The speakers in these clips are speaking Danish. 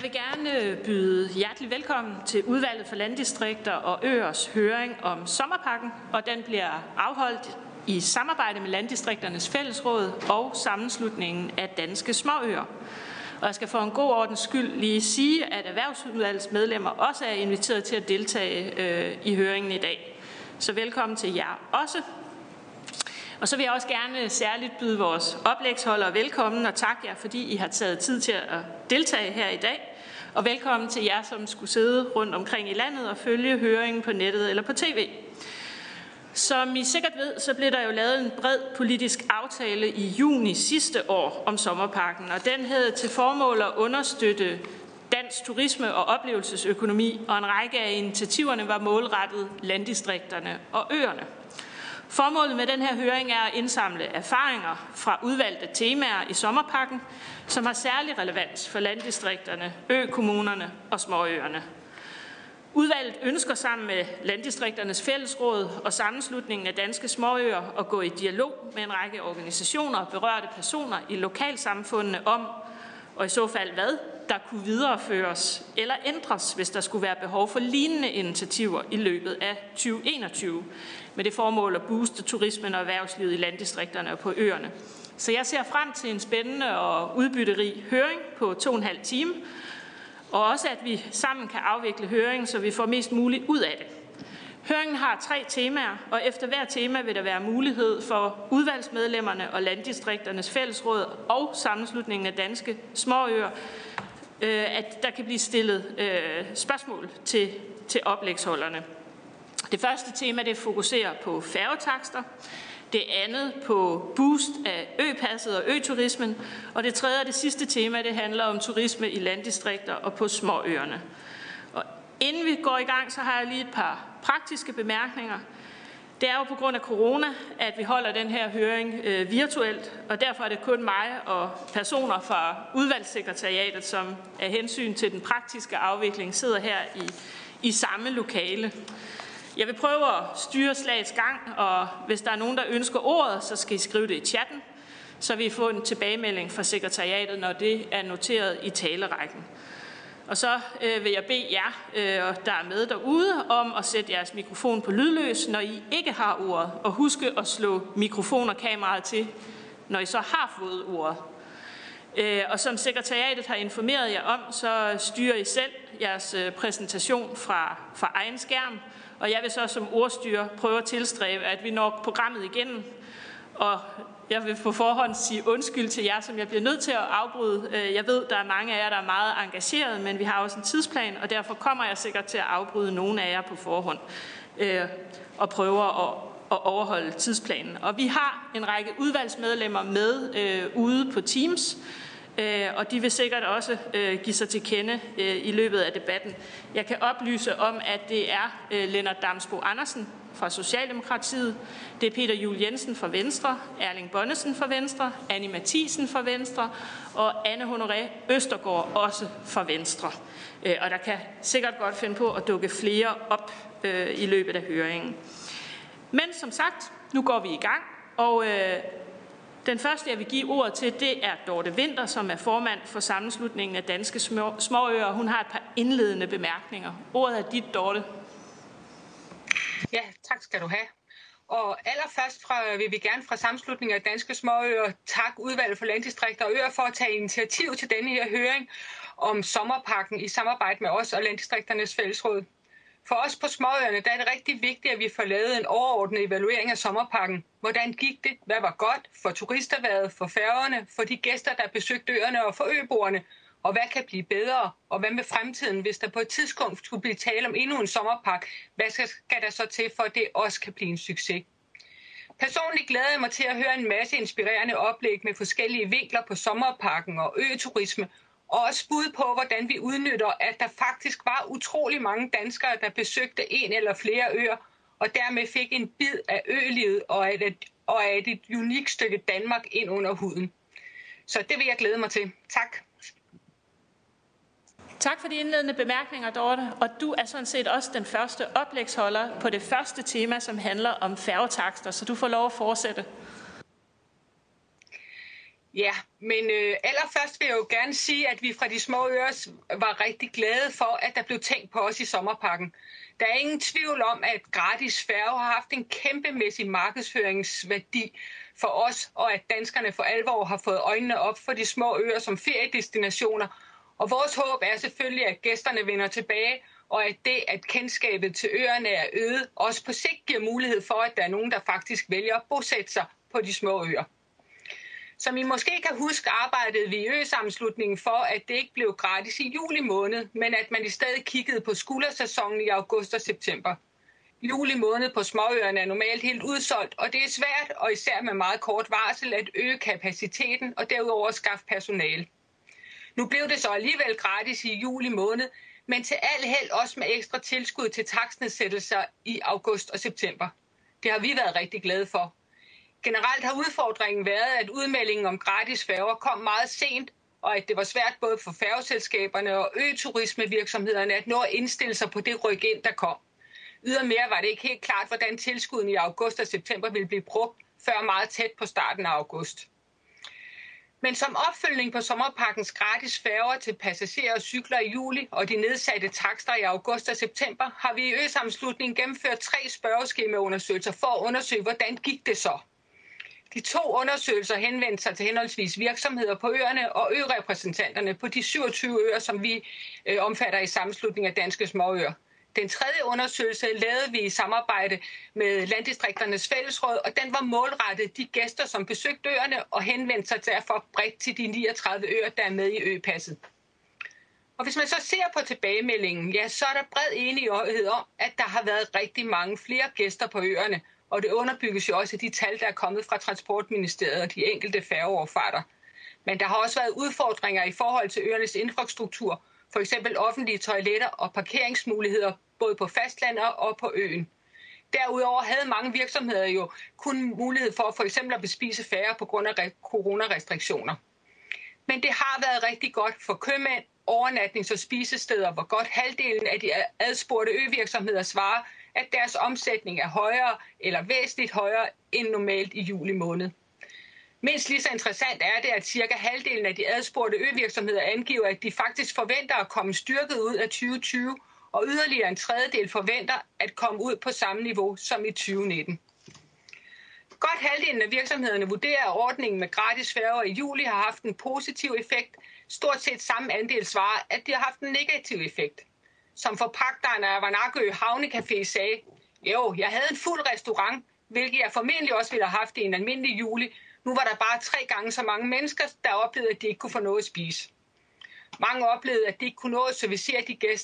vil gerne byde hjertelig velkommen til Udvalget for Landdistrikter og Øers høring om sommerpakken, og den bliver afholdt i samarbejde med Landdistrikternes Fællesråd og Sammenslutningen af Danske Småøer. Og jeg skal for en god ordens skyld lige sige, at erhvervsudvalgets medlemmer også er inviteret til at deltage i høringen i dag. Så velkommen til jer også. Og så vil jeg også gerne særligt byde vores oplægsholdere velkommen og takke jer, fordi I har taget tid til at deltage her i dag. Og velkommen til jer, som skulle sidde rundt omkring i landet og følge høringen på nettet eller på tv. Som I sikkert ved, så blev der jo lavet en bred politisk aftale i juni sidste år om sommerpakken, og den havde til formål at understøtte dansk turisme og oplevelsesøkonomi, og en række af initiativerne var målrettet landdistrikterne og øerne. Formålet med den her høring er at indsamle erfaringer fra udvalgte temaer i sommerpakken, som har særlig relevans for landdistrikterne, økommunerne og småøerne. Udvalget ønsker sammen med Landdistrikternes Fællesråd og Sammenslutningen af Danske Småøer at gå i dialog med en række organisationer og berørte personer i lokalsamfundene om, og i så fald hvad, der kunne videreføres eller ændres, hvis der skulle være behov for lignende initiativer i løbet af 2021, med det formål at booste turismen og erhvervslivet i landdistrikterne og på øerne. Så jeg ser frem til en spændende og udbytterig høring på 2,5 timer, og også at vi sammen kan afvikle høringen, så vi får mest muligt ud af det. Høringen har 3 temaer, og efter hver tema vil der være mulighed for udvalgsmedlemmerne og Landdistrikternes Fællesråd og Sammenslutningen af Danske Småøer, at der kan blive stillet spørgsmål til oplægsholderne. Det første tema det fokuserer på færgetakster, det andet på boost af øpasset og øturismen, og det tredje og det sidste tema det handler om turisme i landdistrikter og på småøerne. Og inden vi går i gang, så har jeg lige et par praktiske bemærkninger. Det er jo på grund af corona, at vi holder den her høring virtuelt, og derfor er det kun mig og personer fra udvalgssekretariatet, som af hensyn til den praktiske afvikling sidder her i samme lokale. Jeg vil prøve at styre slagets gang, og hvis der er nogen, der ønsker ordet, så skal I skrive det i chatten, så vi får en tilbagemelding fra sekretariatet, når det er noteret i talerækken. Og så vil jeg bede jer, der er med derude, om at sætte jeres mikrofon på lydløs, når I ikke har ordet, og huske at slå mikrofon og kameraet til, når I så har fået ordet. Og som sekretariatet har informeret jer om, så styrer I selv jeres præsentation fra egen skærm, og jeg vil så som ordstyrer prøve at tilstræbe, at vi når programmet igennem. Og jeg vil på forhånd sige undskyld til jer, som jeg bliver nødt til at afbryde. Jeg ved, der er mange af jer, der er meget engageret, men vi har også en tidsplan, og derfor kommer jeg sikkert til at afbryde nogle af jer på forhånd og prøver at overholde tidsplanen. Og vi har en række udvalgsmedlemmer med ude på Teams, og de vil sikkert også give sig til kende i løbet af debatten. Jeg kan oplyse om, at det er Lennart Damsbo-Andersen fra Socialdemokratiet, det er Peter Juel Jensen fra Venstre, Erling Bonnesen fra Venstre, Annie Mathisen fra Venstre og Anne Honoré Østergaard også fra Venstre. Og der kan sikkert godt finde på at dukke flere op i løbet af høringen. Men som sagt, nu går vi i gang, og den første, jeg vil give ordet til, det er Dorte Winther, som er formand for Sammenslutningen af Danske Småøer. Hun har et par indledende bemærkninger. Ordet er dit, Dorte. Ja, tak skal du have. Og allerførst vil vi gerne fra Sammenslutningen af Danske Småøer takke Udvalget for Landdistrikter og Øer for at tage initiativ til denne her høring om sommerpakken i samarbejde med os og Landdistrikternes Fællesråd. For os på småøerne der er det rigtig vigtigt, at vi får lavet en overordnet evaluering af sommerpakken. Hvordan gik det? Hvad var godt for turisterhvervet, for færgerne, for de gæster, der besøgte øerne og for øboerne? Og hvad kan blive bedre? Og hvad med fremtiden, hvis der på et tidspunkt skulle blive tale om endnu en sommerpakke? Hvad skal der så til, for at det også kan blive en succes? Personligt glæder jeg mig til at høre en masse inspirerende oplæg med forskellige vinkler på sommerpakken og øturisme, og også bud på, hvordan vi udnytter, at der faktisk var utrolig mange danskere, der besøgte en eller flere øer, og dermed fik en bid af ølivet og af et unikt stykke Danmark ind under huden. Så det vil jeg glæde mig til. Tak. Tak for de indledende bemærkninger, Dorte. Og du er sådan set også den første oplægsholder på det første tema, som handler om færgetakster, så du får lov at fortsætte. Ja, men allerførst vil jeg jo gerne sige, at vi fra de små øer var rigtig glade for, at der blev tænkt på os i sommerpakken. Der er ingen tvivl om, at gratis færge har haft en kæmpemæssig markedsføringsværdi for os, og at danskerne for alvor har fået øjnene op for de små øer som feriedestinationer. Og vores håb er selvfølgelig, at gæsterne vender tilbage, og at det, at kendskabet til øerne er øget, også på sigt giver mulighed for, at der er nogen, der faktisk vælger at bosætte sig på de små øer. Som I måske kan huske, arbejdede vi i øsammenslutningen for, at det ikke blev gratis i juli måned, men at man i stedet kiggede på skuldersæsonen i august og september. Juli måned på småøerne er normalt helt udsolgt, og det er svært, og især med meget kort varsel, at øge kapaciteten og derudover skaffe personale. Nu blev det så alligevel gratis i juli måned, men til al held også med ekstra tilskud til takstnedsættelser i august og september. Det har vi været rigtig glade for. Generelt har udfordringen været, at udmeldingen om gratis færger kom meget sent, og at det var svært både for færgeselskaberne og øturismevirksomhederne at nå at indstille sig på det ryk ind, der kom. Ydermere var det ikke helt klart, hvordan tilskuden i august og september ville blive brugt, før meget tæt på starten af august. Men som opfølgning på sommerpakkens gratis færger til passagerer og cykler i juli og de nedsatte takster i august og september, har vi i øsammenslutningen gennemført 3 spørgeskemaundersøgelser for at undersøge, hvordan gik det så. De 2 undersøgelser henvendte sig til henholdsvis virksomheder på øerne og ørepræsentanterne på de 27 øer, som vi omfatter i sammenslutningen af danske småøer. Den 3. undersøgelse lavede vi i samarbejde med Landdistrikternes Fællesråd, og den var målrettet de gæster, som besøgte øerne og henvendte sig derfor bredt til de 39 øer, der er med i øpasset. Og hvis man så ser på tilbagemeldingen, ja, så er der bred enighed om, at der har været rigtig mange flere gæster på øerne, og det underbygges jo også af de tal, der er kommet fra Transportministeriet og de enkelte færgeoverfarter. Men der har også været udfordringer i forhold til øernes infrastruktur, for eksempel offentlige toiletter og parkeringsmuligheder, både på fastlandet og på øen. Derudover havde mange virksomheder jo kun mulighed for eksempel at bespise færre på grund af coronarestriktioner. Men det har været rigtig godt for købmænd, overnatnings- og spisesteder, hvor godt halvdelen af de adspurgte øvirksomheder svarer, at deres omsætning er højere eller væsentligt højere end normalt i juli måned. Mindst lige så interessant er det, at cirka halvdelen af de adspurgte øvirksomheder angiver, at de faktisk forventer at komme styrket ud af 2020, og yderligere en tredjedel forventer at komme ud på samme niveau som i 2019. Godt halvdelen af virksomhederne vurderer, at ordningen med gratis færger i juli har haft en positiv effekt. Stort set samme andel svarer, at de har haft en negativ effekt. Som forpagteren af Vanakø Havnecafé sagde, jo, jeg havde en fuld restaurant, hvilket jeg formentlig også ville have haft i en almindelig juli. Nu var der bare 3 gange så mange mennesker, der oplevede, at de ikke kunne få noget at spise. Mange oplevede, at de ikke kunne nå at servicere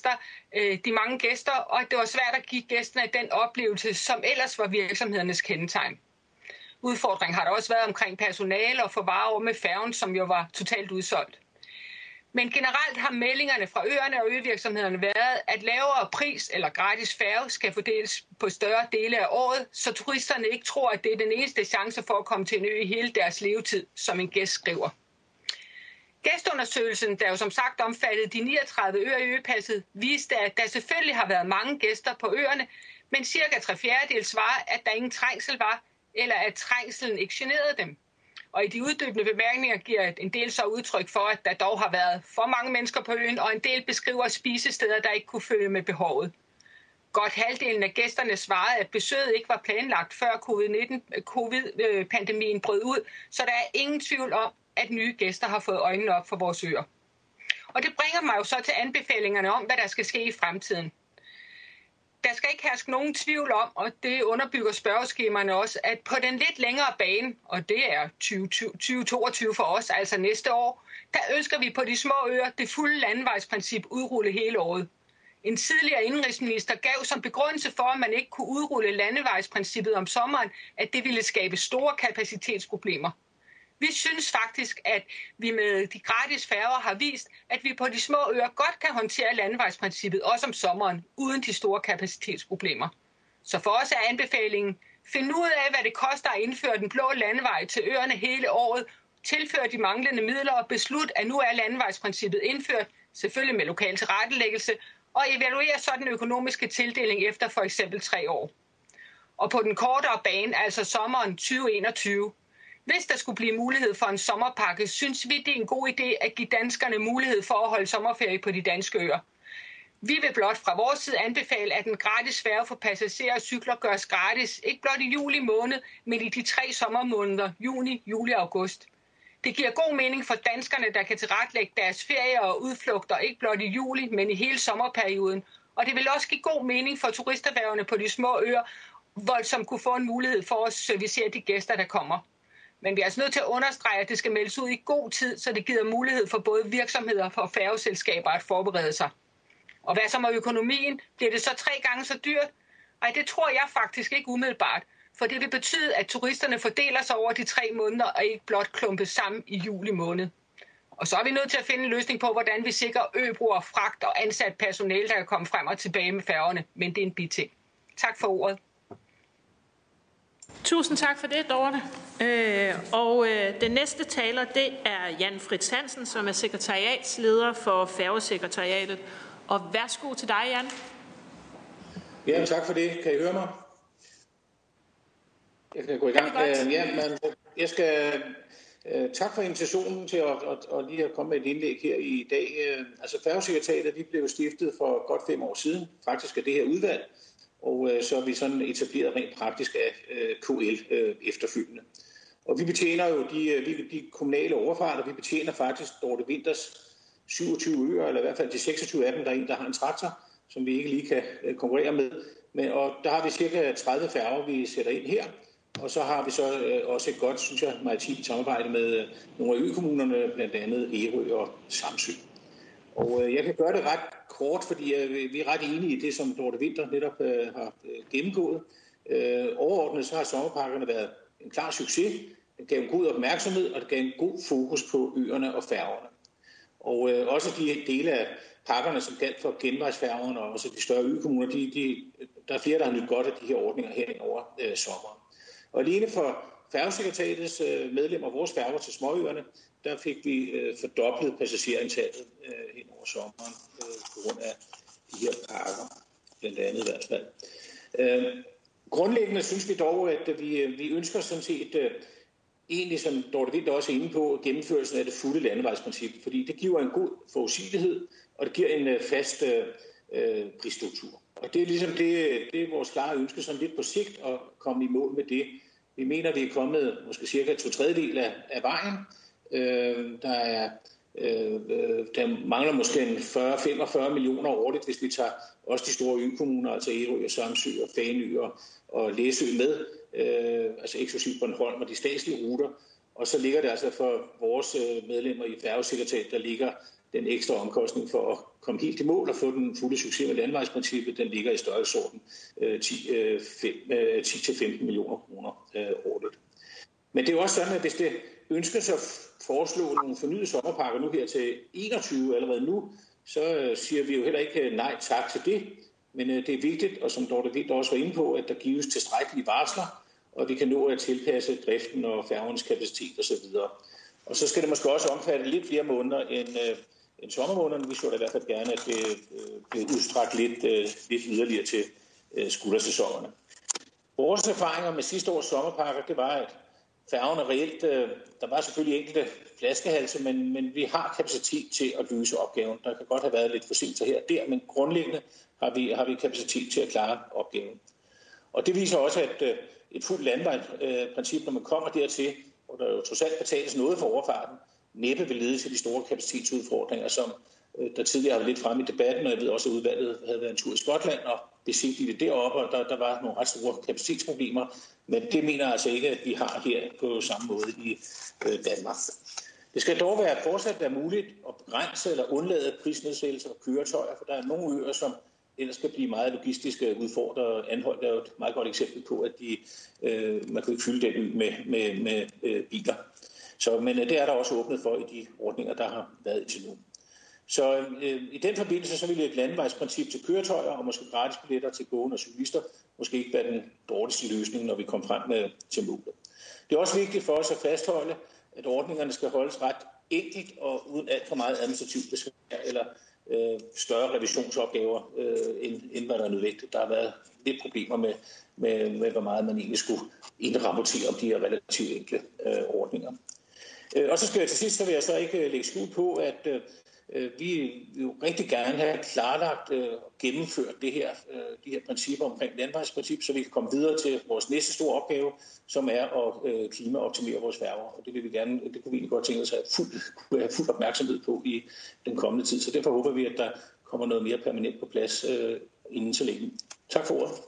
de mange gæster, og at det var svært at give gæsterne den oplevelse, som ellers var virksomhedernes kendetegn. Udfordringen har der også været omkring personale og for varer over med færgen, som jo var totalt udsolgt. Men generelt har meldingerne fra øerne og øvirksomhederne været, at lavere pris eller gratis færge skal fordeles på større dele af året, så turisterne ikke tror, at det er den eneste chance for at komme til en ø i hele deres levetid, som en gæst skriver. Gæstundersøgelsen, der jo som sagt omfattede de 39 øer i øpasset, viste, at der selvfølgelig har været mange gæster på øerne, men cirka 3/4 svarer, at der ingen trængsel var, eller at trængselen ikke generede dem. Og i de uddybende bemærkninger giver en del så udtryk for, at der dog har været for mange mennesker på øen, og en del beskriver spisesteder, der ikke kunne følge med behovet. Godt halvdelen af gæsterne svarede, at besøget ikke var planlagt før covid-pandemien brød ud, så der er ingen tvivl om, at nye gæster har fået øjnene op for vores øer. Og det bringer mig jo så til anbefalingerne om, hvad der skal ske i fremtiden. Der skal ikke herske nogen tvivl om, og det underbygger spørgeskemaerne også, at på den lidt længere bane, og det er 2022 for os, altså næste år, der ønsker vi på de små øer det fulde landevejsprincip udrulle hele året. En tidligere indrigsminister gav som begrundelse for, at man ikke kunne udrulle landevejsprincippet om sommeren, at det ville skabe store kapacitetsproblemer. Vi synes faktisk, at vi med de gratis færger har vist, at vi på de små øer godt kan håndtere landevejsprincippet, også om sommeren, uden de store kapacitetsproblemer. Så for os er anbefalingen, find ud af, hvad det koster at indføre den blå landevej til øerne hele året, tilføre de manglende midler og beslut, at nu er landevejsprincippet indført, selvfølgelig med lokal tilrettelæggelse, og evaluere så den økonomiske tildeling efter for eksempel 3 år. Og på den kortere bane, altså sommeren 2021, Hvis der skulle blive mulighed for en sommerpakke, synes vi, det er en god idé at give danskerne mulighed for at holde sommerferie på de danske øer. Vi vil blot fra vores side anbefale, at en gratis færge for passagerer og cykler gøres gratis, ikke blot i juli måned, men i de 3 sommermåneder, juni, juli og august. Det giver god mening for danskerne, der kan tilrettelægge deres ferie og udflugter, ikke blot i juli, men i hele sommerperioden. Og det vil også give god mening for turisterhvervene på de små øer, som kunne få en mulighed for at servicere de gæster, der kommer. Men vi er altså nødt til at understrege, at det skal meldes ud i god tid, så det giver mulighed for både virksomheder og færgeselskaber at forberede sig. Og hvad så med økonomien? Bliver det så 3 gange så dyrt? Nej, det tror jeg faktisk ikke umiddelbart, for det vil betyde, at turisterne fordeler sig over de 3 måneder og ikke blot klumpes sammen i juli måned. Og så er vi nødt til at finde en løsning på, hvordan vi sikrer øbrugere, fragt og ansat personale, der kan komme frem og tilbage med færgerne. Men det er en biting. Tak for ordet. Tusind tak for det, Dorte. Den næste taler, det er Jan Fritz Hansen, som er sekretariatsleder for Færgesekretariatet. Og værsgo til dig, Jan. Ja, tak for det. Kan I høre mig? Jeg kan gå i gang. Jeg skal tak for invitationen til at lige at komme med et indlæg her i dag. Altså Færgesekretariatet, de blev stiftet for godt 5 år siden. Faktisk er det her udvalg. Og så er vi sådan etableret rent praktisk af KL efterfølgende. Og vi betjener jo de kommunale overfarter. Vi betjener faktisk Dorte Winters 27 øer, eller i hvert fald de 26 af dem. Der er en, der har en traktor, som vi ikke lige kan konkurrere med. Og der har vi cirka 30 færger, vi sætter ind her. Og så har vi så også et godt, synes jeg, maritimt samarbejde med nogle af økommunerne, blandt andet Ærø og Samsø. Og jeg kan gøre det ret kort, fordi vi er ret enige i det, som Dorte Winther netop har gennemgået. Overordnet så har sommerpakkerne været en klar succes. Det gav en god opmærksomhed, og det gav en god fokus på øerne og færgerne. Og også de dele af pakkerne, som galt for genvejsfærgerne og også de større økommuner, der er flere, der har nydt godt af de her ordninger hen over sommeren. Og alene for Færgesekretariatets medlemmer og vores færger til småøerne, der fik vi fordoblet passagerantallet hen over sommeren på grund af de her pakker, blandt andet i hvert fald. Grundlæggende synes vi dog, at vi ønsker sådan set egentlig, som Dorte Winther også er inde på, gennemførelsen af det fulde landevejsprincip, fordi det giver en god forudsigelighed, og det giver en fast prisstruktur. Og det er ligesom det er vores klare ønske sådan lidt på sigt at komme i mål med det. Vi mener, at vi er kommet måske cirka 2/3 af vejen. Der mangler måske en 40-45 millioner årligt, hvis vi tager også de store økommuner, altså Ærø og Samsø og Fanø og Læsø med, altså eksklusivt Bornholm og de statslige ruter. Og så ligger det altså for vores medlemmer i Færgesekretariatet, der ligger den ekstra omkostning for at komme helt i mål og få den fulde succes med landevejsprincippet, den ligger i størrelsesorden 10-15 millioner kroner årligt. Men det er jo også sådan, at hvis det ønskes at foreslå nogle fornyede sommerpakker nu her til 21 allerede nu, så siger vi jo heller ikke nej tak til det. Men det er vigtigt, og som Dorte Winther også var inde på, at der gives tilstrækkelige varsler, og vi kan nå at tilpasse driften og færgernes kapacitet osv. Og så skal det måske også omfatte lidt flere måneder end sommermånederne. Vi så da i hvert fald gerne, at det blev udstrakt lidt yderligere til skuldersæsonerne. Vores erfaringer med sidste års sommerpakker, det var, at færgerne reelt, der var selvfølgelig enkelte flaskehalse, men vi har kapacitet til at løse opgaven. Der kan godt have været lidt forsinkelser her og der, men grundlæggende har vi kapacitet til at klare opgaven. Og det viser også, at et fuldt landevejsprincip, når man kommer dertil, hvor der jo trods alt betales noget for overfarten, næppe vil lede til de store kapacitetsudfordringer, som der tidligere har været lidt fremme i debatten, og jeg ved også, at udvalget havde været en tur i Skotland og besigtigt det deroppe, og der var nogle ret store kapacitetsproblemer, men det mener altså ikke, at vi har her på samme måde i Danmark. Det skal dog fortsat være muligt at begrænse eller undlade prisnedsættelser for køretøjer, for der er nogle øer, som ellers skal blive meget logistisk udfordret. Anholt er jo et meget godt eksempel på, at man kan ikke fylde den ø med biler. Men det er der også åbnet for i de ordninger, der har været indtil nu. Så i den forbindelse så vil et landevejsprincip til køretøjer og måske gratis billetter til gående og cyklister måske ikke være den dårligste løsning, når vi kommer frem til målet. Det er også vigtigt for os at fastholde, at ordningerne skal holdes ret enkelt og uden alt for meget administrativt besvær eller større revisionsopgaver, end hvad der er nødvendigt. Der har været lidt problemer med hvor meget man egentlig skulle indrapportere om de her relativt enkle ordninger. Og så skal jeg til sidst, så vil jeg så ikke lægge skjul på, at vi jo rigtig gerne have klarlagt og gennemført de her principper omkring landevejsprincip, så vi kan komme videre til vores næste store opgave, som er at klimaoptimere vores færger. Og det vil vi gerne, det kunne vi egentlig godt tænke os at have fuld opmærksomhed på i den kommende tid. Så derfor håber vi, at der kommer noget mere permanent på plads inden så længe. Tak for ordet.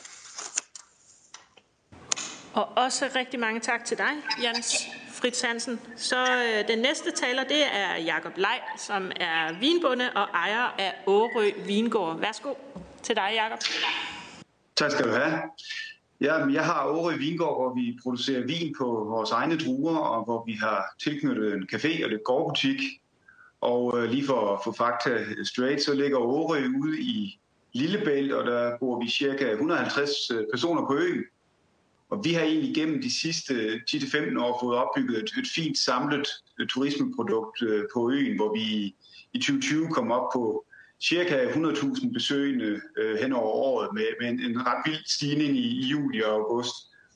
Og også rigtig mange tak til dig, Jens Fritz Hansen. Så den næste taler, det er Jakob Lej, som er vinbonde og ejer af Årø Vingård. Værsgo til dig, Jakob. Tak skal du have. Jeg har Årø Vingård, hvor vi producerer vin på vores egne druer, og hvor vi har tilknyttet en café og lidt gårdbutik. Og lige for at få fakta straight, så ligger Årø ude i Lillebælt, og der bor vi cirka 150 personer på øen. Og vi har egentlig gennem de sidste 10-15 år fået opbygget et fint samlet turismeprodukt på øen, hvor vi i 2020 kom op på cirka 100.000 besøgende hen over året med en ret vild stigning i juli og august.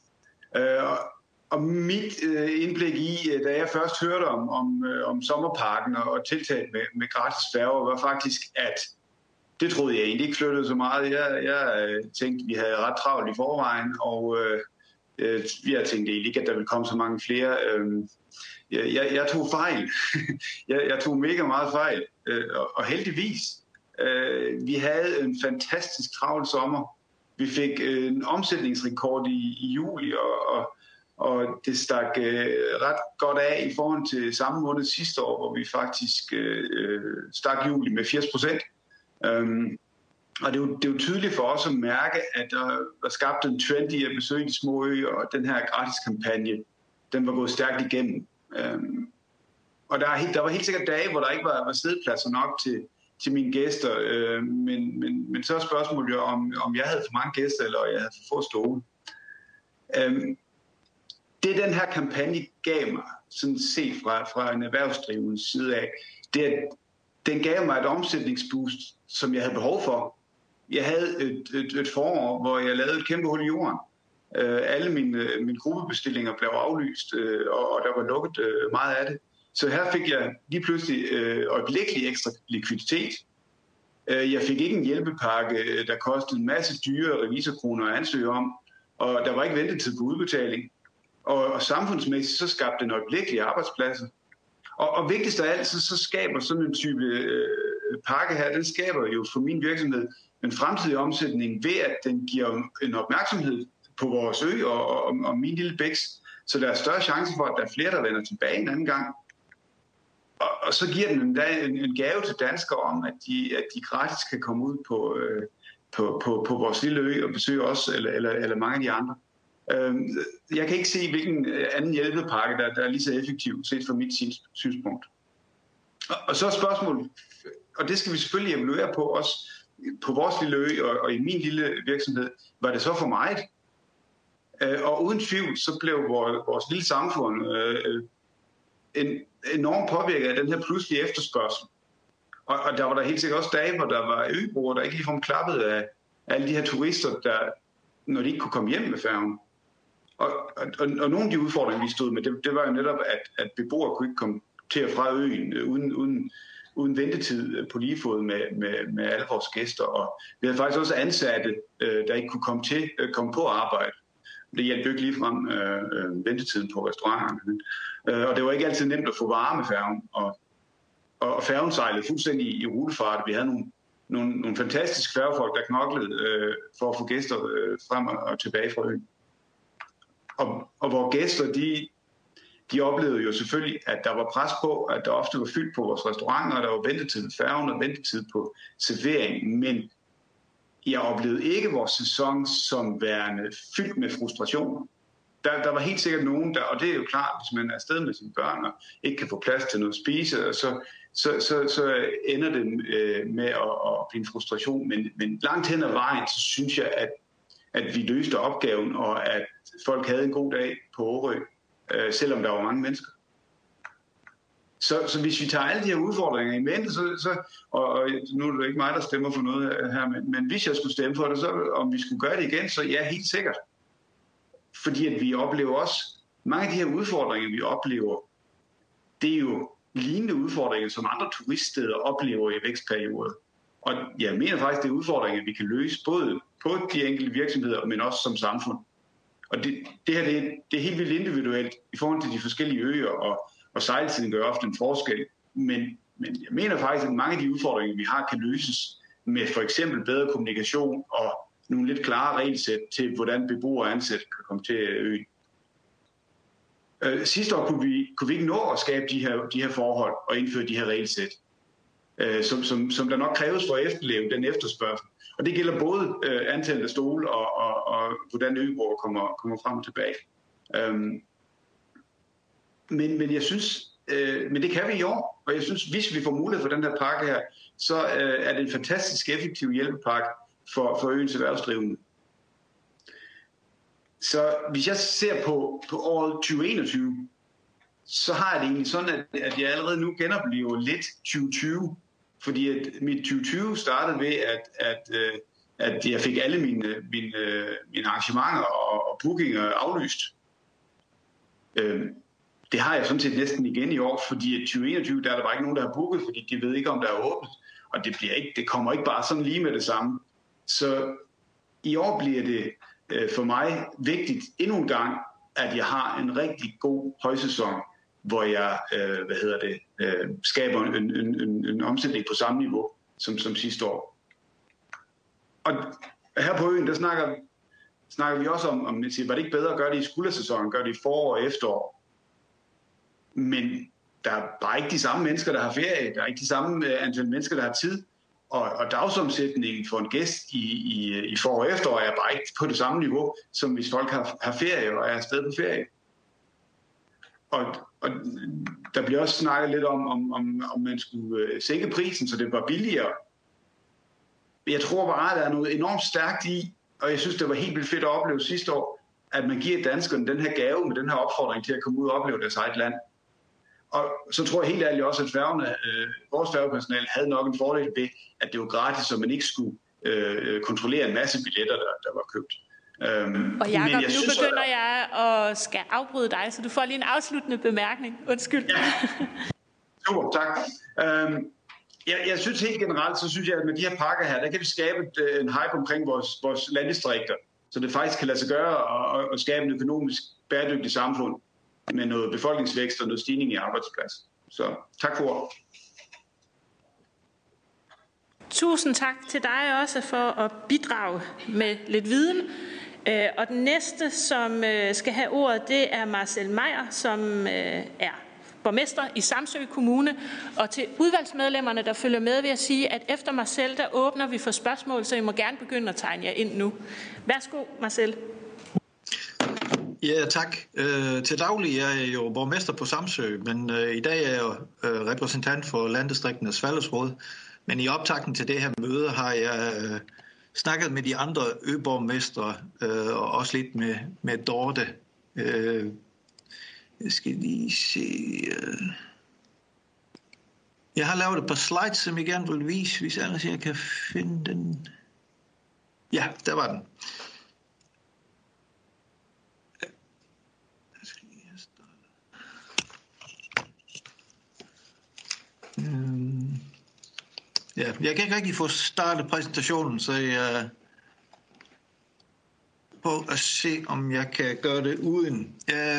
Og mit indblik i, da jeg først hørte om sommerparken og tiltaget med gratis færger, var faktisk, at det troede jeg egentlig ikke flyttede så meget. Jeg tænkte, at vi havde ret travlt i forvejen, og jeg tænkte egentlig ikke, at der ville komme så mange flere. Jeg tog fejl. Jeg tog mega meget fejl. Og heldigvis, vi havde en fantastisk travl sommer. Vi fik en omsætningsrekord i juli, og det stak ret godt af i forhold til samme måned sidste år, hvor vi faktisk stak juli med 80%. Og det er jo tydeligt for os at mærke, at der var skabt en trend i at besøge de små øer, og den her gratiskampagne, den var gået stærkt igennem. Og der var helt sikkert dage, hvor der ikke var siddepladser nok til mine gæster, men så er spørgsmålet jo, om jeg havde for mange gæster, eller jeg havde for få stole. Det den her kampagne gav mig, sådan set fra en erhvervsdrivende side af, den gav mig et omsætningsboost, som jeg havde behov for. Jeg havde et forår, hvor jeg lavede et kæmpe hul i jorden. Alle mine gruppebestillinger blev aflyst, og der var lukket meget af det. Så her fik jeg lige pludselig øjeblikkelig ekstra likviditet. Jeg fik ikke en hjælpepakke, der kostede en masse dyre revisorkroner at ansøge om, og der var ikke ventetid på udbetaling. Og samfundsmæssigt så skabte den øjeblikkelige arbejdspladser. Og vigtigst af alt, så skaber sådan en type pakke her, den skaber jo for min virksomhed en fremtidig omsætning ved, at den giver en opmærksomhed på vores ø og min lille bæks, så der er større chance for, at der er flere, der vender tilbage en anden gang. Og så giver den en gave til danskere om, at de gratis kan komme ud på vores lille ø og besøge os eller mange af de andre. Jeg kan ikke se, hvilken anden hjælpepakke, der er lige så effektiv set fra mit synspunkt. Og så er spørgsmålet, og det skal vi selvfølgelig evaluere på os, på vores lille ø og i min lille virksomhed, var det så for meget? Og uden tvivl, så blev vores lille samfund enormt påvirket af den her pludselige efterspørgsel. Og der var der helt sikkert også dage, hvor der var øboere, der ikke ligefrem klappede af alle de her turister, der, når de ikke kunne komme hjem med færgen. Og nogle af de udfordringer, vi stod med, det var jo netop, at beboere kunne ikke komme til og fra øen uden ventetid på lige fod med alle vores gæster. Og vi havde faktisk også ansatte, der ikke kunne komme på arbejde. Det hjalp jo ikke ligefrem ventetiden på restauranterne. Og det var ikke altid nemt at få varme med færgen. Og færgen sejlede fuldstændig i rutefart. Vi havde nogle fantastiske færgefolk, der knoklede for at få gæster frem og tilbage fra øen. Og vores gæster, de oplevede jo selvfølgelig, at der var pres på, at der ofte var fyldt på vores restauranter, og der var ventetid på færgen og ventetid på servering. Men jeg oplevede ikke vores sæson som værende fyldt med frustrationer. Der var helt sikkert nogen, og det er jo klart, hvis man er afsted med sine børn og ikke kan få plads til noget at spise, så ender det med at blive en frustration. Men langt hen ad vejen, så synes jeg, at vi løste opgaven, og at folk havde en god dag på Årø, selvom der var mange mennesker. Så hvis vi tager alle de her udfordringer i mente, og nu er det ikke mig, der stemmer for noget her, men hvis jeg skulle stemme for det, så om vi skulle gøre det igen, så ja, helt sikkert. Fordi at vi oplever også, mange af de her udfordringer, vi oplever, det er jo lignende udfordringer, som andre turiststeder oplever i vækstperioder. Og jeg mener faktisk, det er udfordringer, vi kan løse, både på de enkelte virksomheder, men også som samfund. Og det her, det er helt vildt individuelt i forhold til de forskellige øer, og sejltiden gør ofte en forskel. Men jeg mener faktisk, at mange af de udfordringer, vi har, kan løses med for eksempel bedre kommunikation og nogle lidt klare regelsæt til, hvordan beboere og ansatte kan komme til øen. Sidste år kunne vi ikke nå at skabe de her forhold og indføre de her regelsæt, som der nok kræves for at efterleve den efterspørgsel. Og det gælder både antallet af stole og hvordan øboere kommer frem og tilbage. Men jeg synes, men det kan vi i år, og jeg synes, hvis vi får mulighed for den her pakke her, så er det en fantastisk effektiv hjælpepakke for øens erhvervsdrivende. Så hvis jeg ser på året 2021, så har jeg det egentlig sådan, at jeg allerede nu genoplever lidt 2020, fordi at mit 2020 startede ved, at jeg fik alle mine arrangementer og bookinger aflyst. Det har jeg sådan set næsten igen i år, fordi i 2021 der er der bare ikke nogen, der har booket, fordi de ved ikke, om der er åbent. Og det kommer ikke bare sådan lige med det samme. Så i år bliver det for mig vigtigt endnu en gang, at jeg har en rigtig god højsæson, hvor jeg skaber en omsætning på samme niveau som sidste år. Og her på øen, der snakker vi også om var det ikke bedre at gøre det i skuldersæsonen, gøre det i forår og efterår. Men der er bare ikke de samme mennesker, der har ferie. Der er ikke de samme antal mennesker, der har tid. Og dagsomsætningen for en gæst i forår og efterår er bare ikke på det samme niveau, som hvis folk har ferie og er afsted på ferie. Og der bliver også snakket lidt om man skulle sænke prisen, så det var billigere. Jeg tror bare, at der er noget enormt stærkt i, og jeg synes, det var helt vildt fedt at opleve sidste år, at man giver danskerne den her gave med den her opfordring til at komme ud og opleve deres eget land. Og så tror jeg helt ærligt også, at vores færgepersonale havde nok en fordel ved, at det var gratis, så man ikke skulle kontrollere en masse billetter, der var købt. Og Jacob, nu begynder jeg at skal afbryde dig, så du får lige en afsluttende bemærkning. Undskyld. Ja. Super, tak. Jeg synes helt generelt, så synes jeg, at med de her pakker her, der kan vi skabe en hype omkring vores landdistrikter, så det faktisk kan lade sig gøre at skabe en økonomisk bæredygtig samfund med noget befolkningsvækst og noget stigning i arbejdspladser. Så tak for ordet. Tusind tak til dig også for at bidrage med lidt viden. Og den næste, som skal have ordet, det er Marcel Meyer, som er borgmester i Samsø Kommune. Og til udvalgsmedlemmerne, der følger med, vil jeg sige, at efter Marcel, der åbner vi for spørgsmål, så I må gerne begynde at tegne jer ind nu. Værsgo, Marcel. Ja, tak. Til daglig er jeg jo borgmester på Samsø, men i dag er jeg repræsentant for Landdistrikternes Fællesråd. Men i optakten til det her møde har jeg snakket med de andre øborgmestre og også lidt med Dorte. Jeg skal lige se. Jeg har lavet et par slides, som jeg gerne vil vise, hvis ellers jeg kan finde den. Ja, der var den. Ja, jeg kan ikke rigtig få startet præsentationen, så jeg prøver at se, om jeg kan gøre det uden.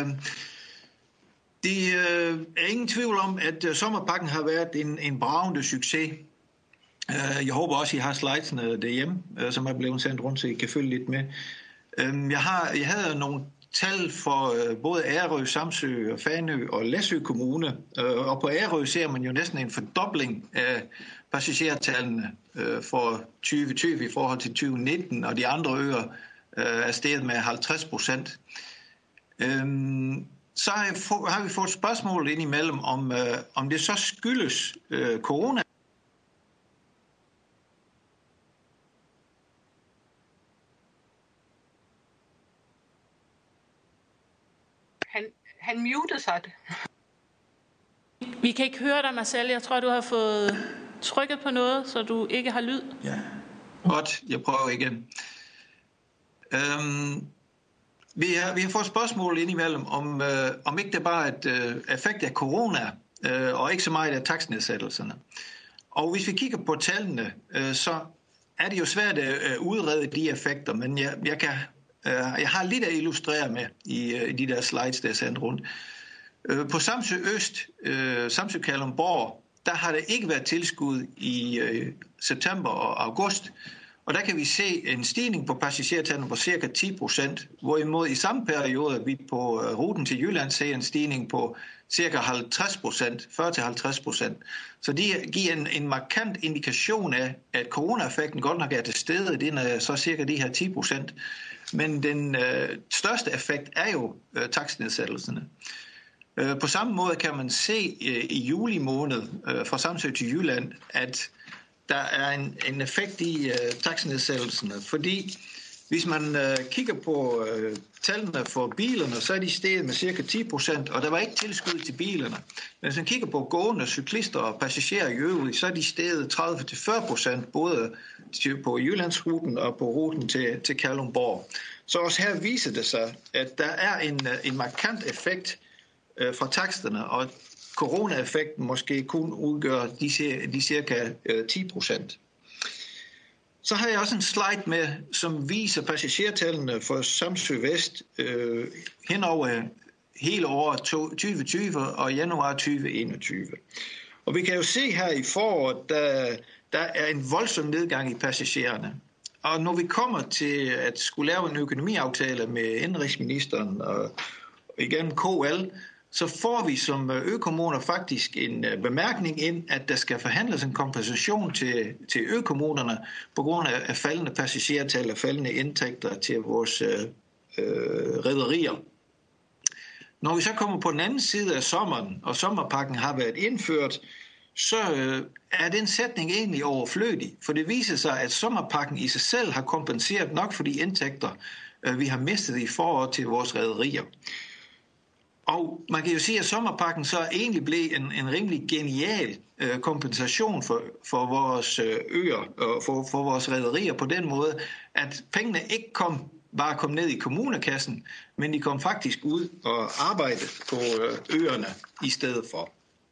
Det er ingen tvivl om, at sommerpakken har været en bragende succes. Jeg håber også, I har slidesene derhjemme, som er blevet sendt rundt, så I kan følge lidt med. Jeg havde nogle tal for både Ærø, Samsø, Fanø og Læsø Kommune. Og på Ærø ser man jo næsten en fordobling af passagertallene for 2020 i forhold til 2019, og de andre øer er steget med 50%. Så har vi fået spørgsmål indimellem, om det så skyldes corona. Han mutede sig. Vi kan ikke høre dig, Marcel. Jeg tror, du har fået trykket på noget, så du ikke har lyd. Ja, godt. Jeg prøver igen. Vi har fået spørgsmål indimellem, om ikke det bare er et effekt af corona, og ikke så meget af takstnedsættelserne. Og hvis vi kigger på tallene, så er det jo svært at udrede de effekter, men jeg har lidt at illustrere med i de der slides, der er sendt rundt. På Samsø Øst, Samsø Kalundborg, der har der ikke været tilskud i september og august, og der kan vi se en stigning på passagertallene på ca. 10%, hvorimod i samme periode vi på ruten til Jylland ser en stigning på ca. 50%, 40-50%. Så det giver en markant indikation af, at coronaeffekten godt nok er til stede, det er så cirka de her 10%, men den største effekt er jo takstnedsættelserne. På samme måde kan man se i juli måned fra Samsø til Jylland, at der er en effekt i takstnedsættelserne, fordi hvis man kigger på tallene for bilerne, så er de steget med cirka 10%, og der var ikke tilskud til bilerne. Men hvis man kigger på gående, cyklister og passagerer i øvrigt, så er de steget 30-40%, både på Jyllandsruten og på ruten til Kalundborg. Så også her viser det sig, at der er en markant effekt fra taksterne, og coronaeffekten måske kun udgør de cirka 10%. Så har jeg også en slide med, som viser passagertallene for Samsø Vest henover hele året 2020 og januar 2021. Og vi kan jo se her i foråret, der er en voldsom nedgang i passagererne. Og når vi kommer til at skulle lave en økonomiaftale med indrigsministeren og igen KL, så får vi som økommuner faktisk en bemærkning ind, at der skal forhandles en kompensation til økommunerne på grund af faldende passagertal og faldende indtægter til vores rederier. Når vi så kommer på den anden side af sommeren, og sommerpakken har været indført, så er den sætning egentlig overflødig, for det viser sig, at sommerpakken i sig selv har kompenseret nok for de indtægter, vi har mistet i foråret til vores rederier. Og man kan jo sige, at sommerpakken så egentlig blev en rimelig genial kompensation for vores øer og for vores rederier på den måde, at pengene ikke bare kom ned i kommunekassen, men de kom faktisk ud og arbejdede på øerne i stedet for.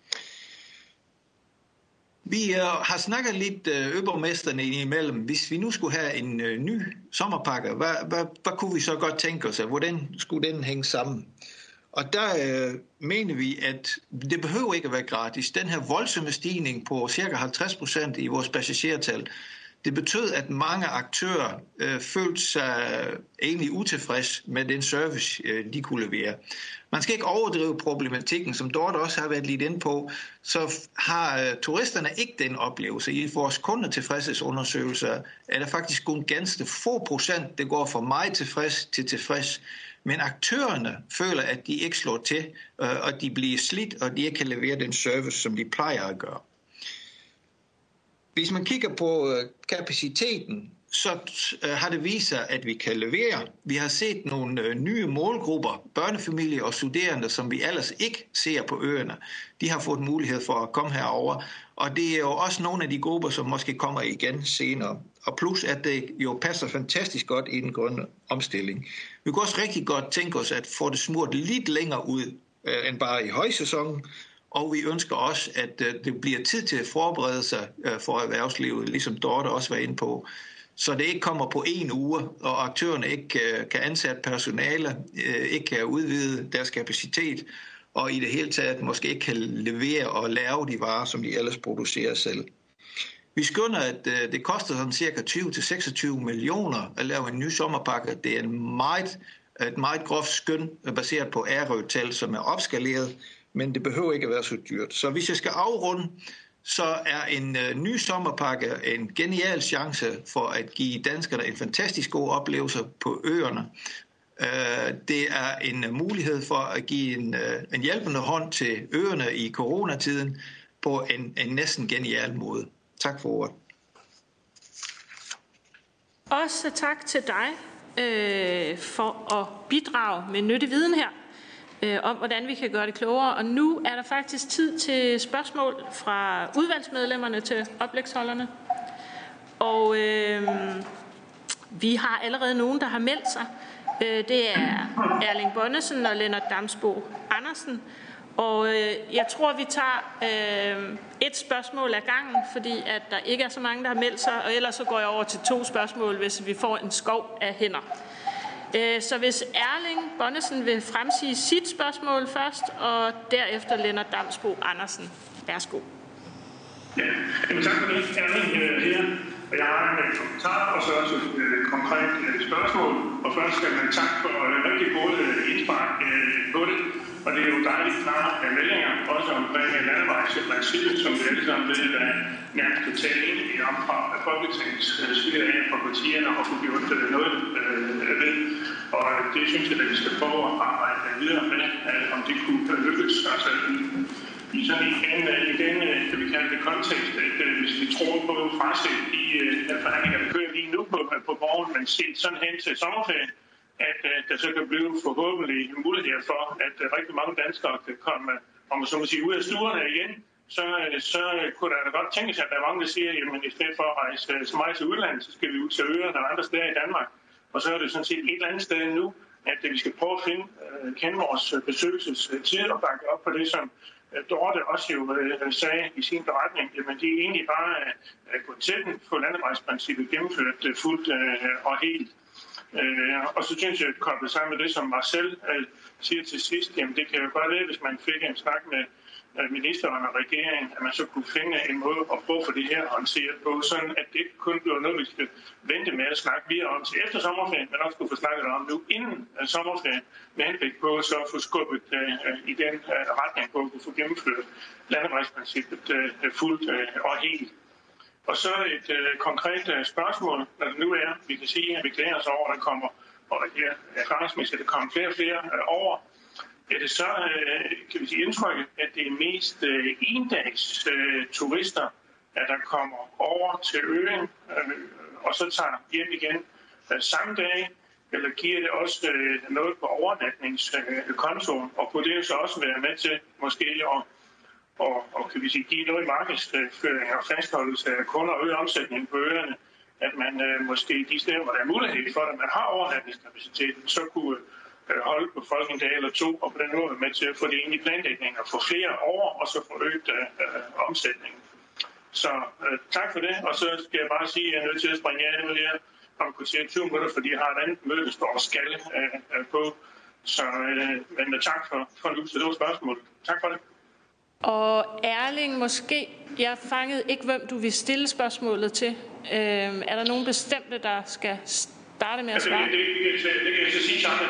Vi har snakket lidt øborgmesterne imellem. Hvis vi nu skulle have en ny sommerpakke, hvad kunne vi så godt tænke os? Hvordan skulle den hænge sammen? Og der mener vi, at det behøver ikke at være gratis. Den her voldsomme stigning på ca. 50% i vores passagertal, det betød, at mange aktører følte sig egentlig utilfreds med den service, de kunne levere. Man skal ikke overdrive problematikken, som Dorte også har været lidt inde på, så har turisterne ikke den oplevelse. I vores kundetilfredshedsundersøgelser er der faktisk kun ganske få procent, det går fra meget tilfreds til tilfreds. Men aktørerne føler, at de ikke slår til, og de bliver slidt, og de ikke kan levere den service, som de plejer at gøre. Hvis man kigger på kapaciteten, så har det vist sig, at vi kan levere. Vi har set nogle nye målgrupper, børnefamilier og studerende, som vi ellers ikke ser på øerne. De har fået mulighed for at komme herover, og det er jo også nogle af de grupper, som måske kommer igen senere. Og plus, at det jo passer fantastisk godt i den grønne omstilling. Vi kunne også rigtig godt tænke os at få det smurt lidt længere ud end bare i højsæsonen, og vi ønsker også, at det bliver tid til at forberede sig for erhvervslivet, ligesom Dorte også var inde på, så det ikke kommer på en uge, og aktørerne ikke kan ansætte personale, ikke kan udvide deres kapacitet, og i det hele taget måske ikke kan levere og lave de varer, som de ellers producerer selv. Vi skønner, at det koster sådan cirka 20-26 millioner at lave en ny sommerpakke. Det er et meget groft skøn baseret på Ærø-tal, som er opskaleret, men det behøver ikke at være så dyrt. Så hvis jeg skal afrunde, så er en ny sommerpakke en genial chance for at give danskerne en fantastisk god oplevelse på øerne. Det er en mulighed for at give en hjælpende hånd til øerne i coronatiden på en næsten genial måde. Tak for ordet. Også tak til dig for at bidrage med nyttig viden her. om, hvordan vi kan gøre det klogere. Og nu er der faktisk tid til spørgsmål fra udvalgsmedlemmerne til oplægsholderne. Og vi har allerede nogen, der har meldt sig. Det er Erling Bonnesen og Lennart Damsbo-Andersen. Og jeg tror, vi tager et spørgsmål ad gangen, fordi at der ikke er så mange, der har meldt sig. Og ellers så går jeg over til 2 spørgsmål, hvis vi får en skov af hænder. Så hvis Erling Bonnesen vil fremsige sit spørgsmål først, og derefter Lennart Damsbo-Andersen. Værsgo. Ja, tak for det. Erling her. Og jeg har en kommentar og så også et konkret spørgsmål. Og først skal man tak for rigtig gode indspark på det. Og det er jo dejligt klare meldinger, også omkring landevejsprincippet, som vi alle sammen ved, der nærmest totalt enige om fra Folketingets side af fra partierne og få gjort noget ved. Og det synes jeg, at vi skal prøve at arbejde videre med, om det kunne lykkes. Altså i sådan i den, kan vi kalde det kontekst, at hvis vi tror på fraset i den forhandlinger, der kører lige nu på borgen, men set sådan hen til sommerferien, at der så kan blive forhåbentlig muligheder for, at rigtig mange danskere kan komme, om man så må sige, ud af stuerne igen, så kunne der da godt tænke sig, at der er mange, der siger, jamen i stedet for at rejse så meget til udlandet, så skal vi ud til øerne og andre steder i Danmark. Og så er det sådan set et eller andet sted nu, at vi skal prøve at kende vores besøgelsestid og bakke op på det, som Dorte også jo sagde i sin beretning, jamen det er egentlig bare at gå til den, få landevejsprincippet gennemført fuldt og helt. Og så synes jeg, at koblet sammen med det, som Marcel siger til sidst, jamen det kan jo godt være, hvis man fik en snak med ministeren og regeringen, at man så kunne finde en måde at prøve for det her håndteret på, sådan at det ikke kun bliver noget, vi skal vente med at snakke videre om til efter sommerferien, men også kunne få snakket om nu inden sommerferien, med henblik på så at få skubbet i den retning på at kunne få gennemført landevejsprincippet fuldt og helt. Og så et konkret spørgsmål, når det nu er, vi kan sige, at vi glæder os over, at der kommer, og her erfaringsmæssigt, der kommer flere og flere over. Er det så, kan vi sige, indtrykket, at det er mest endags turister, at der kommer over til øen, og så tager hjem igen samme dag, eller giver det også noget på overnatningskontoen, og kunne det jo så også være med til måske og kan vi sige, give noget i markedsføring og fastholdelse af kunder og øge omsætningen på øerne, at man måske de steder, hvor der er mulighed for, at man har overnatningskapaciteten, så kunne holde på folk en dag eller 2, og på den måde med til at få det ind i planlægningen og få flere over, og så få øget omsætningen. Så tak for det, og så skal jeg bare sige, at jeg er nødt til at springe af nu her, om kunne sige 20 minutter, fordi jeg har et andet møde, der står og skal på. Så men tak for nu, så det var spørgsmålet. Tak for det. Og Erling, måske, jeg fangede ikke, hvem du vil stille spørgsmålet til. Er der nogen bestemte, der skal starte med at svare? Det kan jeg så sige sammen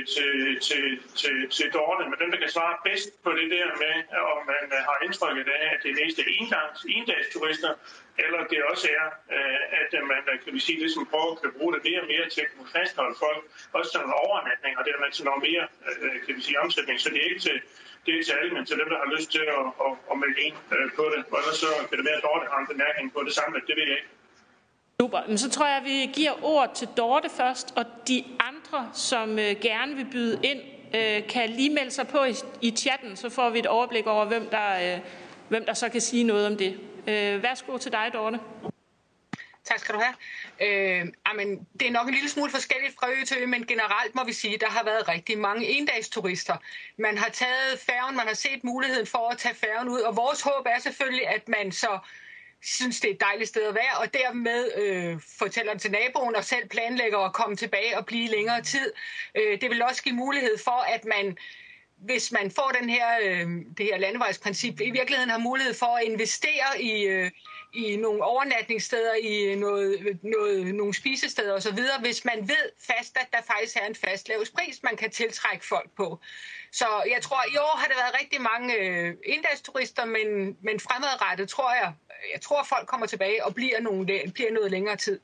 til Dorte, men dem, der kan svare bedst på det der med, om man har indtrykket af, at det mest er endagsturister, eller det også er, at man, kan vi sige, ligesom prøver at bruge det mere og mere til at kunne fastholde folk, også til nogle overnatning, og dermed til noget mere, kan vi sige, omsætning, så det er ikke til alle, men til dem, der har lyst til at melde ind på det. Og så kan det være, at Dorte har en bemærkning på det samme, det ved jeg ikke. Super. Men så tror jeg, at vi giver ord til Dorte først, og de andre, som gerne vil byde ind, kan lige melde sig på i chatten, så får vi et overblik over, hvem der så kan sige noget om det. Værsgo til dig, Dorte. Tak skal du have. Amen, det er nok en lille smule forskelligt fra ø til ø, men generelt må vi sige, at der har været rigtig mange endagsturister. Man har taget færgen, man har set muligheden for at tage færgen ud, og vores håb er selvfølgelig, at man så synes, det er et dejligt sted at være, og dermed fortæller det til naboen og selv planlægger at komme tilbage og blive længere tid. Det vil også give mulighed for, at man, hvis man får det her landevejsprincip, i virkeligheden har mulighed for at investere i nogle overnatningssteder, i nogle spisesteder osv., hvis man ved fast, at der faktisk er en fast lavspris, man kan tiltrække folk på. Så jeg tror, i år har det været rigtig mange endagsturister, men fremadrettet tror jeg folk kommer tilbage og bliver noget længere tid.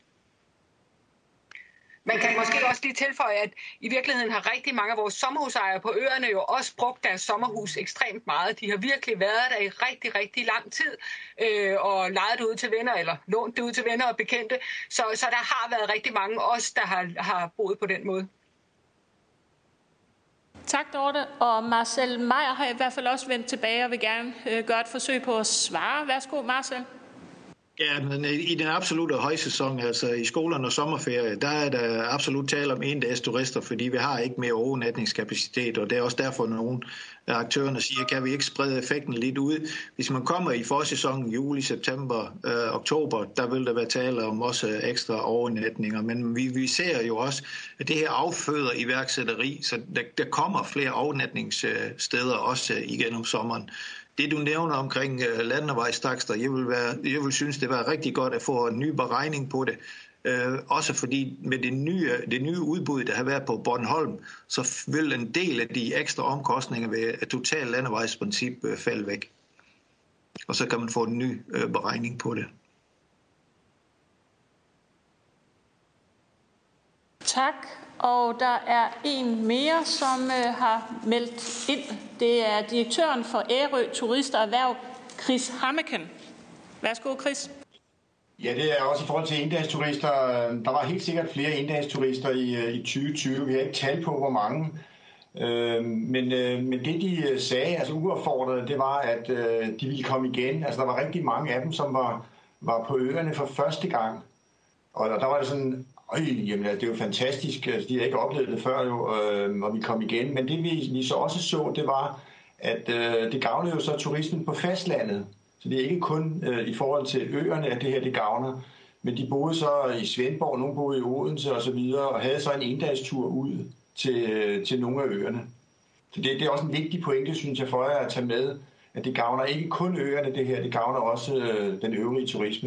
Man kan måske også lige tilføje, at i virkeligheden har rigtig mange af vores sommerhusejere på øerne jo også brugt deres sommerhus ekstremt meget. De har virkelig været der i rigtig, rigtig lang tid og lejet det ud til venner, eller lånt det ud til venner og bekendte. Så der har været rigtig mange også, der har boet på den måde. Tak, Dorte. Og Marcel Meyer har i hvert fald også vendt tilbage og vil gerne gøre et forsøg på at svare. Værsgo, Marcel. Ja, men i den absolutte højsæson, altså i skolerne og sommerferie, der er der absolut tale om en-dages turister, fordi vi har ikke mere overnatningskapacitet, og det er også derfor, nogle af aktørerne siger, kan vi ikke sprede effekten lidt ud. Hvis man kommer i forsæsonen, juli, september, oktober, der vil der være tale om også ekstra overnatninger, men vi ser jo også, at det her afføder iværksætteri, så der kommer flere overnatningssteder også igennem sommeren. Det du nævner omkring landevejstakster, jeg vil synes, det var rigtig godt at få en ny beregning på det. Også fordi med det nye udbud, der har været på Bornholm, så vil en del af de ekstra omkostninger ved et totalt landevejsprincip falde væk. Og så kan man få en ny beregning på det. Tak. Og der er en mere, som har meldt ind. Det er direktøren for Ærø Turist og Erhverv, Chris Hammeken. Værsgo, Chris. Ja, det er også i forhold til endagsturister. Der var helt sikkert flere endagsturister i 2020. Vi har ikke tal på, hvor mange. Men det, de sagde, altså uopfordret, det var, at de ville komme igen. Altså, der var rigtig mange af dem, som var på øerne for første gang. Og der var det sådan... Jamen, det er jo fantastisk. De har ikke oplevet det før, og vi kom igen. Men det vi så også så, det var, at det gavnede jo så turismen på fastlandet. Så det er ikke kun i forhold til øerne, at det her det gavner. Men de boede så i Svendborg, nogle boede i Odense og så videre, og havde så en endagstur ud til nogle af øerne. Så det er også en vigtig pointe, synes jeg, for jer at tage med, at det gavner ikke kun øerne det her, det gavner også den øvrige turisme.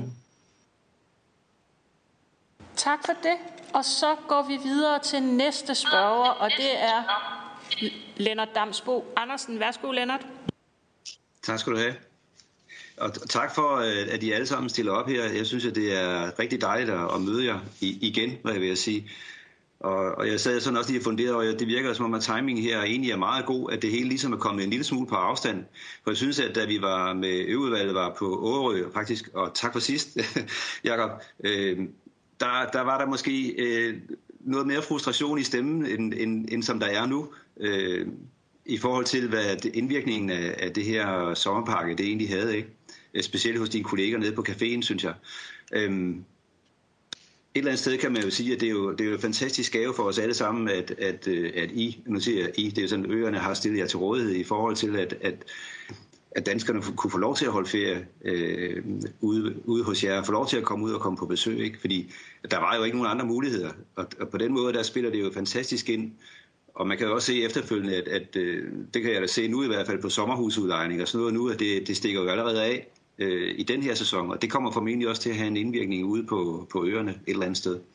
Tak for det. Og så går vi videre til næste spørger, og det er Lennart Damsbo Andersen. Værsgo, Lennart. Tak skal du have. Og tak for, at I alle sammen stiller op her. Jeg synes, at det er rigtig dejligt at møde jer igen, hvad jeg vil sige. Og jeg sad sådan også lige og funderede, og det virker som om, at timingen her egentlig er meget god, at det hele ligesom er kommet en lille smule på afstand. For jeg synes, at da vi var med øveudvalget, var på Årø, faktisk, og tak for sidst, Jakob, der var der måske noget mere frustration i stemmen, end som der er nu, i forhold til, hvad indvirkningen af det her sommerpakke, det egentlig havde, ikke? Specielt hos dine kolleger nede på caféen, synes jeg. Et eller andet sted kan man jo sige, at det er jo en fantastisk gave for os alle sammen, at I, nu siger jeg I, det er sådan, øerne har stillet jer til rådighed i forhold til, at danskerne kunne få lov til at holde ferie ude hos jer, få lov til at komme ud og komme på besøg, ikke? Fordi der var jo ikke nogen andre muligheder, og på den måde, der spiller det jo fantastisk ind. Og man kan jo også se efterfølgende, at det kan jeg da se nu i hvert fald på sommerhusudlejning og sådan noget nu, at det stikker jo allerede af i den her sæson, og det kommer formentlig også til at have en indvirkning ude på øerne et eller andet sted.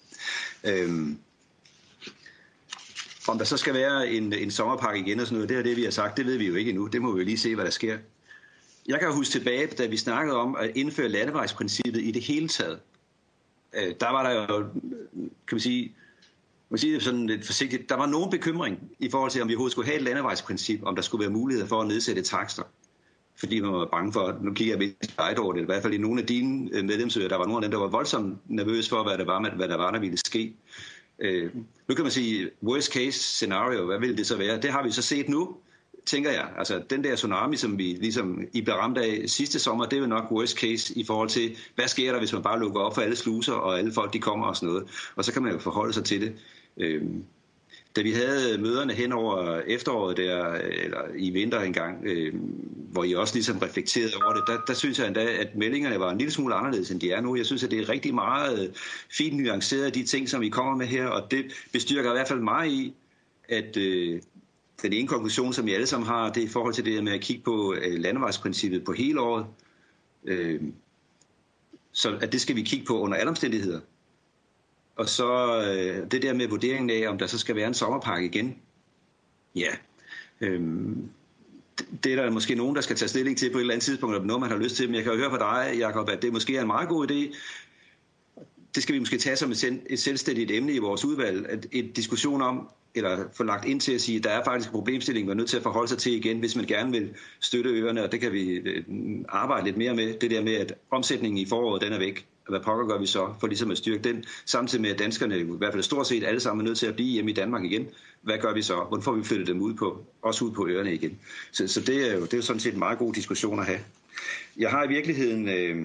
Om der så skal være en sommerpakke igen og sådan noget, det er det, vi har sagt, det ved vi jo ikke endnu. Det må vi jo lige se, hvad der sker. Jeg kan huske tilbage, da vi snakkede om at indføre landevejsprincippet i det hele taget. Der var der jo, kan man sige det sådan lidt forsigtigt, der var nogen bekymring i forhold til, om vi overhovedet skulle have et landevejsprincip, om der skulle være mulighed for at nedsætte takster. Fordi man var bange for, nu kigger jeg ved over det, i hvert fald i nogle af dine medlemsøger, der var nogle af dem, der var voldsomt nervøse for, hvad der var, der ville ske. Nu kan man sige, worst case scenario, hvad vil det så være? Det har vi så set nu, tænker jeg. Altså den der tsunami, som vi ligesom I blev ramt af sidste sommer, det er jo nok worst case i forhold til, hvad sker der, hvis man bare lukker op for alle sluser, og alle folk, de kommer og sådan noget. Og så kan man jo forholde sig til det. Da vi havde møderne hen over efteråret der, eller i vinter engang, hvor I også ligesom reflekterede over det, der synes jeg endda, at meldingerne var en lille smule anderledes, end de er nu. Jeg synes, at det er rigtig meget fint nuanceret, de ting, som I kommer med her, og det bestyrker i hvert fald mig i, at den ene konklusion, som I alle sammen har, det er i forhold til det med at kigge på landevejsprincippet på hele året. Så at det skal vi kigge på under alle omstændigheder. Og så det der med vurderingen af, om der så skal være en sommerpakke igen. Ja, det er der måske nogen, der skal tage stilling til på et eller andet tidspunkt, eller noget, man har lyst til. Men jeg kan jo høre på dig, Jakob, at det måske er en meget god idé. Det skal vi måske tage som et selvstændigt emne i vores udvalg. En diskussion om, eller få lagt ind til at sige, at der er faktisk en problemstilling, man er nødt til at forholde sig til igen, hvis man gerne vil støtte øerne, og det kan vi arbejde lidt mere med. Det der med, at omsætningen i foråret, den er væk. hvad pokker gør vi så for ligesom at styrke den, samtidig med at danskerne, i hvert fald stort set alle sammen, er nødt til at blive hjemme i Danmark igen. Hvad gør vi så? Hvordan får vi flyttet dem også ud på øerne igen? Så det er jo sådan set en meget god diskussion at have. Jeg har i virkeligheden...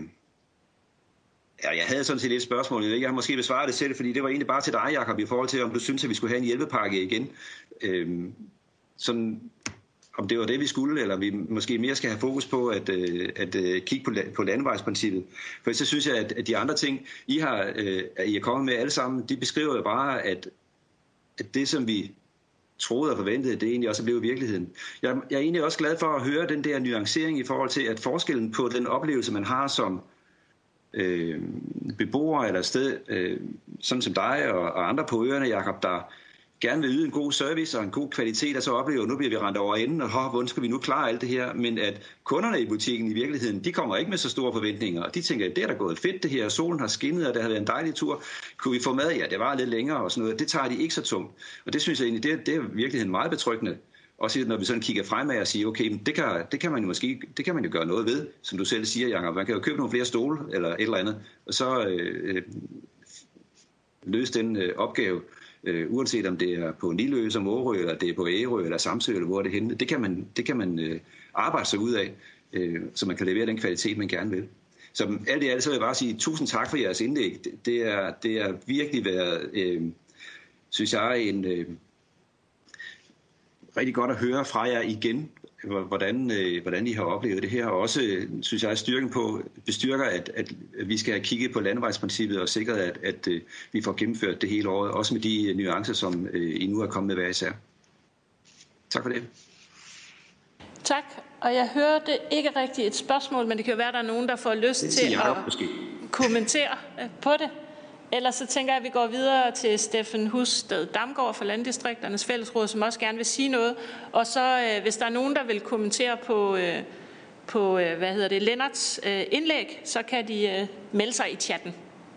jeg havde sådan set et spørgsmål. Jeg har måske besvaret det selv, fordi det var egentlig bare til dig, Jacob, i forhold til, om du synes, at vi skulle have en hjælpepakke igen. Sådan, om det var det, vi skulle, eller vi måske mere skal have fokus på at kigge på landevejsprincippet. For så synes jeg, at de andre ting, I er kommet med alle sammen, de beskriver jo bare, at det, som vi troede og forventede, det egentlig også er blevet virkeligheden. Jeg er egentlig også glad for at høre den der nuancering i forhold til, at forskellen på den oplevelse, man har som beboere eller sted, sådan som dig og andre på øerne, Jacob, der gerne vil yde en god service og en god kvalitet, og så oplever, at nu bliver vi rendt over enden, og hvordan skal vi nu klare alt det her? Men at kunderne i butikken i virkeligheden, de kommer ikke med så store forventninger, og de tænker, at det er da gået fedt det her, solen har skinnet, og det har været en dejlig tur. Kunne vi få mad? Ja, det var lidt længere og sådan noget. Det tager de ikke så tungt. Og det synes jeg egentlig, det er virkeligheden meget betryggende. Også når vi sådan kigger fremad og siger, okay, men det kan man jo måske, det kan man jo gøre noget ved, som du selv siger, Jacob. Man kan jo købe nogle flere stole eller et eller andet, og så løse den opgave, uanset om det er på Nilø som Årø, eller det er på Ærø eller Samsø, eller hvor det er henne. Det kan man arbejde sig ud af, så man kan levere den kvalitet, man gerne vil. Så alt i alt, så vil jeg bare sige tusind tak for jeres indlæg. Det er virkelig været, synes jeg, en rigtig godt at høre fra jer igen, hvordan I har oplevet det her, og også, synes jeg, styrken bestyrker, at vi skal have kigget på landevejsprincippet og sikret, at vi får gennemført det hele året, også med de nuancer, som I nu er kommet med hver især. Tak for det. Tak, og jeg hørte ikke rigtig et spørgsmål, men det kan jo være, at der er nogen, der får lyst til at kommentere på det. Ellers så tænker jeg, at vi går videre til Steffen Husted Damgaard fra Landdistrikternes Fællesråd, som også gerne vil sige noget. Og så hvis der er nogen, der vil kommentere på Lennarts indlæg, så kan de melde sig i chatten.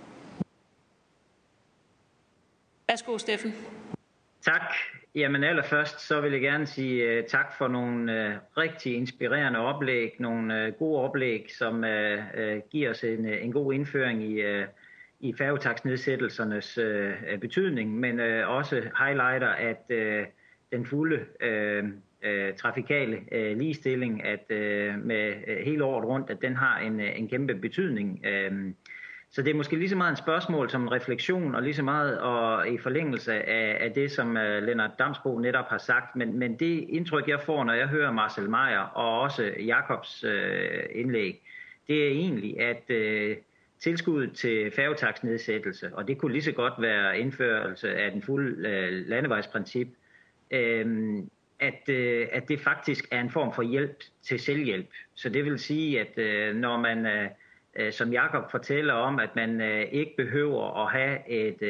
Værsgo, Steffen. Tak. Jamen allerførst så vil jeg gerne sige tak for nogle rigtig inspirerende oplæg, nogle gode oplæg, som giver os en god indføring i færgetaksnedsættelsernes betydning, men også highlighter, at den fulde trafikale ligestilling, at med hele året rundt, at den har en kæmpe betydning. Så det er måske lige så meget en spørgsmål som en refleksion, og lige så meget og i forlængelse af det, som Lennart Damsbo netop har sagt. Men det indtryk, jeg får, når jeg hører Marcel Meyer og også Jacobs indlæg, det er egentlig, at tilskuddet til færgetaksnedsættelse, og det kunne lige så godt være indførelse af den fulde landevejsprincip, at det faktisk er en form for hjælp til selvhjælp. Så det vil sige, at når man, som Jacob fortæller om, at man ikke behøver at have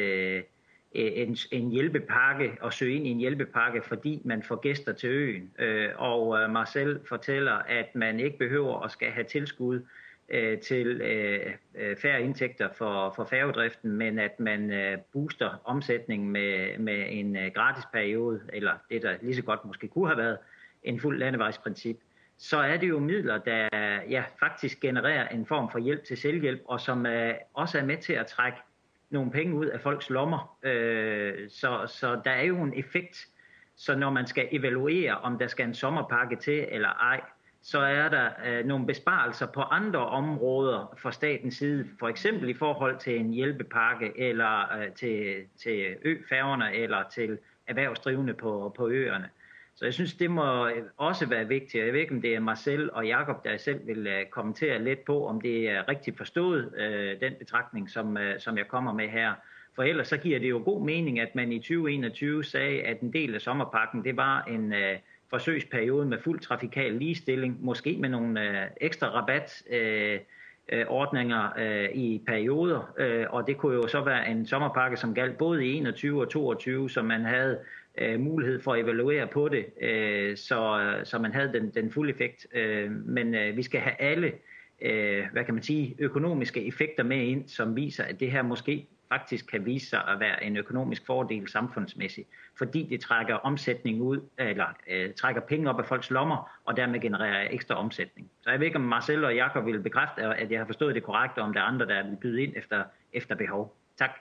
en hjælpepakke og søge ind i en hjælpepakke, fordi man får gæster til øen. Og Marcel fortæller, at man ikke behøver at skal have tilskud til færre indtægter for færgedriften, men at man booster omsætningen med en gratis periode, eller det der lige så godt måske kunne have været en fuld landevejsprincip, så er det jo midler, der faktisk genererer en form for hjælp til selvhjælp, og som også er med til at trække nogle penge ud af folks lommer. Så der er jo en effekt. Så når man skal evaluere, om der skal en sommerpakke til eller ej, så er der nogle besparelser på andre områder fra statens side, for eksempel i forhold til en hjælpepakke, eller til øfærgerne, eller til erhvervsdrivende på øerne. Så jeg synes, det må også være vigtigt. Jeg ved ikke, om det er Marcel og Jacob, der selv vil kommentere lidt på, om det er rigtigt forstået, den betragtning, som jeg kommer med her. For ellers så giver det jo god mening, at man i 2021 sagde, at en del af sommerpakken, det var en forsøgsperiode med fuld trafikal ligestilling, måske med nogle ekstra rabatordninger i perioder, og det kunne jo så være en sommerpakke, som galt både i 21 og 22, så man havde mulighed for at evaluere på det, så man havde den fulde effekt. Men vi skal have alle, økonomiske effekter med ind, som viser, at det her måske faktisk kan vise sig at være en økonomisk fordel samfundsmæssigt, fordi det trækker omsætning ud, eller trækker penge op af folks lommer, og dermed genererer ekstra omsætning. Så jeg ved ikke, om Marcel og Jakob vil bekræfte, at jeg har forstået det korrekt, og om der er andre, der vil byde ind efter behov. Tak.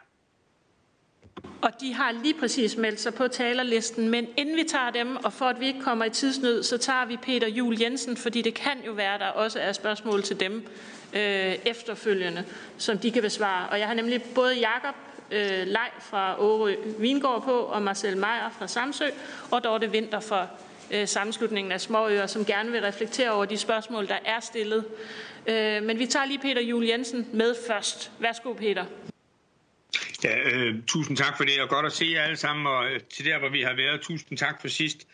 Og de har lige præcis meldt sig på talerlisten, men inden vi tager dem, og for at vi ikke kommer i tidsnød, så tager vi Peter Juel Jensen, fordi det kan jo være, der også er spørgsmål til dem efterfølgende, som de kan besvare. Og jeg har nemlig både Jakob Lej fra Årø Vingård på, og Marcel Meyer fra Samsø, og Dorte Winther fra sammenslutningen af småøer, som gerne vil reflektere over de spørgsmål, der er stillet. Men vi tager lige Peter Juel Jensen med først. Værsgo, Peter. Ja, tusind tak for det, og godt at se jer alle sammen, og til der, hvor vi har været. Tusind tak for sidst.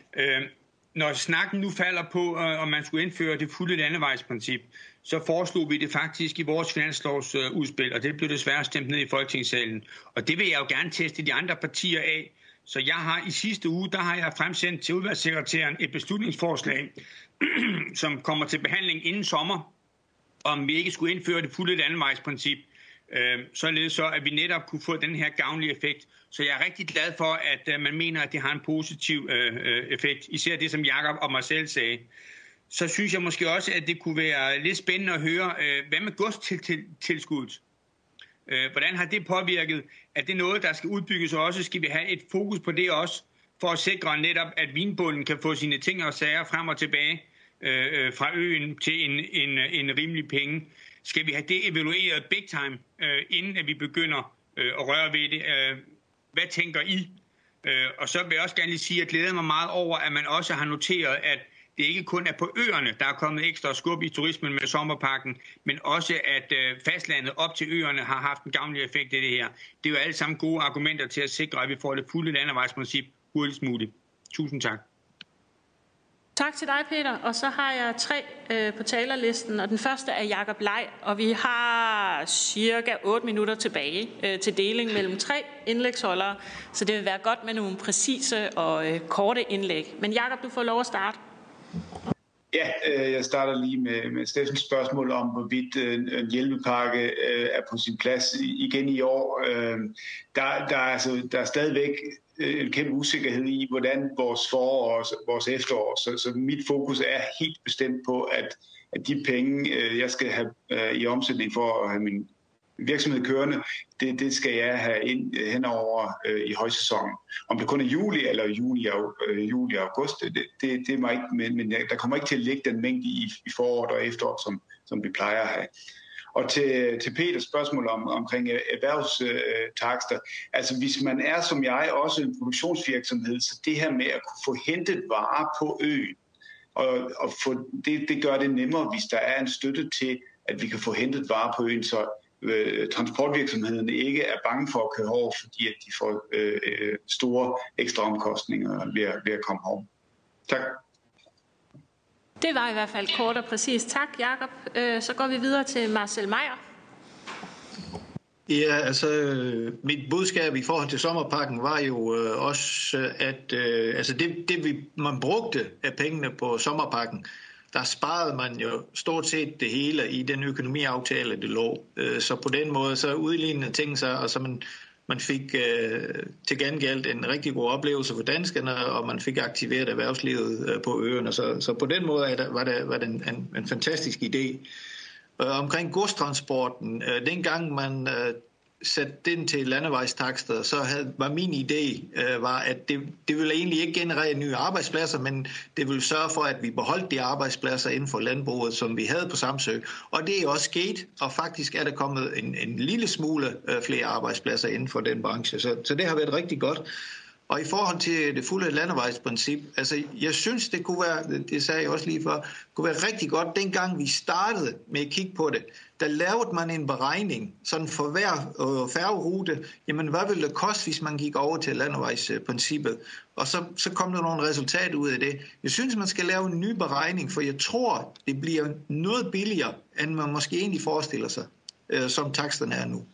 Når snakken nu falder på, om man skulle indføre det fulde landevejsprincip, så foreslog vi det faktisk i vores finanslovsudspil, og det blev desværre stemt ned i Folketingssalen. Og det vil jeg jo gerne teste de andre partier af. Så jeg har i sidste uge, der har jeg fremsendt til udvalgssekretæren et beslutningsforslag, som kommer til behandling inden sommer, om vi ikke skulle indføre det fulde landevejsprincip, således så, at vi netop kunne få den her gavnlige effekt. Så jeg er rigtig glad for, at man mener, at det har en positiv effekt. Især det, som Jakob og Marcel sagde. Så synes jeg måske også, at det kunne være lidt spændende at høre, hvad med godstilskuddet? Hvordan har det påvirket? Er det noget, der skal udbygges også? Skal vi have et fokus på det også, for at sikre netop, at vinbunden kan få sine ting og sager frem og tilbage fra øen til en rimelig penge? Skal vi have det evalueret big time, inden at vi begynder at røre ved det? Hvad tænker I? Og så vil jeg også gerne lige sige, at jeg glæder mig meget over, at man også har noteret, at det ikke kun er på øerne, der er kommet ekstra skub i turismen med sommerpakken, men også at fastlandet op til øerne har haft en gavnlig effekt af det her. Det er jo alle sammen gode argumenter til at sikre, at vi får det fulde landevejsprincip hurtigst muligt. Tusind tak. Tak til dig, Peter. Og så har jeg 3 på talerlisten, og den første er Jakob Lej, og vi har cirka 8 minutter tilbage til deling mellem 3 indlægsholdere, så det vil være godt med nogle præcise og korte indlæg. Men Jakob, du får lov at starte. Ja, jeg starter lige med Steffens spørgsmål om, hvorvidt en hjælpepakke er på sin plads igen i år. Der er stadigvæk en kæmpe usikkerhed i, hvordan vores forår og vores efterår. Så mit fokus er helt bestemt på, at de penge, jeg skal have i omsætning for at have min virksomhed kørende, det skal jeg have ind henover i højsæsonen. Om det kun er juli eller juli og august, det må ikke, men der kommer ikke til at ligge den mængde i foråret og efteråret, som vi plejer at have. Og til Peters spørgsmål omkring erhvervstakster, altså hvis man er som jeg også en produktionsvirksomhed, så det her med at kunne få hentet varer på øen, og få, det gør det nemmere, hvis der er en støtte til, at vi kan få hentet varer på øen, så transportvirksomhederne ikke er bange for at køre over, fordi at de får store ekstra omkostninger ved at komme over. Tak. Det var i hvert fald kort og præcis. Tak, Jakob. Så går vi videre til Marcel Meyer. Ja, altså mit budskab i forhold til sommerpakken var jo også, at altså man brugte af pengene på sommerpakken, der sparede man jo stort set det hele i den økonomiaftale, det lå. Så på den måde så udlignede ting sig, og så man fik til gengæld en rigtig god oplevelse for danskerne, og man fik aktiveret erhvervslivet på øerne. Så på den måde var det en fantastisk idé. Omkring godstransporten, dengang man satte den til landevejstakster, så var min idé, at det ville egentlig ikke generere nye arbejdspladser, men det ville sørge for, at vi beholdt de arbejdspladser inden for landbruget, som vi havde på Samsø. Og det er også sket, og faktisk er der kommet en lille smule flere arbejdspladser inden for den branche. Så det har været rigtig godt. Og i forhold til det fulde landevejsprincip, altså jeg synes, det kunne være, det sagde jeg også lige før, kunne være rigtig godt, dengang vi startede med at kigge på det. Der lavede man en beregning sådan for hver færgerute, jamen hvad ville det koste, hvis man gik over til landevejsprincippet? Og så kom der nogle resultater ud af det. Jeg synes, man skal lave en ny beregning, for jeg tror, det bliver noget billigere, end man måske egentlig forestiller sig, som taksterne er nu.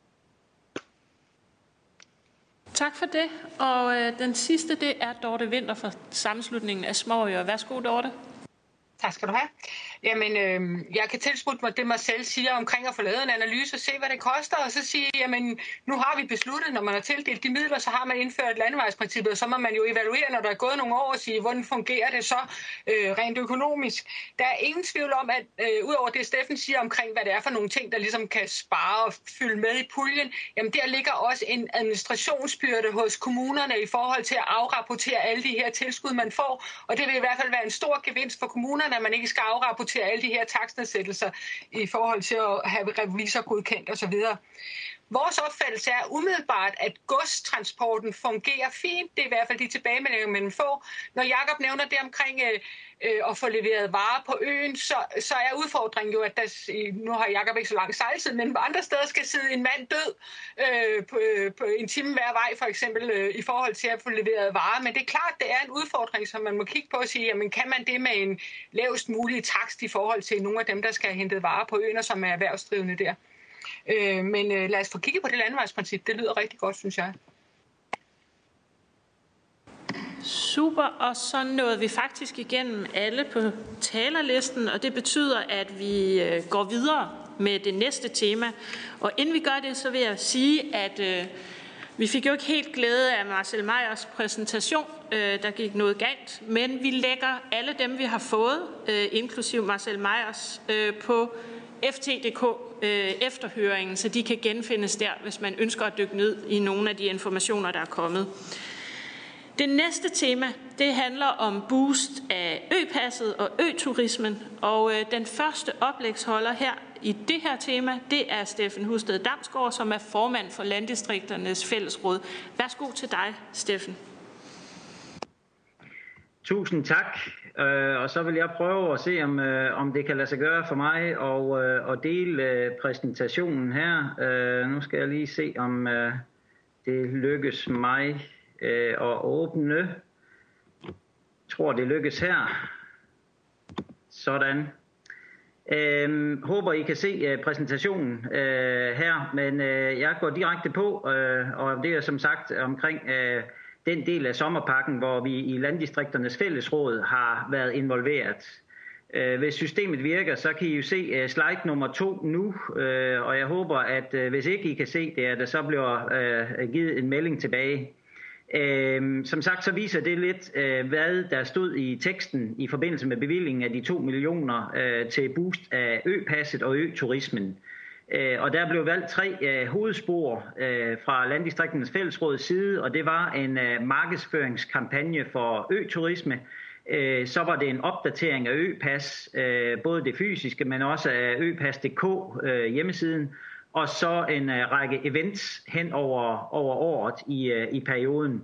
Tak for det. Og den sidste, det er Dorte Winther fra sammenslutningen af småøer. Værsgo, Dorte. Tak skal du have. Jamen, jeg kan tilslutte mig det, Marcel siger omkring at få lavet en analyse og se, hvad det koster, og så sige, jamen, nu har vi besluttet, når man har tildelt de midler, så har man indført landevejsprincippet, og så må man jo evaluere, når der er gået nogle år, og sige, hvordan fungerer det så rent økonomisk. Der er ingen tvivl om, at udover det, Steffen siger omkring, hvad det er for nogle ting, der ligesom kan spare og fylde med i puljen, jamen der ligger også en administrationsbyrde hos kommunerne i forhold til at afrapportere alle de her tilskud, man får, og det vil i hvert fald være en stor gevinst for kommunerne, at man ikke skal afrapportere alle de her takstnedsættelser i forhold til at have revisor godkendt osv. Vores opfattelse er umiddelbart, at godstransporten fungerer fint. Det er i hvert fald de tilbagemeldinger, man får. Når Jakob nævner det omkring at få leveret varer på øen, så er udfordringen jo, at nu har Jakob ikke så lang sejltid, men andre steder skal sidde en mand død på en time hver vej, for eksempel i forhold til at få leveret varer. Men det er klart, det er en udfordring, som man må kigge på og sige, jamen kan man det med en lavest mulig takst i forhold til nogle af dem, der skal have hentet varer på øen, og som er erhvervsdrivende der. Men lad os få kigget på det landevejsprincip. Det lyder rigtig godt, synes jeg. Super, og så nåede vi faktisk igennem alle på talerlisten, og det betyder, at vi går videre med det næste tema. Og inden vi gør det, så vil jeg sige, at vi fik jo ikke helt glæde af Marcel Meyers præsentation, der gik noget galt, men vi lægger alle dem, vi har fået, inklusiv Marcel Meyers, på FT.dk efterhøringen, så de kan genfindes der, hvis man ønsker at dykke ned i nogle af de informationer, der er kommet. Det næste tema, det handler om boost af øpasset og øturismen, og den første oplægsholder her i det her tema, det er Steffen Husted Damsgaard, som er formand for Landdistrikternes Fællesråd. Værsgo til dig, Steffen. Tusind tak, og så vil jeg prøve at se, om det kan lade sig gøre for mig at dele præsentationen her. Nu skal jeg lige se, om det lykkes mig at åbne. Jeg tror, det lykkes her. Sådan. Håber, I kan se præsentationen her, men jeg går direkte på, og det er som sagt omkring den del af sommerpakken, hvor vi i Landdistrikternes Fællesråd har været involveret. Hvis systemet virker, så kan I jo se slide nummer 2 nu, og jeg håber, at hvis ikke I kan se det, at der så bliver givet en melding tilbage. Som sagt, så viser det lidt, hvad der stod i teksten i forbindelse med bevillingen af de 2 millioner til boost af øpasset og øturismen. Og der blev valgt 3 hovedspor fra Landdistrikternes Fællesråds side, og det var en markedsføringskampagne for øturisme. Så var det en opdatering af øpas, både det fysiske, men også af øpas.dk hjemmesiden, og så en række events hen over året i perioden.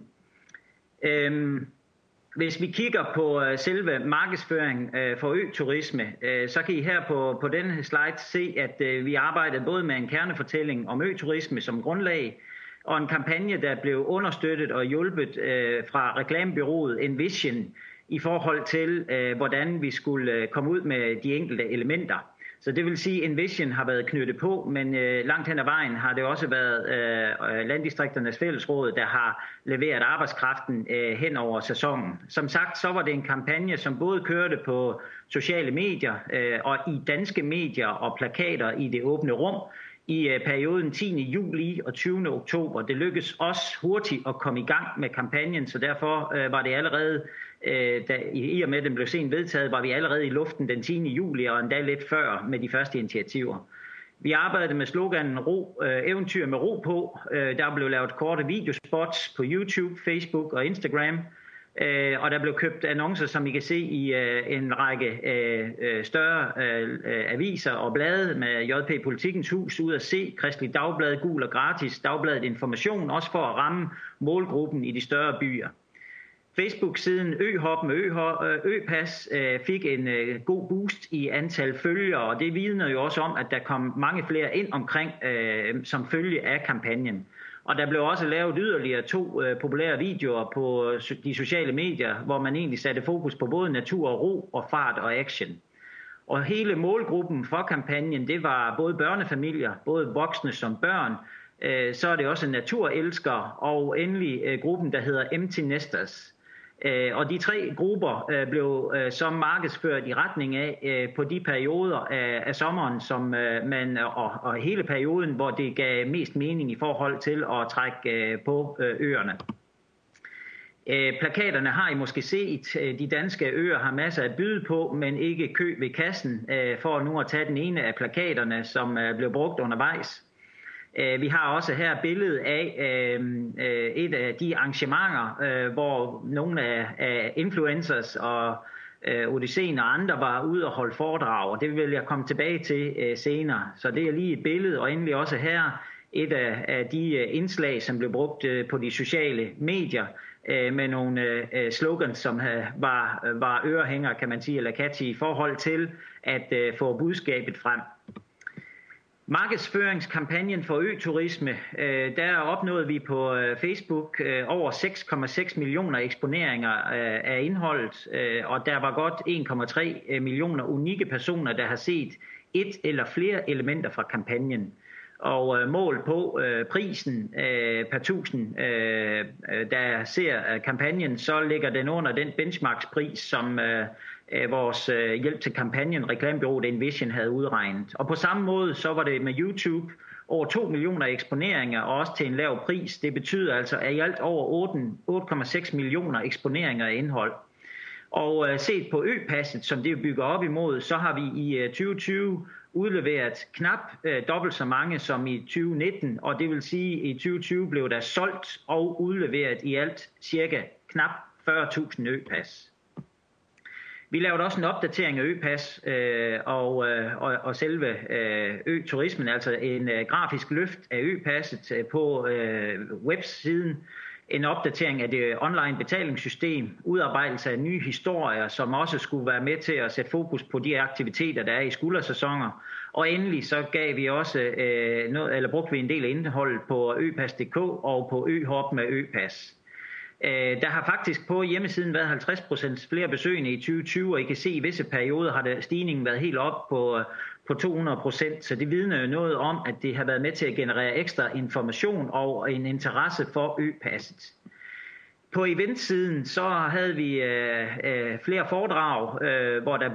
Hvis vi kigger på selve markedsføring for øturisme, så kan I her på denne slide se, at vi arbejdede både med en kernefortælling om øturisme som grundlag, og en kampagne, der blev understøttet og hjulpet fra reklamebyrået Envision i forhold til, hvordan vi skulle komme ud med de enkelte elementer. Så det vil sige, at Envision har været knyttet på, men langt hen ad vejen har det også været Landdistrikternes Fællesråd, der har leveret arbejdskraften hen over sæsonen. Som sagt, så var det en kampagne, som både kørte på sociale medier og i danske medier og plakater i det åbne rum i perioden 10. juli og 20. oktober. Det lykkedes også hurtigt at komme i gang med kampagnen, så derfor var det allerede, i og med at den blev sent vedtaget, var vi allerede i luften den 10. juli og endda lidt før med de første initiativer. Vi arbejdede med sloganen eventyr med ro på. Der blev lavet korte videospots på YouTube, Facebook og Instagram. Og der blev købt annoncer, som I kan se i en række større aviser og blade med JP Politikens Hus, Ud at Se, Kristelig Dagblad, Gul og Gratis, Dagbladet Information, også for at ramme målgruppen i de større byer. Facebook-siden Øhop med Øpas fik en god boost i antal følgere, og det vidner jo også om, at der kom mange flere ind omkring som følge af kampagnen. Og der blev også lavet yderligere 2 populære videoer på de sociale medier, hvor man egentlig satte fokus på både natur og ro og fart og action. Og hele målgruppen for kampagnen, det var både børnefamilier, både voksne som børn, så er det også naturelskere, og endelig gruppen, der hedder Empty Nesters. Og de 3 grupper blev så markedsført i retning af på de perioder af sommeren, som og hele perioden, hvor det gav mest mening i forhold til at trække på øerne. Plakaterne har I måske set. De danske øer har masser at byde på, men ikke kø ved kassen, for nu at tage den ene af plakaterne, som blev brugt undervejs. Vi har også her billedet af et af de arrangementer, hvor nogle af influencers og Odysseen og andre var ude og holde foredrag, og det vil jeg komme tilbage til senere. Så det er lige et billede, og endelig også her et af de indslag, som blev brugt på de sociale medier, med nogle slogans, som var ørehænger, kan man sige, eller catchy i forhold til at få budskabet frem. Markedsføringskampagnen for øturisme, der opnåede vi på Facebook over 6,6 millioner eksponeringer af indholdet, og der var godt 1,3 millioner unikke personer, der har set et eller flere elementer fra kampagnen. Og mål på prisen per 1000, der ser kampagnen, så ligger den under den benchmarkspris, som vores hjælp til kampagnen, reklamebureauet Envision, havde udregnet. Og på samme måde, så var det med YouTube over 2 millioner eksponeringer, og også til en lav pris. Det betyder altså at i alt over 8,6 millioner eksponeringer af indhold. Og set på øpasset, som det bygger op imod, så har vi i 2020 udleveret knap dobbelt så mange som i 2019, og det vil sige, at i 2020 blev der solgt og udleveret i alt cirka knap 40.000 øpas. Vi lavede også en opdatering af øpas og selve øturismen, altså en grafisk løft af øpasset på websiden, en opdatering af det online betalingssystem, udarbejdelse af nye historier, som også skulle være med til at sætte fokus på de aktiviteter, der er i skuldersæsoner. Og endelig så gav vi også brugte vi en del af indholdet på øpas.dk og på øhop med øpas. Der har faktisk på hjemmesiden været 50% flere besøgende i 2020, og I kan se, at i visse perioder har stigningen været helt op på 200%, så det vidner jo noget om, at det har været med til at generere ekstra information og en interesse for øpasset. På eventsiden så havde vi flere foredrag, hvor der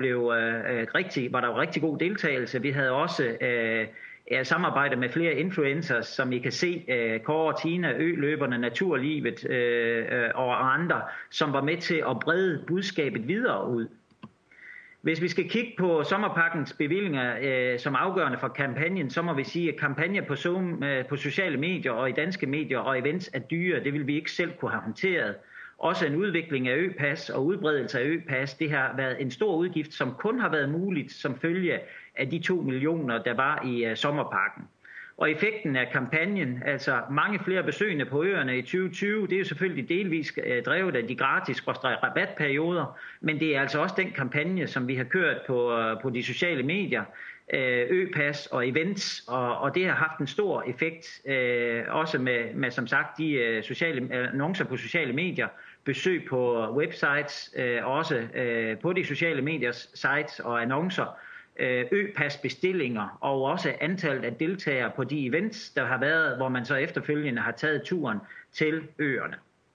var rigtig god deltagelse. Vi havde også samarbejde med flere influencers, som I kan se, Kåre, Tina, Øløberne, Naturlivet og andre, som var med til at brede budskabet videre ud. Hvis vi skal kigge på sommerpakkens bevillinger som afgørende for kampagnen, så må vi sige, at kampagner på sociale medier og i danske medier og events er dyre. Det vil vi ikke selv kunne have håndteret. Også en udvikling af øpas og udbredelse af øpas, det har været en stor udgift, som kun har været muligt som følge af de 2 millioner, der var i sommerpakken. Og effekten af kampagnen, altså mange flere besøgende på øerne i 2020, det er jo selvfølgelig delvis drevet af de gratis rabatperioder, men det er altså også den kampagne, som vi har kørt på de sociale medier, øpas og events, og det har haft en stor effekt, også med som sagt de annoncer på sociale medier, besøg på websites, også på de sociale mediers sites og annoncer, øpas bestillinger og også antallet af deltagere på de events, der har været, hvor man så efterfølgende har taget turen til øerne.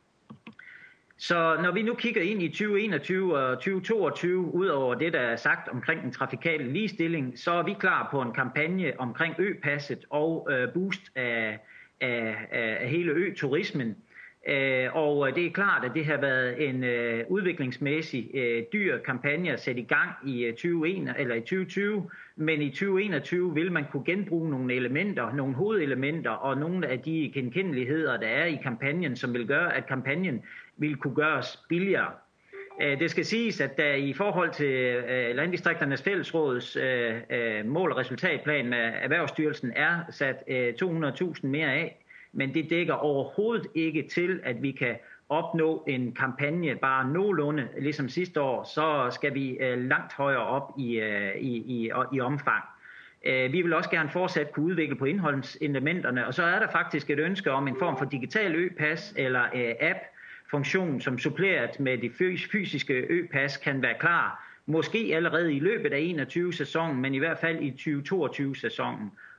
Så når vi nu kigger ind i 2021 og 2022, ud over det, der er sagt omkring den trafikale ligestilling, så er vi klar på en kampagne omkring øpasset og boost af hele øturismen. Og det er klart, at det har været en udviklingsmæssig dyr kampagne at sætte i gang i 2020, men i 2021 vil man kunne genbruge nogle elementer, nogle hovedelementer og nogle af de genkendeligheder, der er i kampagnen, som vil gøre, at kampagnen vil kunne gøres billigere. Det skal siges, at der i forhold til Landdistrikternes Fællesråds mål- og resultatplan med Erhvervsstyrelsen er sat 200.000 mere af, men det dækker overhovedet ikke til, at vi kan opnå en kampagne bare nogenlunde, ligesom sidste år, så skal vi langt højere op i omfang. Vi vil også gerne fortsat kunne udvikle på indholdselementerne, og så er der faktisk et ønske om en form for digital øpas eller app-funktion, som suppleret med det fysiske øpas kan være klar, måske allerede i løbet af 21-sæsonen, men i hvert fald i 2022-sæsonen.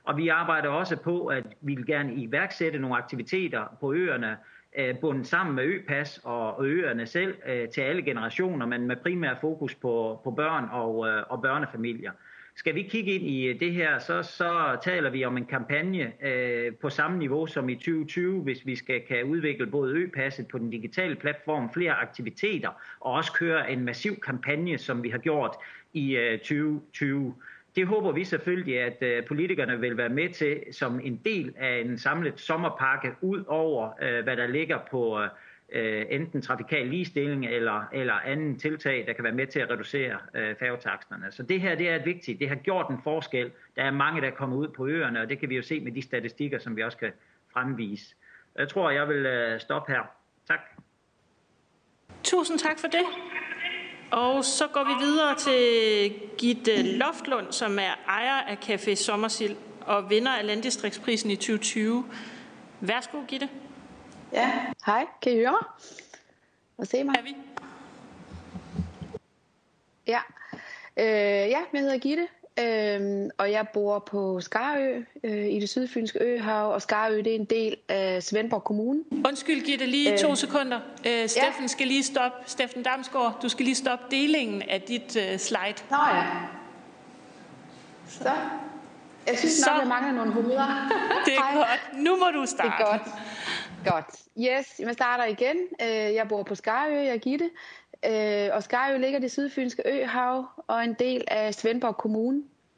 Og vi arbejder også på, at vi vil gerne iværksætte nogle aktiviteter på øerne, bundet sammen med Øpas og øerne selv til alle generationer, men med primær fokus på børn og børnefamilier. Skal vi kigge ind i det her, så taler vi om en kampagne på samme niveau som i 2020, hvis vi kan udvikle både Øpasset på den digitale platform, flere aktiviteter, og også køre en massiv kampagne, som vi har gjort i 2020. Det håber vi selvfølgelig, at politikerne vil være med til som en del af en samlet sommerpakke, ud over hvad der ligger på enten trafikal ligestilling eller anden tiltag, der kan være med til at reducere færgetaksterne. Så det her, det er vigtigt. Det har gjort en forskel. Der er mange, der er kommet ud på øerne, og det kan vi jo se med de statistikker, som vi også kan fremvise. Jeg tror, jeg vil stoppe her. Tak. Tusind tak for det. Og så går vi videre til Gitte Loftlund, som er ejer af Café Sommersild og vinder af Landdistriktsprisen i 2020. Værsgo, Gitte. Ja, hej. Kan I høre mig? Og se mig? Er vi? Ja. Jeg hedder Gitte, og jeg bor på Skarø i det sydfynske øhav, og Skarø, det er en del af Svendborg Kommune. Undskyld, Gitte, lige 2 sekunder. Steffen skal lige stoppe. Steffen Damsgaard, du skal lige stoppe delingen af dit slide. Nå ja. Så. Jeg synes nok, jeg mangler nogle hoveder. Det er godt. Nu må du starte. Det er godt. Yes, jeg starter igen. Jeg bor på Skarø, jeg er Gitte. Og Skarø ligger i det sydfynske øhav og en del af Svendborg Kommune.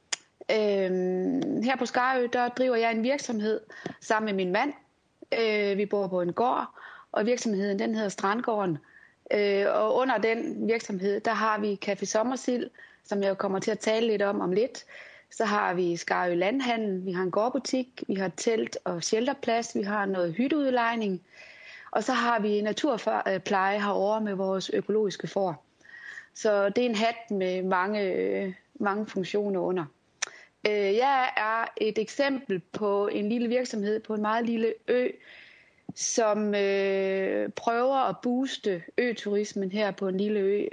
Her på Skarø, der driver jeg en virksomhed sammen med min mand. Vi bor på en gård, og virksomheden den hedder Strandgården. Og under den virksomhed, der har vi Café Sommersild, som jeg kommer til at tale lidt om lidt. Så har vi Skarø Landhandel, vi har en gårdbutik, vi har telt og shelterplads, vi har noget hytteudlejning. Og så har vi naturpleje herovre med vores økologiske får. Så det er en hat med mange funktioner under. Jeg er et eksempel på en lille virksomhed på en meget lille ø, som prøver at booste øturismen her på en lille ø.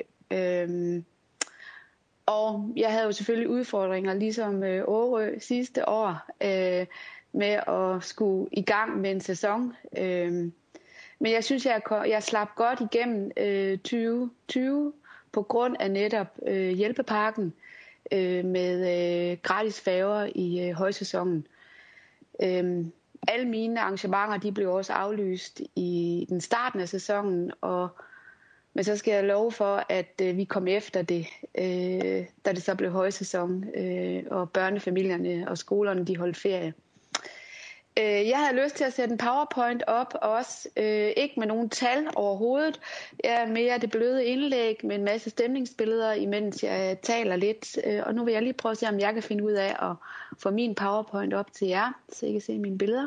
Og jeg havde jo selvfølgelig udfordringer, ligesom Årø sidste år, med at skulle i gang med en sæson. Men jeg synes, jeg slap godt igennem 2020 på grund af netop hjælpepakken med gratis færger i højsæsonen. Alle mine arrangementer de blev også aflyst i den starten af sæsonen, men så skal jeg love for, at vi kom efter det, da det så blev højsæson, og børnefamilierne og skolerne de holdt ferie. Jeg havde lyst til at sætte en PowerPoint op også, ikke med nogen tal overhovedet. Jeg er mere det bløde indlæg med en masse stemningsbilleder, imens jeg taler lidt. Og nu vil jeg lige prøve at se, om jeg kan finde ud af at få min PowerPoint op til jer, så I kan se mine billeder.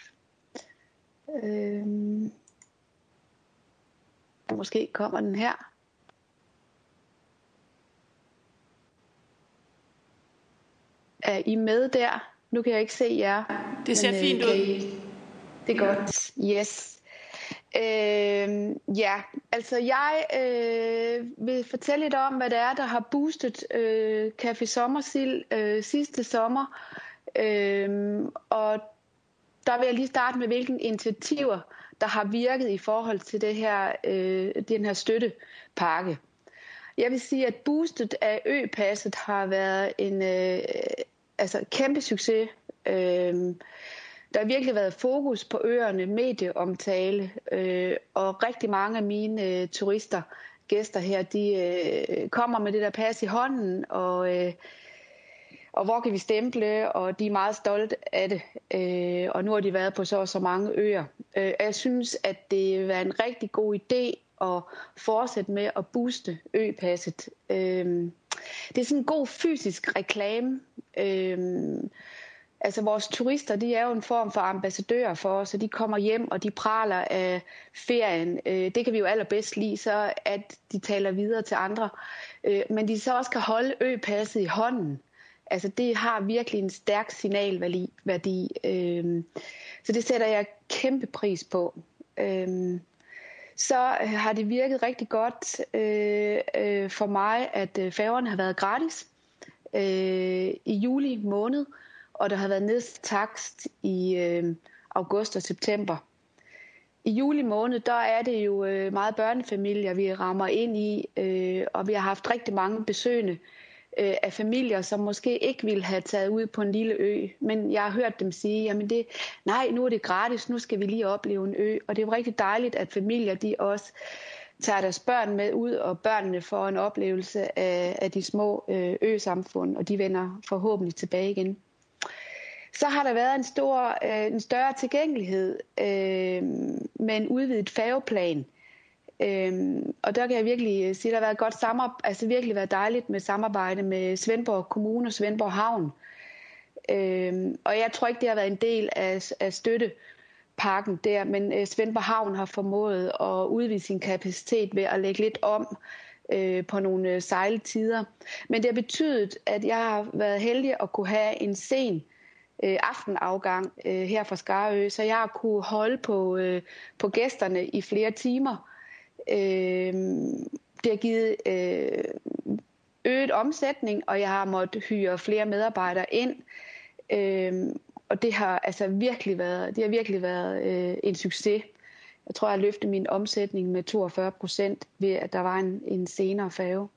Måske kommer den her. Er I med der? Nu kan jeg ikke se jer. Det ser fint ud. Det er godt. Yes. Ja, altså jeg vil fortælle lidt om, hvad det er, der har boostet Café Sommersild sidste sommer. Og der vil jeg lige starte med, hvilke initiativer, der har virket i forhold til den her støttepakke. Jeg vil sige, at boostet af Øpasset har været en kæmpe succes. Der har virkelig været fokus på øerne, medieomtale, og rigtig mange af mine gæster her, de kommer med det der pas i hånden, og hvor kan vi stemple, og de er meget stolte af det, og nu har de været på så mange øer. Jeg synes, at det vil være en rigtig god idé at fortsætte med at booste Øpasset. Det er sådan en god fysisk reklame. Altså vores turister, de er jo en form for ambassadører for os, og de kommer hjem, og de praler af ferien. Det kan vi jo allerbedst lide, så at de taler videre til andre. Men de så også kan holde Øpasset i hånden. Altså det har virkelig en stærk signalværdi. Så det sætter jeg kæmpe pris på. Så har det virket rigtig godt for mig, at færgerne har været gratis i juli måned. og der har været nedsat takst i august og september. I juli måned, der er det jo meget børnefamilier, vi rammer ind i, og vi har haft rigtig mange besøgende af familier, som måske ikke ville have taget ud på en lille ø. Men jeg har hørt dem sige, jamen nej, nu er det gratis, nu skal vi lige opleve en ø. Og det er jo rigtig dejligt, at familier de også tager deres børn med ud, og børnene får en oplevelse af de små øsamfund, og de vender forhåbentlig tilbage igen. Så har der været en større tilgængelighed med en udvidet færgeplan. Og der kan jeg virkelig sige, at der har været godt virkelig været dejligt med samarbejde med Svendborg Kommune og Svendborg Havn. Og jeg tror ikke, det har været en del af støttepakken der, men Svendborg Havn har formået at udvide sin kapacitet ved at lægge lidt om på nogle sejltider. Men det har betydet, at jeg har været heldig at kunne have en sen aftenafgang her fra Skarø, så jeg har kunne holde på gæsterne i flere timer. Det har givet øget omsætning, og jeg har måttet hyre flere medarbejdere ind. Og det har virkelig været en succes. Jeg tror, jeg har løftet min omsætning med 42% ved, at der var en senere færge.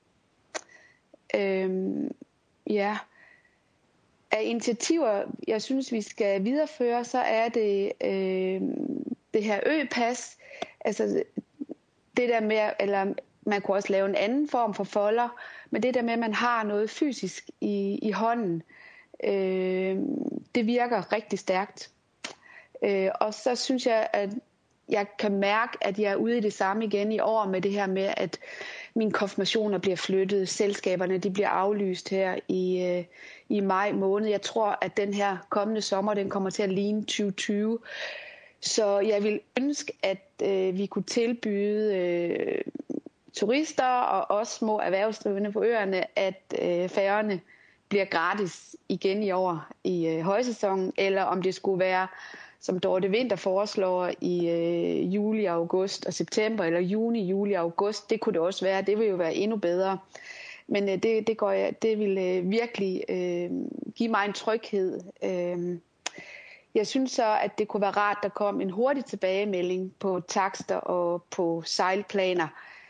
Ja. Af initiativer, jeg synes, vi skal videreføre, så er det det her øpas. Altså det der med, eller man kunne også lave en anden form for folder, men det der med, at man har noget fysisk i hånden, det virker rigtig stærkt. Og så synes jeg, at jeg kan mærke, at jeg er ude i det samme igen i år med det her med, at mine konfirmationer bliver flyttet, selskaberne de bliver aflyst her i maj måned. Jeg tror, at den her kommende sommer, den kommer til at ligne 2020. Så jeg vil ønske, at vi kunne tilbyde turister og også små erhvervsdrivende på øerne, at færgerne bliver gratis igen i år i højsæsonen, eller om det skulle være, som Dorte Winther foreslår, i juli, august og september, eller juni, juli, august. Det kunne det også være. Det vil jo være endnu bedre. Men det vil virkelig give mig en tryghed. Jeg synes så, at det kunne være rart, der kom en hurtig tilbagemelding på takster og på sejlplaner.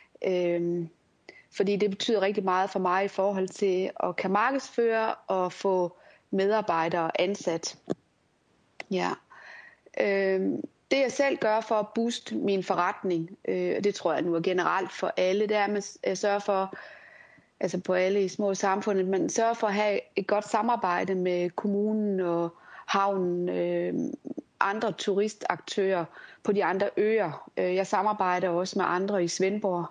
Fordi det betyder rigtig meget for mig i forhold til at kan markedsføre og få medarbejdere ansat. Ja. Det jeg selv gør for at booste min forretning, det tror jeg nu er generelt for alle, det er at sørge for, altså på alle i små samfund, man sørger for at have et godt samarbejde med kommunen og havnen, andre turistaktører på de andre øer. Jeg samarbejder også med andre i Svendborg.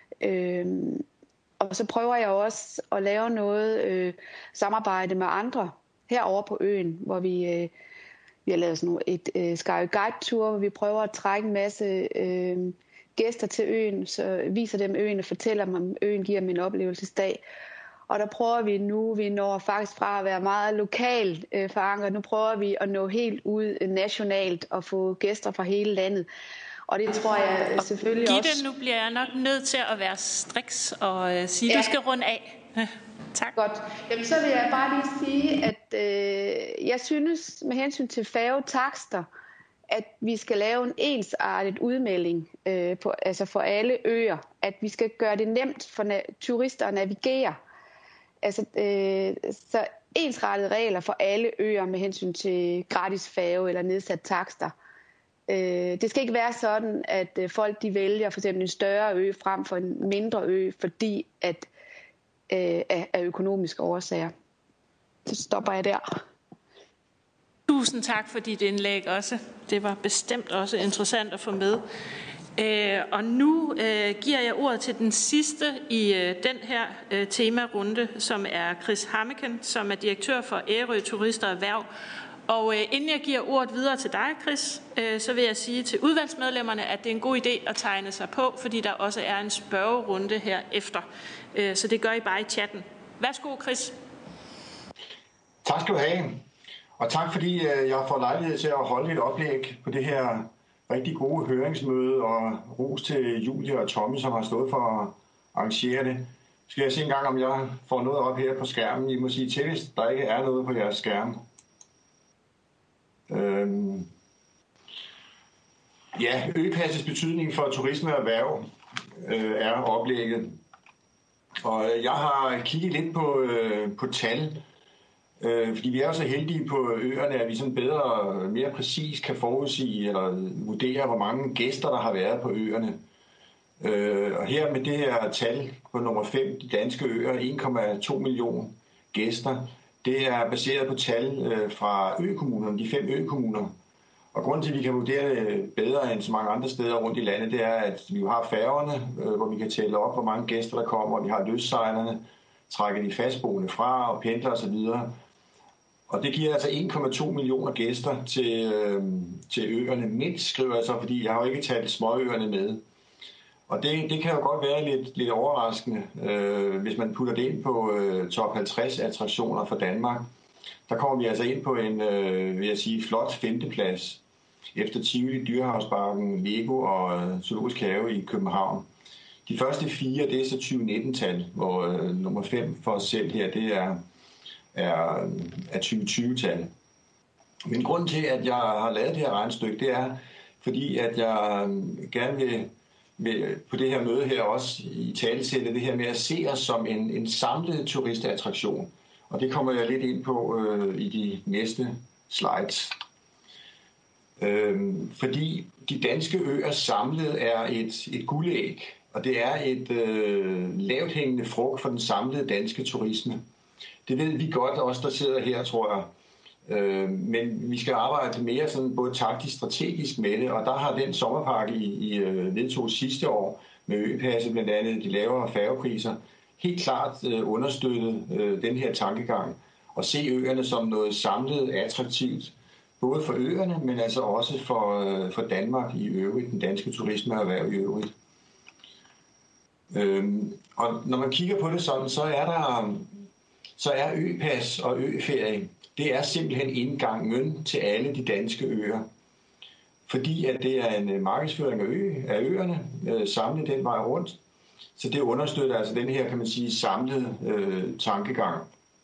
Og så prøver jeg også at lave noget samarbejde med andre herovre på øen, hvor vi har lavet sådan et Skarø Guide Tour, hvor vi prøver at trække en masse gæster til øen, så viser dem øen og fortæller dem, om øen giver dem en oplevelsesdag. Og der prøver vi nu, vi når faktisk fra at være meget lokalt forankret, nu prøver vi at nå helt ud nationalt og få gæster fra hele landet. Og det tror jeg selvfølgelig Gitte, også... nu bliver jeg nok nødt til at være striks og sige, du skal runde af. Tak. Godt. Jamen, så vil jeg bare lige sige, at jeg synes med hensyn til færgetakster, at vi skal lave en ensartet udmelding for alle øer. At vi skal gøre det nemt for turister at navigere. Altså, så ensrettede regler for alle øer med hensyn til gratis færge eller nedsat takster. Det skal ikke være sådan, at folk de vælger for eksempel en større ø frem for en mindre ø, fordi at af økonomiske årsager. Så stopper jeg der. Tusind tak for dit indlæg også. Det var bestemt også interessant at få med. Og nu giver jeg ordet til den sidste i den her temarunde, som er Chris Hammeken, som er direktør for Ærø Turist og Erhverv. Og inden jeg giver ordet videre til dig, Chris, så vil jeg sige til udvalgsmedlemmerne, at det er en god idé at tegne sig på, fordi der også er en spørgerunde her efter. Så det gør I bare i chatten. Værsgo, Chris. Tak skal du have. Og tak fordi jeg får lejlighed til at holde et oplæg på det her rigtig gode høringsmøde, og ros til Julie og Tommy, som har stået for at arrangere det. Skal jeg se en gang, om jeg får noget op her på skærmen. I må sige til, hvis der ikke er noget på jeres skærm. Ja, øpassets betydning for turisme og erhverv er oplægget. Og jeg har kigget lidt på tal, fordi vi er jo så heldige på øerne, at vi sådan bedre og mere præcis kan forudsige eller vurdere, hvor mange gæster, der har været på øerne. Og her med det her tal på nummer 5, de danske øer, 1,2 millioner gæster, det er baseret på tal fra økommunerne, de 5 økommuner. Og grunden til, at vi kan vurdere det bedre end så mange andre steder rundt i landet, det er, at vi jo har færgerne, hvor vi kan tælle op, hvor mange gæster der kommer, og vi har lystsejlerne, trækker de fastboende fra og pendler osv. Og det giver altså 1,2 millioner gæster til øerne. Mindst, skriver jeg så, fordi jeg har jo ikke talt småøerne med. Og det kan jo godt være lidt overraskende, hvis man putter det ind på top 50 attraktioner for Danmark. Der kommer vi altså ind på en, vil jeg sige, flot 5. plads efter Tivoli, Dyrehavsparken, Lego og Zoologisk Have i København. De første 4, det er så 2019-tal, hvor nummer 5 for os selv her, det er 2020-tal. Men grunden til, at jeg har lavet det her regnestykke, det er, fordi at jeg gerne vil på det her møde her også i talesætte det her med at se os som en samlet turistattraktion. Og det kommer jeg lidt ind på i de næste slides. Fordi de danske øer samlet er et guldæg, og det er et lavt hængende frugt for den samlede danske turisme. Det ved vi godt, også der sidder her, tror jeg. Men vi skal arbejde mere sådan både taktisk strategisk med det, og der har den sommerpakke I vedtog sidste år med øpasse, blandt andet de lavere færgepriser, helt klart understøttet den her tankegang og se øerne som noget samlet attraktivt, både for øerne, men altså også for Danmark i øvrigt, den danske turismeerhverv i øvrigt. Og når man kigger på det sådan, så er øpas og øferie, det er simpelthen indgangen til alle de danske øer. Fordi at det er en markedsføring af øerne, samlet den vej rundt. Så det understøtter altså den her, kan man sige, samlede tankegang.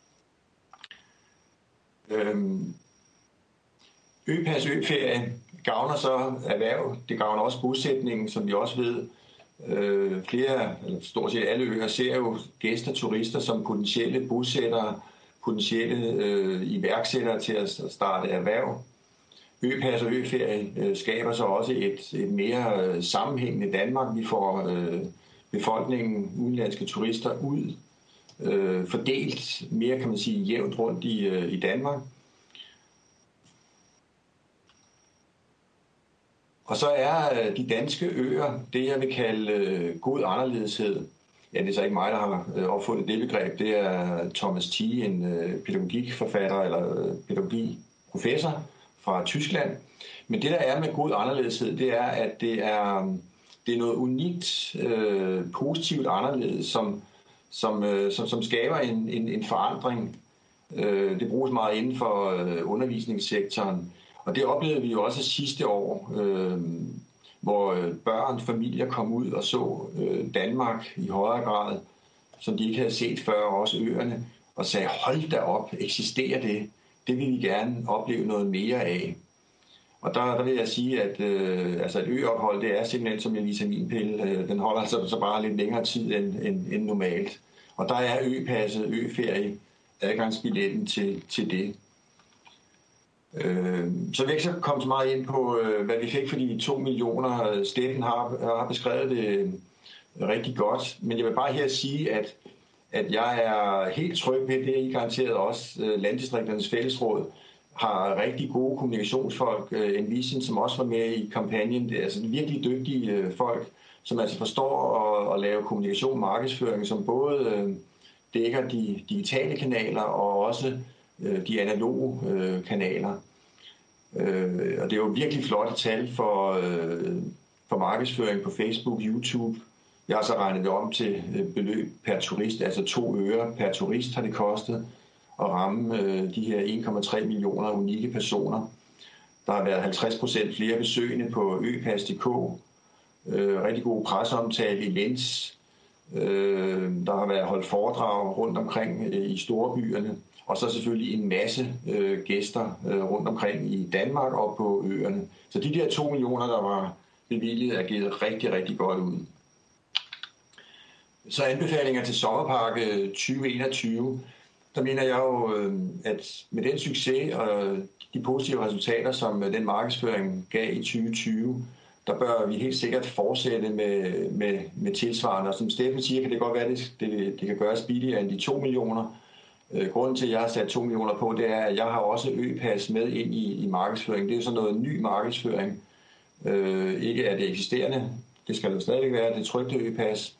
Øpas øferie gavner så erhverv, det gavner også bosætningen, som vi også ved. Flere, eller stort set alle øer, ser jo gæster, turister som potentielle bosættere, potentielle iværksættere til at starte erhverv. Øpas og øferie skaber så også et mere sammenhængende Danmark. Vi får befolkningen, udenlandske turister ud, fordelt mere, kan man sige, jævnt rundt i Danmark. Og så er de danske øer det, jeg vil kalde god anderledeshed. Ja, det er så ikke mig, der har opfundet det begreb. Det er Thomas Thiel, en pædagogikforfatter eller pædagogikprofessor fra Tyskland. Men det, der er med god anderledeshed, det er, at det er noget unikt, positivt anderledes, som skaber en forandring. Det bruges meget inden for undervisningssektoren. Og det oplevede vi jo også sidste år, hvor børn, familier kom ud og så Danmark i højere grad, som de ikke havde set før, også øerne, og sagde, hold da op, eksisterer det? Det vil vi gerne opleve noget mere af. Og der vil jeg sige, at et øophold, det er simpelthen som en vitaminpille. Den holder altså så bare lidt længere tid end normalt. Og der er øpasset, øferie, adgangsbilletten til det. Så vil jeg ikke så komme så meget ind på, hvad vi fik for de 2 millioner. Steffen har beskrevet det rigtig godt. Men jeg vil bare her sige, at jeg er helt tryg ved det, I garanteret også. Landdistrikternes Fællesråd har rigtig gode kommunikationsfolk. Envision, som også var med i kampagnen. Det er altså virkelig dygtige folk, som altså forstår at lave kommunikation og markedsføring, som både dækker de digitale kanaler og også de analoge kanaler. Og det er jo virkelig flotte tal for markedsføring på Facebook, YouTube. Jeg har så regnet det om til beløb per turist, altså 2 øre per turist har det kostet at ramme de her 1,3 millioner unikke personer. Der har været 50% flere besøgende på øpas.dk. Rigtig god presseomtale i Lens. Der har været holdt foredrag rundt omkring i storbyerne. og så selvfølgelig en masse gæster rundt omkring i Danmark og på øerne. Så de der 2 millioner, der var bevilget, er givet rigtig, rigtig godt ud. Så anbefalinger til sommerpakke 2021. Der mener jeg jo, at med den succes og de positive resultater, som den markedsføring gav i 2020, der bør vi helt sikkert fortsætte med tilsvarende. Og som Steffen siger, kan det godt være, at det kan gøres billigere end de 2 millioner. Grunden til, at jeg har sat 2 millioner på, det er, at jeg har også Ø-pas med ind i markedsføring. Det er jo sådan noget ny markedsføring. Ikke er det eksisterende. Det skal jo stadigvæk være det trykte Ø-pas.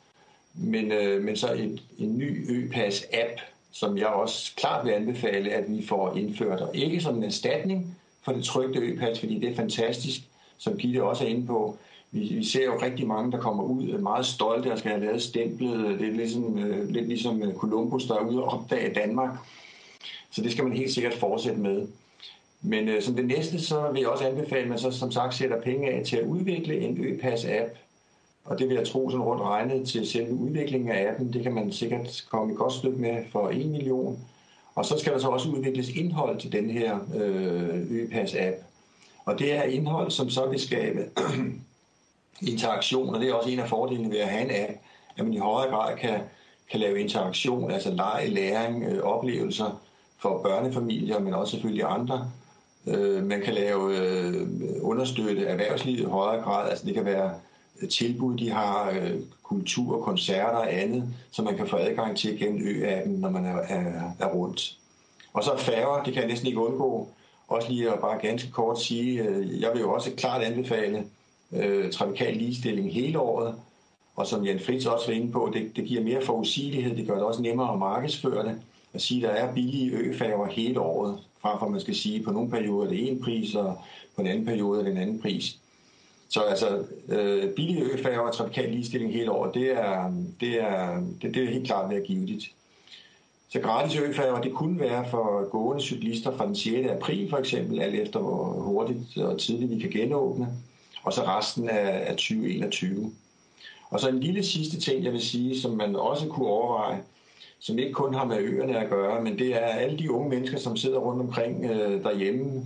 Men så en ny Ø-pas-app, som jeg også klart vil anbefale, at vi får indført. Og ikke som en erstatning for det trykte Ø-pas, fordi det er fantastisk, som Gitte også er inde på. Vi ser jo rigtig mange, der kommer ud meget stolte og skal have lavet stemplet. Det er lidt ligesom Columbus, der er ude og opdage Danmark. Så det skal man helt sikkert fortsætte med. Men som det næste, så vil jeg også anbefale, at man så som sagt sætter penge af til at udvikle en Ø-pas-app. Og det vil jeg tro sådan rundt regnet til selve udviklingen af appen. Det kan man sikkert komme et godt stykke med for 1 million. Og så skal der så også udvikles indhold til den her Ø-pas-app. Og det er indhold, som så vil skabe interaktion, og det er også en af fordelene ved at have en app, at man i højere grad kan lave interaktion, altså lege, læring, oplevelser for børnefamilier, men også selvfølgelig andre. Man kan lave understøtte erhvervslivet i højere grad, altså det kan være tilbud, de har kultur, koncerter og andet, som man kan få adgang til gennem Ø-appen, når man er rundt. Og så færger, det kan jeg næsten ikke undgå. Også lige at bare ganske kort sige, jeg vil jo også klart anbefale trafikal ligestilling hele året, og som Jan Fritz også var inde på, det giver mere forudsigelighed, det gør det også nemmere at markedsføre det, at sige, at der er billige øfærger hele året, frem for at man skal sige, at på nogle perioder er det en pris, og på en anden periode er det en anden pris. Så altså, billige øfærger og trafikal ligestilling hele året, det er helt klart ved at give det. Så gratis øfærger, det kunne være for gående cyklister fra den 6. april for eksempel, alt efter hvor hurtigt og tidligt vi kan genåbne, og så resten af 2021. Og så en lille sidste ting, jeg vil sige, som man også kunne overveje, som ikke kun har med øerne at gøre, men det er alle de unge mennesker, som sidder rundt omkring derhjemme,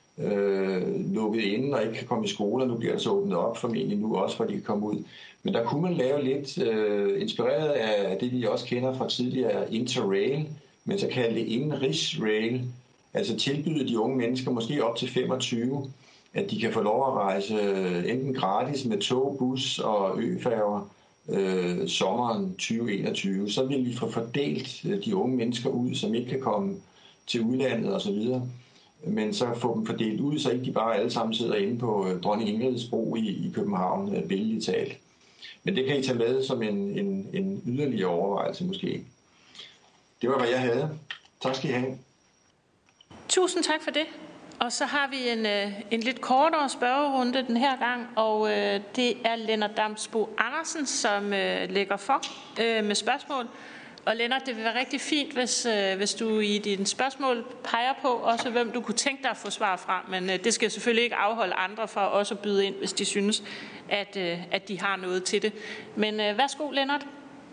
lukket inde og ikke kan komme i skole, og nu bliver det så åbnet op formentlig nu også, for de kan komme ud. Men der kunne man lave lidt inspireret af det, vi også kender fra tidligere Interrail, men så kalde det Indenrigsrail, altså tilbyde de unge mennesker, måske op til 25, at de kan få lov at rejse enten gratis med tog, bus og øfærger sommeren 2021. Så vil vi få fordelt de unge mennesker ud, som ikke kan komme til udlandet osv., men så få dem fordelt ud, så ikke de bare alle sammen sidder inde på Dronning Ingrids bro i København, billedligt talt. Men det kan I tage med som en yderligere overvejelse måske. Det var, hvad jeg havde. Tak skal I have. Tusind tak for det. Og så har vi en lidt kortere spørgerunde den her gang, og det er Lennart Damsbo Andersen, som lægger for med spørgsmål. Og Lennart, det vil være rigtig fint, hvis du i dine spørgsmål peger på også, hvem du kunne tænke dig at få svar fra. Men det skal selvfølgelig ikke afholde andre for også at byde ind, hvis de synes, at de har noget til det. Men værsgo, Lennart.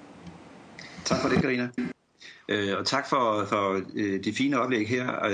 Tak for det, Karina. Og tak for de fine oplæg her.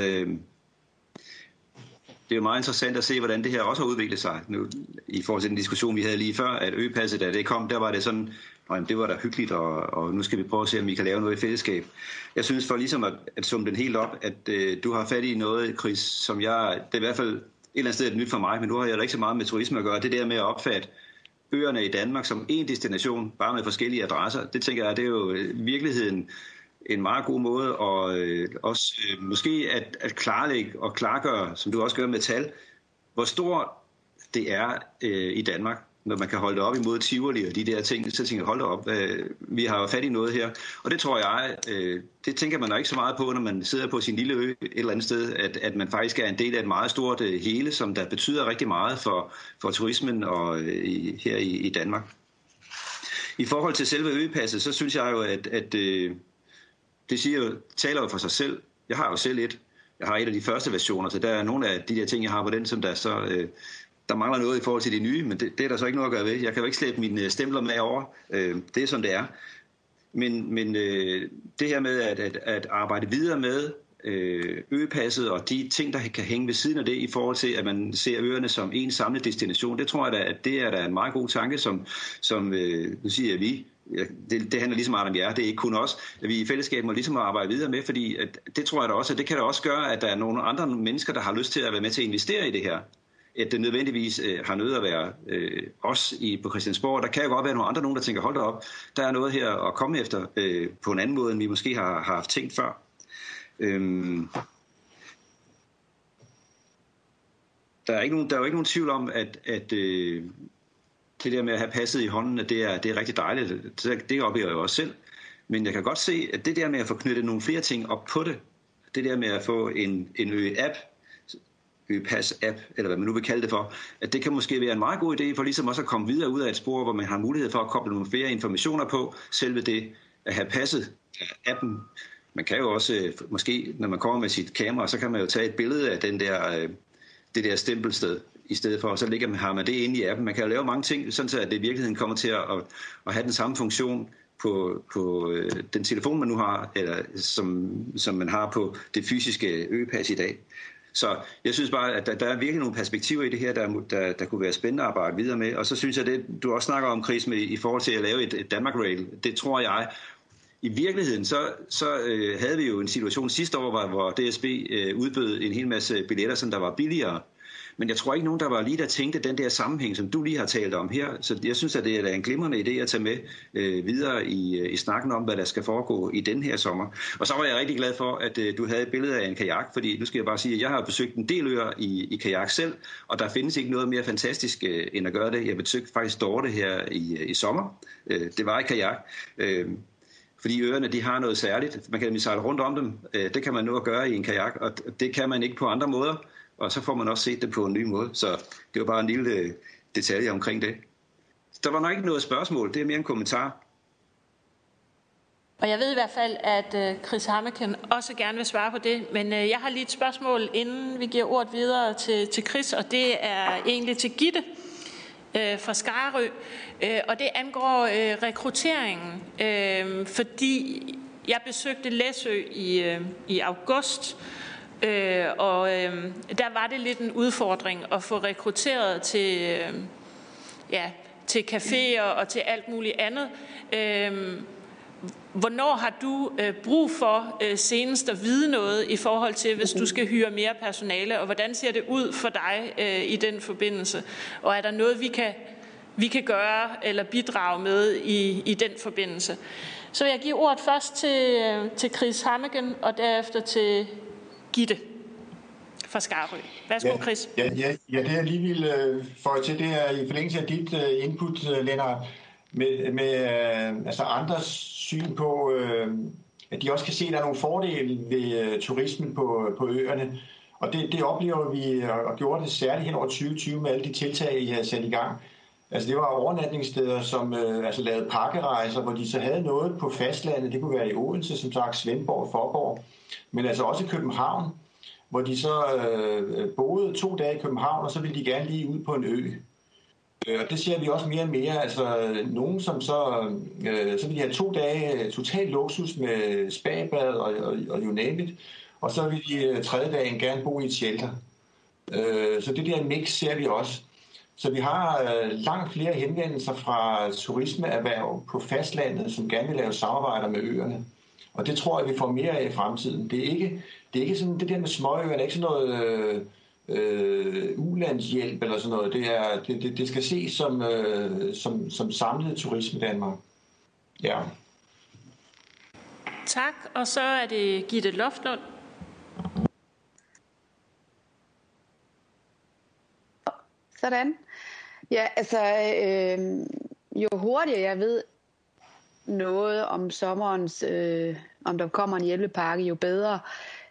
Det er jo meget interessant at se, hvordan det her også har udviklet sig nu, i forhold til den diskussion, vi havde lige før, at Ø-passet, da det kom, der var det sådan, det var da hyggeligt, og nu skal vi prøve at se, om vi kan lave noget i fællesskab. Jeg synes for ligesom at summe den helt op, at du har fat i noget, Chris, som det er i hvert fald et eller andet sted nyt for mig, men nu har jeg ikke så meget med turisme at gøre. Det der med at opfatte øerne i Danmark som en destination, bare med forskellige adresser, det tænker jeg, det er jo i virkeligheden en meget god måde, og også måske at klarlægge og klargøre, som du også gør med tal, hvor stor det er i Danmark, når man kan holde det op imod Tivoli og de der ting, så tænker jeg, hold da op, vi har jo fat i noget her. Og det tror jeg, det tænker man ikke så meget på, når man sidder på sin lille ø et eller andet sted, at man faktisk er en del af et meget stort hele, som der betyder rigtig meget for turismen og her i Danmark. I forhold til selve øpasset, så synes jeg jo, at det taler jo for sig selv. Jeg har jo selv et. Jeg har et af de første versioner, så der er nogle af de der ting, jeg har på den, som der så... Der mangler noget i forhold til de nye, men det er der så ikke noget at gøre ved. Jeg kan jo ikke slæbe mine stempler med over. Det er som det er. Men det her med at arbejde videre med øpasset og de ting, der kan hænge ved siden af det, i forhold til, at man ser øerne som en samlet destination. Det tror jeg da, at det er da en meget god tanke, som nu siger jeg vi. Det handler lige så meget om jer, det er ikke kun os. At vi i fællesskab må ligesom arbejde videre med, fordi at det tror jeg da også, at det kan da også gøre, at der er nogle andre mennesker, der har lyst til at være med til at investere i det her. At det nødvendigvis har nødt at være os på Christiansborg. Der kan jo godt være nogle andre, der tænker, hold da op, der er noget her at komme efter på en anden måde, end vi måske har haft tænkt før. Der er jo ikke nogen tvivl om, at det der med at have passet i hånden, at det er rigtig dejligt. Det oplever jeg jo også selv. Men jeg kan godt se, at det der med at få knyttet nogle flere ting op på det der med at få en ø-app, ø-pass-app, eller hvad man nu vil kalde det for, at det kan måske være en meget god idé for ligesom også at komme videre ud af et spor, hvor man har mulighed for at koble nogle flere informationer på, selve det at have passet appen. Man kan jo også, måske når man kommer med sit kamera, så kan man jo tage et billede af det der stempelsted, i stedet for, og så har man det inde i appen. Man kan jo lave mange ting, sådan at det i virkeligheden kommer til at have den samme funktion på den telefon, man nu har, eller som man har på det fysiske øpas i dag. Så jeg synes bare, at der er virkelig nogle perspektiver i det her, der kunne være spændende at arbejde videre med. Og så synes jeg, det du også snakker om, Chris, med, i forhold til at lave et Danmark Rail, det tror jeg, i virkeligheden, så havde vi jo en situation sidste år, hvor DSB udbød en hel masse billetter, som der var billigere. Men jeg tror ikke nogen, der var lige der tænkte den der sammenhæng, som du lige har talt om her. Så jeg synes, at det er en glimrende idé at tage med videre i snakken om, hvad der skal foregå i den her sommer. Og så var jeg rigtig glad for, at du havde et billede af en kajak, fordi nu skal jeg bare sige, at jeg har besøgt en del øer i kajak selv, og der findes ikke noget mere fantastisk end at gøre det. Jeg besøgte faktisk Dorte her i sommer. Det var i kajak. Fordi øerne, de har noget særligt. Man kan sejle rundt om dem. Det kan man nu at gøre i en kajak, og det kan man ikke på andre måder. Og så får man også set det på en ny måde. Så det var bare en lille detalje omkring det. Der var nok ikke noget spørgsmål. Det er mere en kommentar. Og jeg ved i hvert fald, at Chris Hammeken også gerne vil svare på det. Men jeg har lige et spørgsmål, inden vi giver ordet videre til Chris. Og det er egentlig til Gitte fra Skarø. Og det angår rekrutteringen. Fordi jeg besøgte Læsø i august. Der var det lidt en udfordring at få rekrutteret til caféer og til alt muligt andet. Hvornår har du brug for senest at vide noget i forhold til, hvis du skal hyre mere personale, og hvordan ser det ud for dig i den forbindelse? Og er der noget, vi kan gøre eller bidrage med i den forbindelse? Så vil jeg give ordet først til Chris Hammeken, og derefter til Gitte fra Skarø. Værsgo, Chris. Ja, det jeg lige vil føje til, det er i forlængelse af dit input, Lennart, med altså andres syn på, at de også kan se, at der er nogle fordele ved turismen på øerne. Og det oplever vi, og gjorde det særligt hen over 2020 med alle de tiltag, I har sat i gang. Altså det var overnatningssteder, som lavede pakkerejser, hvor de så havde noget på fastlandet. Det kunne være i Odense, som sagt, Svendborg, Fåborg, men altså også i København, hvor de så boede 2 dage i København, og så ville de gerne lige ud på en ø. Og det ser vi også mere og mere. Altså nogen, som så vil de have 2 dage total luksus med spabad og you name it, og så vil de 3. dagen gerne bo i et shelter. Så det der mix ser vi også. Så vi har langt flere henvendelser fra turismeerhverv på fastlandet, som gerne vil lave samarbejder med øerne. Og det tror jeg, vi får mere af i fremtiden. Det er ikke sådan, det der med småøerne, det er ikke sådan noget ulandshjælp eller sådan noget. Det skal ses som samlet turisme i Danmark. Ja. Tak, og så er det Gitte Loftlund. Sådan. Ja, altså, jo hurtigere jeg ved noget om sommerens, om der kommer en hjælpepakke, jo bedre.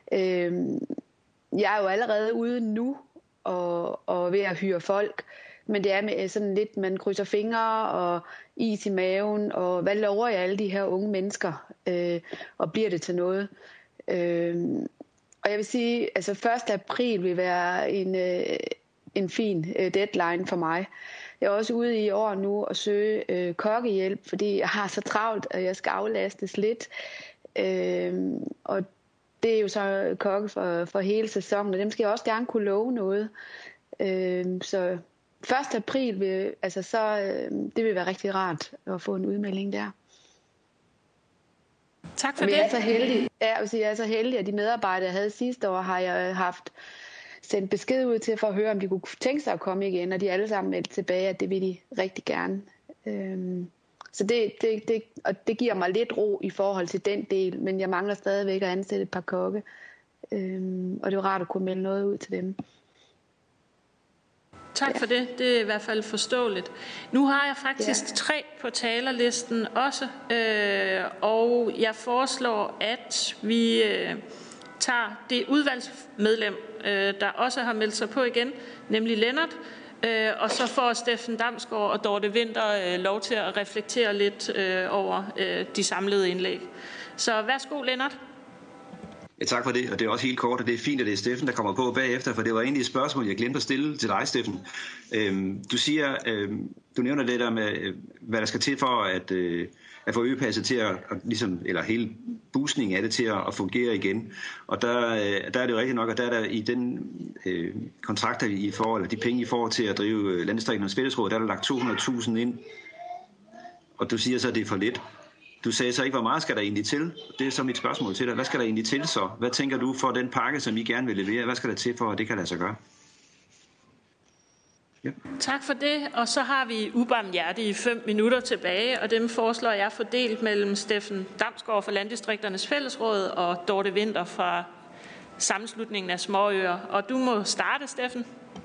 Jeg er jo allerede ude nu og ved at hyre folk, men det er med sådan lidt, man krydser fingre og is i maven, og hvad lover jeg alle de her unge mennesker, og bliver det til noget? Og jeg vil sige, altså 1. april vil være en fin deadline for mig. Jeg er også ude i år nu at søge kokkehjælp, fordi jeg har så travlt, at jeg skal aflastes lidt. Og det er jo så kokke for hele sæsonen, og dem skal jeg også gerne kunne love noget. Så 1. april, det vil være rigtig rart at få en udmelding der. Tak for det. Jeg er så heldig, at de medarbejdere, jeg havde sidste år, har jeg haft sendt besked ud til for at høre, om de kunne tænke sig at komme igen, og de alle sammen meldte tilbage, at det vil de rigtig gerne. Så det giver mig lidt ro i forhold til den del, men jeg mangler stadigvæk at ansætte et par kokke, og det er rart at kunne melde noget ud til dem. Tak for det. Det er i hvert fald forståeligt. Nu har jeg faktisk 3 på talerlisten også, og jeg foreslår, at vi tager det udvalgsmedlem, der også har meldt sig på igen, nemlig Lennart, og så får Steffen Damsgaard og Dorte Winther lov til at reflektere lidt over de samlede indlæg. Så værsgo, Lennart. Ja, tak for det, og det er også helt kort, og det er fint, at det er Steffen, der kommer på bagefter, for det var egentlig et spørgsmål, jeg glemte at stille til dig, Steffen. Du nævner lidt om, hvad der skal til for at få øgepasset til eller hele boostningen af det til at fungere igen. Og der er det jo rigtigt nok, at der er i den kontrakter, eller de penge, I får til at drive Landdistrikternes Fællesråd, der er der lagt 200.000 ind, og du siger så, at det er for lidt. Du sagde så ikke, hvor meget skal der egentlig til? Det er så mit spørgsmål til dig. Hvad skal der egentlig til så? Hvad tænker du for den pakke, som I gerne vil levere? Hvad skal der til for, at det kan lade sig gøre? Ja. Tak for det. Og så har vi ubarmhjertige 5 minutter tilbage, og dem foreslår jeg fordelt mellem Steffen Damsgaard fra Landdistrikternes Fællesråd og Dorte Winther fra Sammenslutningen af Småøer. Og du må starte, Steffen.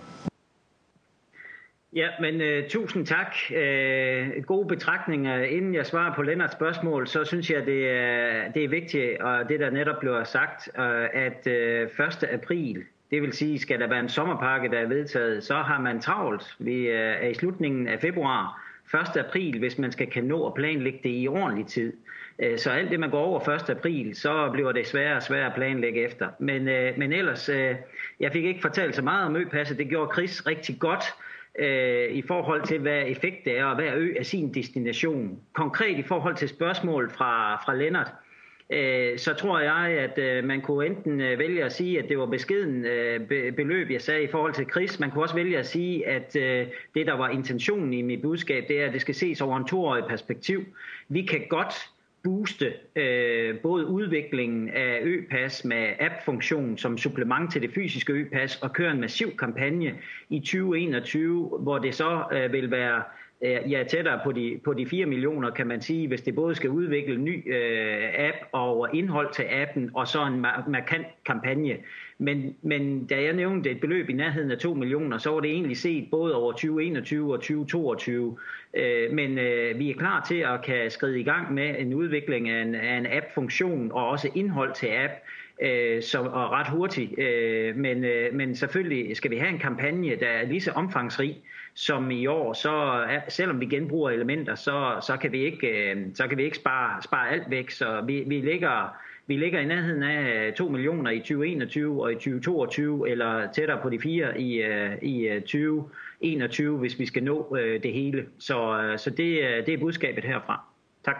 Ja, men tusind tak. Gode betragtninger. Inden jeg svarer på Lennarts spørgsmål, så synes jeg, det er vigtigt, og det der netop blev sagt, at 1. april, det vil sige, skal der være en sommerpakke, der er vedtaget, så har man travlt. Vi er i slutningen af februar. 1. april, hvis man kan nå at planlægge det i ordentlig tid. Så alt det, man går over 1. april, så bliver det sværere og sværere at planlægge efter. Men ellers, jeg fik ikke fortalt så meget om øpasset. Det gjorde Chris rigtig godt i forhold til, hvad effekt det er, og hver ø er sin destination. Konkret i forhold til spørgsmål fra Lennart, så tror jeg, at man kunne enten vælge at sige, at det var beskeden beløb, jeg sagde i forhold til Chris. Man kunne også vælge at sige, at det, der var intentionen i mit budskab, det er, at det skal ses over en 2-årig perspektiv. Vi kan godt booste både udviklingen af øpas med app-funktion som supplement til det fysiske øpas og køre en massiv kampagne i 2021, hvor det så vil være tættere på de 4 millioner, kan man sige, hvis det både skal udvikle en ny app og indhold til appen, og så en markant kampagne. Men da jeg nævnte et beløb i nærheden af 2 millioner, så var det egentlig set både over 2021 og 2022. Men vi er klar til at kan skride i gang med en udvikling af en app-funktion og også indhold til app, og ret hurtigt. Men selvfølgelig skal vi have en kampagne, der er lige så omfangsrig som i år, så selvom vi genbruger elementer, så kan vi ikke spare alt væk. Så vi ligger i nærheden af 2 millioner i 2021 og i 2022, eller tættere på de 4 i 2021, hvis vi skal nå det hele. Så det er budskabet herfra. Tak.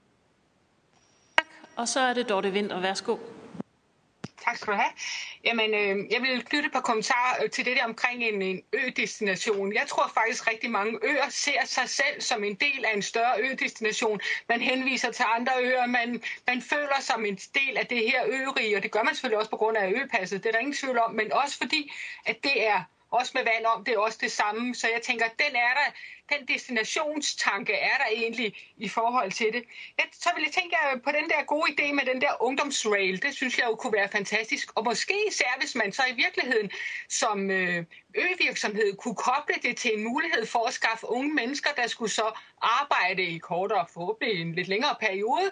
Tak, og så er det Dorte Winther. Værsgo. Tak skal du have. Jamen, jeg vil knytte et par kommentarer til det der omkring en ø-destination. Jeg tror faktisk rigtig mange øer ser sig selv som en del af en større ø-destination. Man henviser til andre øer, man føler som en del af det her øerige, og det gør man selvfølgelig også på grund af øpasset, det er der ingen tvivl om, men også fordi, at det er også med vand om, det er også det samme. Så jeg tænker, den destinationstanke er der egentlig i forhold til det. Så vil jeg tænke på den der gode idé med den der ungdomsrail. Det synes jeg jo kunne være fantastisk. Og måske især, hvis man så i virkeligheden som øvirksomhed kunne koble det til en mulighed for at skaffe unge mennesker, der skulle så arbejde i kortere, forhåbentlig en lidt længere periode,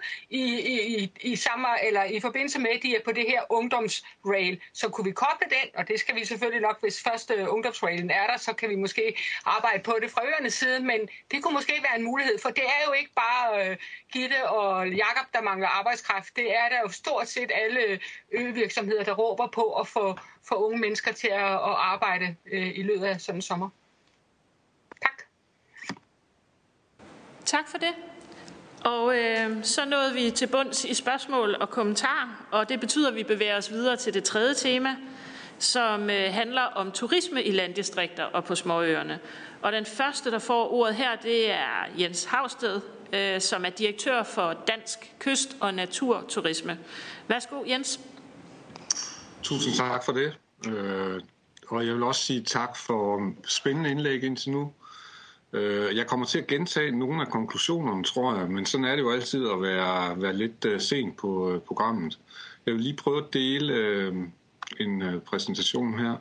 i forbindelse med, at de er på det her ungdomsrail. Så kunne vi koble den, og det skal vi selvfølgelig nok, hvis først ungdomsrailen er der, så kan vi måske arbejde på det fra øernes side, men det kunne måske være en mulighed, for det er jo ikke bare Gitte og Jakob, der mangler arbejdskraft. Det er der jo stort set alle øvirksomheder, der råber på at få unge mennesker til at arbejde i løbet af sådan en sommer. Tak. Tak for det. Og så nåede vi til bunds i spørgsmål og kommentarer, og det betyder, at vi bevæger os videre til det tredje tema, som handler om turisme i landdistrikter og på småøerne. Og den første, der får ordet her, det er Jens Havsted, som er direktør for Dansk Kyst- og Naturturisme. Værsgo, Jens. Tusind tak for det. Og jeg vil også sige tak for spændende indlæg indtil nu. Jeg kommer til at gentage nogle af konklusionerne, tror jeg, men sådan er det jo altid at være lidt sent på programmet. Jeg vil lige prøve at dele en præsentation her.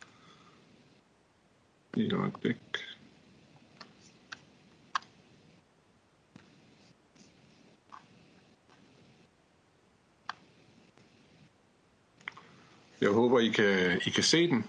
Lige et øjeblik. Jeg håber, I kan se den.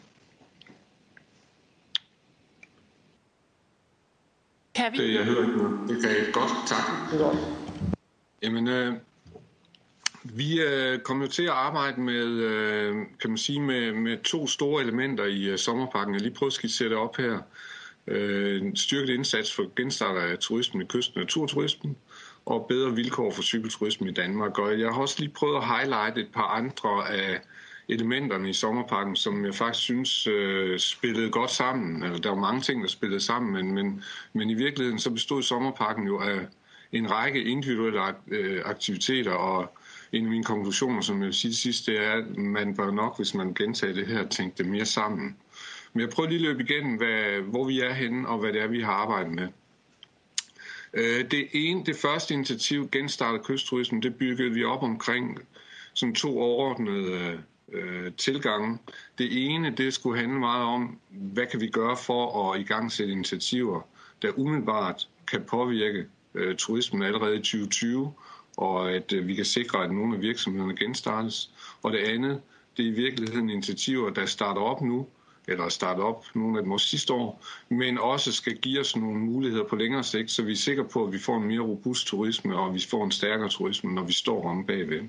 Kan vi? Jeg hører ikke noget. Det kan jeg godt. Tak. Jamen, vi kommer jo til at arbejde med, kan man sige, med to store elementer i sommerpakken. Jeg lige prøver at skitsere det op her. En styrket indsats for genstart af turismen i kyst- og naturturismen og bedre vilkår for cykelturisme i Danmark. Og jeg har også lige prøvet at highlighte et par andre af elementerne i sommerpakken, som jeg faktisk synes spillede godt sammen. Altså, der var mange ting, der spillede sammen, men i virkeligheden så bestod sommerpakken jo af en række individuelle aktiviteter, og en af mine konklusioner, som jeg vil sige sidst, det er, at man bør nok, hvis man gentager det her, tænke det mere sammen. Men jeg prøver lige at løbe igennem, hvor vi er henne, og hvad det er, vi har arbejdet med. Det første initiativ, Genstart kystturismen, det byggede vi op omkring sådan to overordnede tilgange. Det ene, det skulle handle meget om, hvad kan vi gøre for at igangsætte initiativer, der umiddelbart kan påvirke turismen allerede i 2020, og at vi kan sikre, at nogle af virksomhederne genstartes. Og det andet, det er i virkeligheden initiativer, der starter op nu, eller starter op nogle af dem også sidste år, men også skal give os nogle muligheder på længere sigt, så vi er sikre på, at vi får en mere robust turisme, og vi får en stærkere turisme, når vi står om bagved.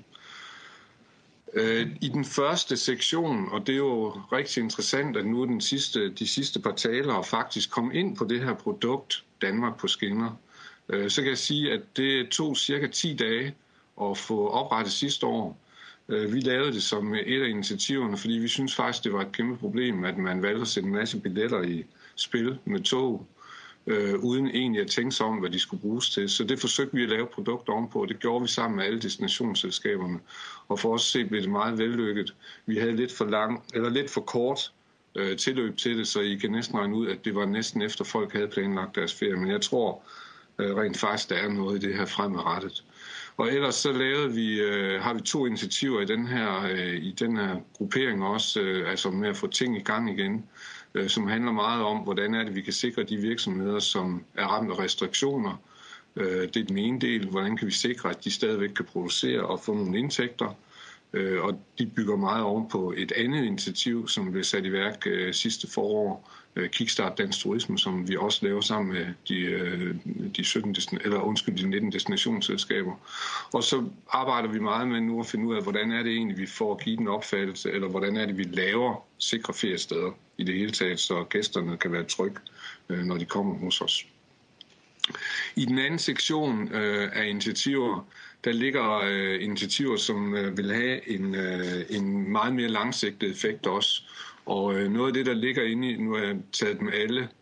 I den første sektion, og det er jo rigtig interessant, at nu er de sidste par talere faktisk kom ind på det her produkt, Danmark på skinner, så kan jeg sige, at det tog cirka 10 dage at få oprettet sidste år. Vi lavede det som et af initiativerne, fordi vi synes faktisk, det var et kæmpe problem, at man valgte at sætte en masse billetter i spil med tog, uden egentlig at tænke sig om, hvad de skulle bruges til. Så det forsøgte vi at lave produkter ovenpå, og det gjorde vi sammen med alle destinationsselskaberne. Og for os set blev det meget vellykket. Vi havde lidt for kort tilløb til det, så I kan næsten regne ud, at det var næsten efter folk havde planlagt deres ferie. Men jeg tror rent faktisk, der er noget i det her fremadrettet. Og ellers så har vi 2 initiativer i den her gruppering også, altså med at få ting i gang igen, som handler meget om, hvordan er det, vi kan sikre de virksomheder, som er ramt af restriktioner. Det er den ene del. Hvordan kan vi sikre, at de stadigvæk kan producere og få nogle indtægter? Og de bygger meget oven på et andet initiativ, som blev sat i værk sidste forår, Kickstart Dansk Turisme, som vi også laver sammen med de 19 destinationsselskaber. Og så arbejder vi meget med nu at finde ud af, hvordan er det egentlig, vi får givet en opfattelse, eller hvordan er det, vi laver sikre feriesteder i det hele taget, så gæsterne kan være trygge, når de kommer hos os. I den anden sektion af initiativer, der ligger initiativer, som vil have en meget mere langsigtet effekt også. Og noget af det, der ligger inde i, nu har jeg taget dem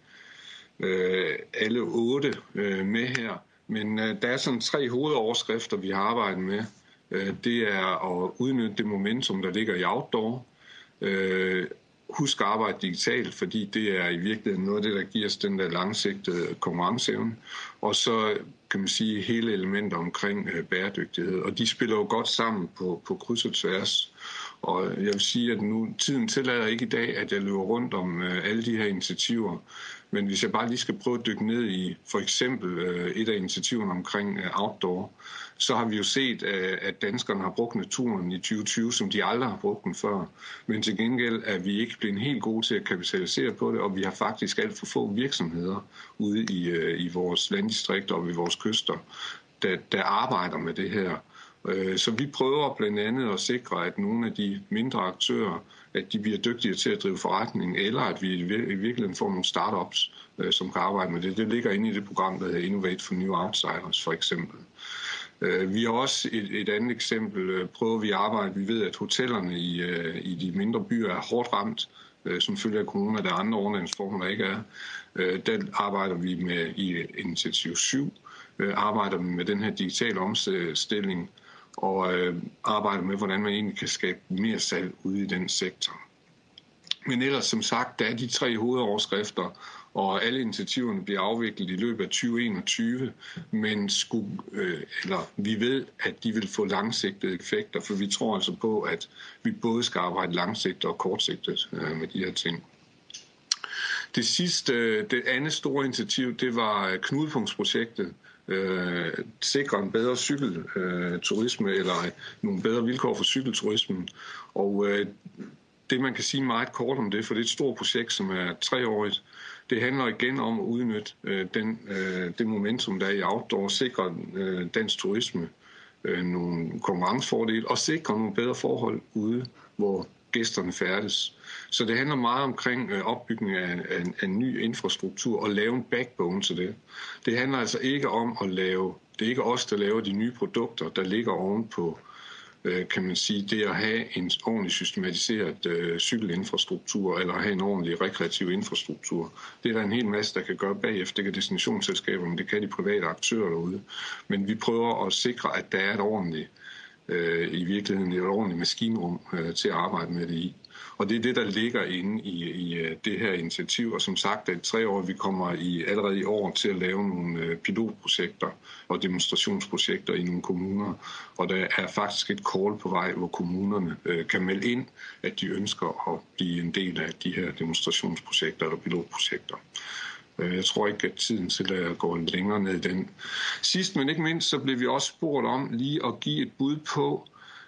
alle 8 med her, men der er sådan 3 hovedoverskrifter, vi har arbejdet med. Det er at udnytte det momentum, der ligger i outdoor. Husk at arbejde digitalt, fordi det er i virkeligheden noget af det, der giver os den der langsigtede konkurrenceevne. Og så kan man sige hele elementer omkring bæredygtighed. Og de spiller jo godt sammen på kryds og tværs. Og jeg vil sige, at nu tiden tillader ikke i dag, at jeg løber rundt om alle de her initiativer. Men hvis jeg bare lige skal prøve at dykke ned i for eksempel et af initiativerne omkring outdoor, så har vi jo set, at danskerne har brugt naturen i 2020, som de aldrig har brugt den før. Men til gengæld er vi ikke blevet helt gode til at kapitalisere på det, og vi har faktisk alt for få virksomheder ude i vores landdistrikter og ved vores kyster, der arbejder med det her. Så vi prøver blandt andet at sikre, at nogle af de mindre aktører at de bliver dygtigere til at drive forretning, eller at vi i virkeligheden får nogle startups, som kan arbejde med det. Det ligger inde i det program, der hedder Innovate for New Outsiders, for eksempel. Vi har også et andet eksempel, prøver vi at arbejde. Vi ved, at hotellerne i de mindre byer er hårdt ramt, som følge af corona, der andre overnatningsformer, der ikke er. Der arbejder vi med i initiativ 7, arbejder vi med den her digitale omstilling, og arbejder med, hvordan man egentlig kan skabe mere salg ude i den sektor. Men ellers, som sagt, der er de 3 hovedoverskrifter, og alle initiativerne bliver afviklet i løbet af 2021, men vi ved, at de vil få langsigtede effekter, for vi tror altså på, at vi både skal arbejde langsigtet og kortsigtet med de her ting. Det andet store initiativ, det var knudepunktsprojektet, sikre en bedre cykelturisme, eller nogle bedre vilkår for cykelturismen. Og det, man kan sige meget kort om det, for det er et stort projekt, som er 3-årigt, det handler igen om at udnytte det momentum, der er i outdoor, sikre dansk turisme nogle konkurrencefordele og sikre nogle bedre forhold ude, hvor gæsterne færdes. Så det handler meget omkring opbygning af en ny infrastruktur og lave en backbone til det. Det handler altså ikke om at lave, det er ikke os, der laver de nye produkter, der ligger ovenpå, kan man sige, det at have en ordentlig systematiseret cykelinfrastruktur eller have en ordentlig rekreativ infrastruktur. Det er der en hel masse, der kan gøre bagefter. Det kan destinationsselskaberne, det kan de private aktører derude. Men vi prøver at sikre, at der er et ordentligt, i virkeligheden et ordentligt maskinrum til at arbejde med det i. Og det er det, der ligger inde i det her initiativ. Og som sagt, at 3 år, vi kommer allerede i år til at lave nogle pilotprojekter og demonstrationsprojekter i nogle kommuner. Og der er faktisk et call på vej, hvor kommunerne kan melde ind, at de ønsker at blive en del af de her demonstrationsprojekter eller pilotprojekter. Jeg tror ikke, at tiden til at gå længere ned i den. Sidst, men ikke mindst, så blev vi også spurgt om lige at give et bud på,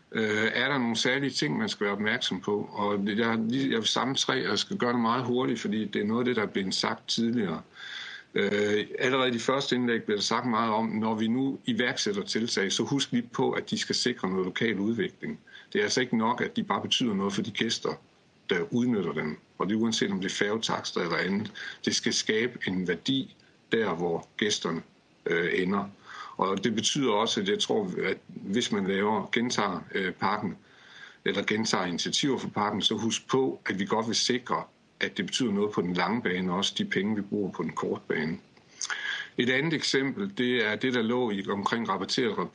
er der nogle særlige ting, man skal være opmærksom på. Og jeg vil samle 3, og jeg skal gøre det meget hurtigt, fordi det er noget af det, der er blevet sagt tidligere. Allerede i de første indlæg blev der sagt meget om, når vi nu iværksætter tiltag, så husk lige på, at de skal sikre noget lokal udvikling. Det er altså ikke nok, at de bare betyder noget for de gæster, der udnytter dem. Og det er uanset om det er færgetakster eller andet. Det skal skabe en værdi der, hvor gæsterne ender. Og det betyder også, at jeg tror, at hvis man gentager pakken, eller gentager initiativer for pakken, så husk på, at vi godt vil sikre, at det betyder noget på den lange bane, og også de penge, vi bruger på den korte bane. Et andet eksempel, det er det, der lå omkring rabatteret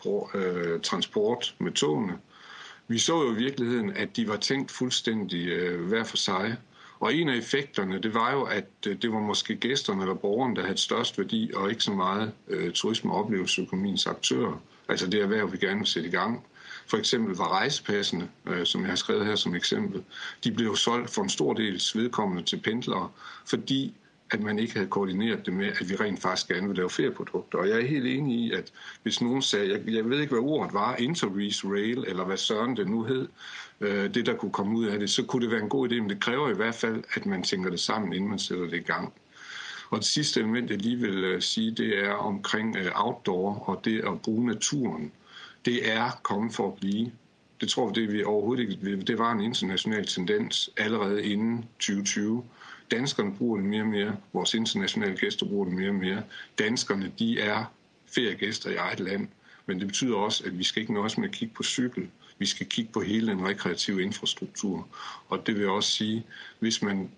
transport med togene. Vi så jo i virkeligheden, at de var tænkt fuldstændig hver for sig. Og en af effekterne, det var jo, at det var måske gæsterne eller borgerne, der havde størst værdi, og ikke så meget turisme- og oplevelsesøkonomiens aktører. Altså det erhverv, vi gerne vil sætte i gang. For eksempel var rejsepassene, som jeg har skrevet her som eksempel, de blev solgt for en stor del vedkommende til pendlere, fordi at man ikke havde koordineret det med, at vi rent faktisk gerne vil lave ferieprodukter. Og jeg er helt enig i, at hvis nogen sagde, jeg ved ikke, hvad ordet var, Interreach Rail, eller hvad søren det nu hed, det der kunne komme ud af det, så kunne det være en god idé, men det kræver i hvert fald, at man tænker det sammen, inden man sætter det i gang. Og det sidste element, jeg lige vil sige, det er omkring outdoor og det at bruge naturen. Det er kommet for at blive. Det tror vi overhovedet ikke. Det var en international tendens allerede inden 2020. Danskerne bruger det mere og mere. Vores internationale gæster bruger det mere og mere. Danskerne, de er feriegæster i eget land. Men det betyder også, at vi skal ikke nøjes med at kigge på cykel. Vi skal kigge på hele den rekreative infrastruktur. Og det vil også sige, hvis man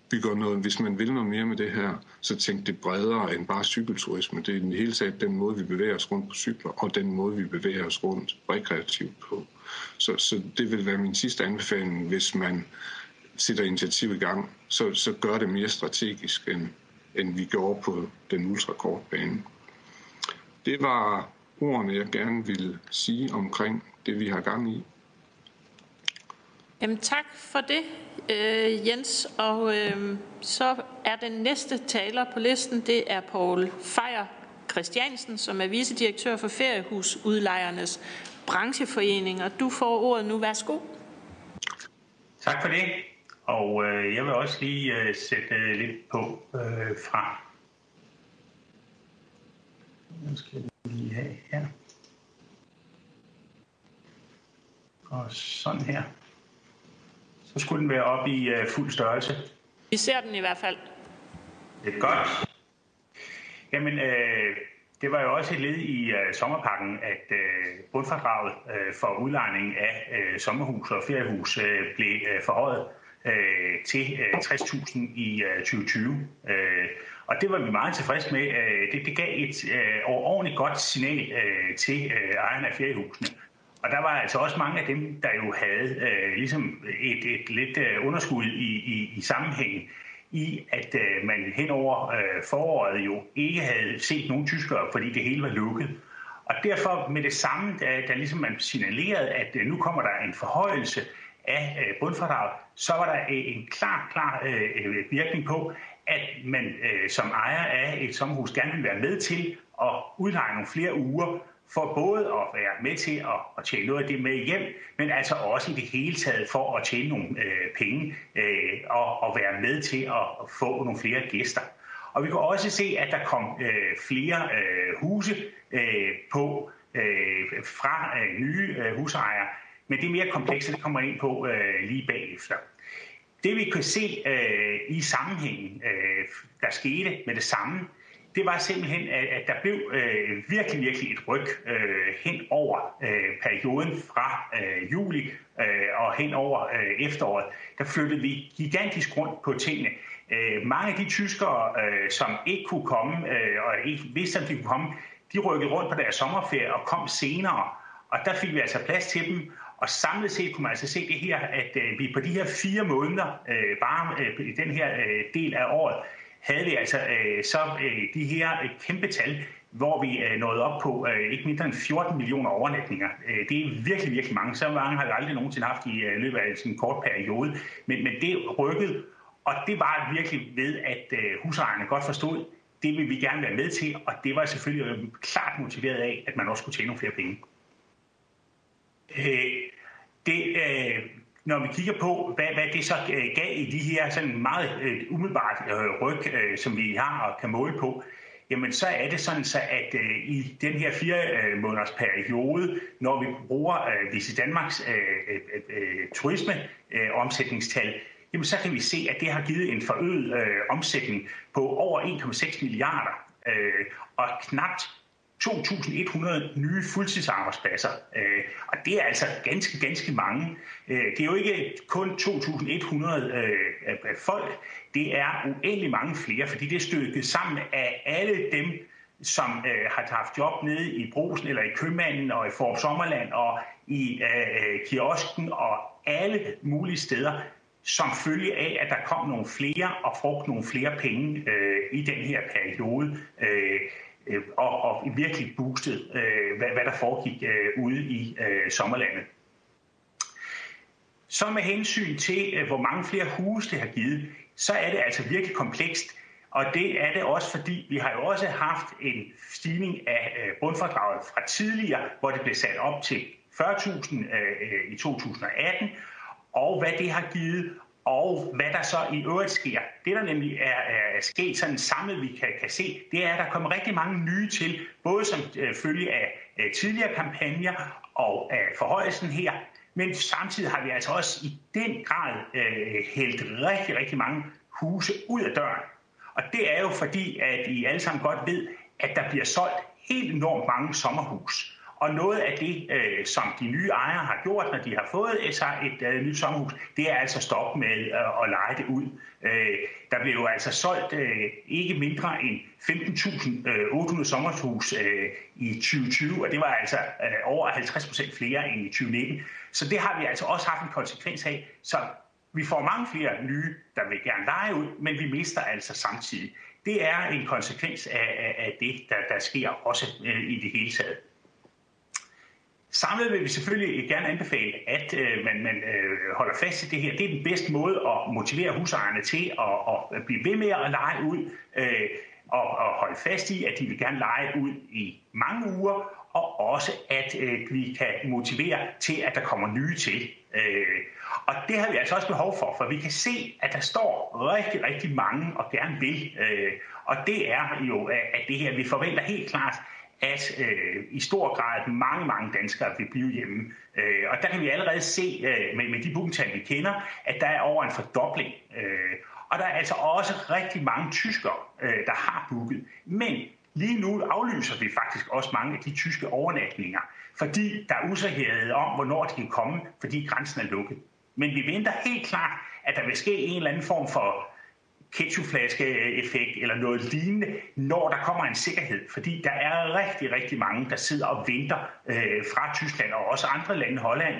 vil noget mere med det her, så tænk det bredere end bare cykelturisme. Det er i det hele taget den måde, vi bevæger os rundt på cykler, og den måde, vi bevæger os rundt rekreativt på. Så det vil være min sidste anbefaling, hvis man sætter initiativ i gang, så gør det mere strategisk, end vi gjorde på den ultrakorte bane. Det var ordene, jeg gerne ville sige omkring det, vi har gang i. Jamen, tak for det, Jens. Og så er den næste taler på listen, det er Poul Fejer Christiansen, som er vicedirektør for Feriehusudlejernes brancheforening. Og du får ordet nu. Værsgo. Tak for det. Og jeg vil også lige sætte lidt på fra. Nu skal vi lige have her. Og sådan her. så skulle den være oppe i fuld størrelse. Vi ser den i hvert fald. Det er godt. Jamen, det var jo også et led i sommerpakken, at bundfradraget for udlejning af sommerhus og feriehus blev forhøjet til 60.000 i 2020. Og det var vi meget tilfredse med. Det gav et overordentligt godt signal til ejerne af feriehusene. Og der var altså også mange af dem, der jo havde ligesom et lidt underskud i sammenhængen i, at man hen over foråret jo ikke havde set nogen tyskere, fordi det hele var lukket. Og derfor med det samme, da ligesom man signalerede, at nu kommer der en forhøjelse af bundfradraget, så var der en klar virkning på, at man som ejer af et sommerhus gerne vil være med til at udleje nogle flere uger, for både at være med til at tjene noget af det med hjem, men altså også i det hele taget for at tjene nogle penge og være med til at få nogle flere gæster. Og vi kan også se, at der kom flere huse på fra nye husejere, men det er mere komplekst, og det kommer ind på lige bagefter. Det vi kan se i sammenhængen, der skete med det samme, det var simpelthen, at der blev virkelig et ryg hen over perioden fra juli og hen over efteråret. Der flyttede vi gigantisk rundt på tingene. Mange af de tyskere, som ikke kunne komme og ikke vidste, om de kunne komme, de rykkede rundt på deres sommerferie og kom senere. Og der fik vi altså plads til dem. Og samlet set kunne man altså se det her, at vi på de her 4 måneder, bare i den her del af året, havde vi altså de her kæmpe tal, hvor vi nåede op på ikke mindre end 14 millioner overnatninger. Det er virkelig mange. Så mange har vi aldrig nogensinde haft i løbet af sådan en kort periode. Men det rykkede, og det var virkelig ved, at husejerne godt forstod, det vil vi gerne være med til, og det var selvfølgelig klart motiveret af, at man også skulle tjene nogle flere penge. Når vi kigger på, hvad det så gav i de her sådan meget umiddelbart ryg, som vi har og kan måle på, jamen så er det sådan, så at i den her 4 måneders periode, når vi bruger Visit Danmarks turismeomsætningstal, jamen så kan vi se, at det har givet en forøget omsætning på over 1,6 milliarder og knapt 2.100 nye fuldtidsarbejdspladser. Og det er altså ganske mange. Det er jo ikke kun 2.100 folk, det er uendelig mange flere, fordi det er stykket sammen af alle dem, som har haft job nede i Brugsen eller i Købmanden og i Fårup Sommerland og i kiosken og alle mulige steder, som følge af, at der kom nogle flere og brugte nogle flere penge i den her periode. Og virkelig boostet, hvad der foregik ude i sommerlandet. Så med hensyn til, hvor mange flere huse det har givet, så er det altså virkelig komplekst. Og det er det også, fordi vi har jo også haft en stigning af bundfradraget fra tidligere, hvor det blev sat op til 40.000 i 2018, og hvad det har givet, og hvad der så i øvrigt sker. Det, der nemlig er sket sådan samlet, vi kan se, det er, at der kommer rigtig mange nye til, både som følge af tidligere kampagner og af forhøjelsen her, men samtidig har vi altså også i den grad hældt rigtig mange huse ud af døren. Og det er jo fordi, at I alle sammen godt ved, at der bliver solgt helt enormt mange sommerhus. Og noget af det, som de nye ejere har gjort, når de har fået sig et nyt sommerhus, det er altså stoppe med at leje det ud. Der blev jo altså solgt ikke mindre end 15.800 sommerhus i 2020, og det var altså over 50% flere end i 2019. Så det har vi altså også haft en konsekvens af. Så vi får mange flere nye, der vil gerne leje ud, men vi mister altså samtidig. Det er en konsekvens af det, der sker også i det hele taget. Samlet vil vi selvfølgelig gerne anbefale, at man holder fast i det her. Det er den bedste måde at motivere husejerne til at blive ved med at leje ud, og holde fast i, at de vil gerne leje ud i mange uger, og også at vi kan motivere til, at der kommer nye til. Og det har vi altså også behov for vi kan se, at der står rigtig mange og gerne vil. Og det er jo, at det her, vi forventer helt klart, at i stor grad mange danskere vil blive hjemme. Og der kan vi allerede se med de bookingtal, vi kender, at der er over en fordobling. Og der er altså også rigtig mange tyskere, der har booket. Men lige nu aflyser vi faktisk også mange af de tyske overnatninger, fordi der er usikkerhed om, hvornår de kan komme, fordi grænsen er lukket. Men vi venter helt klart, at der vil ske en eller anden form for ketchupflaske-effekt eller noget lignende, når der kommer en sikkerhed. Fordi der er rigtig mange, der sidder og venter fra Tyskland og også andre lande, Holland,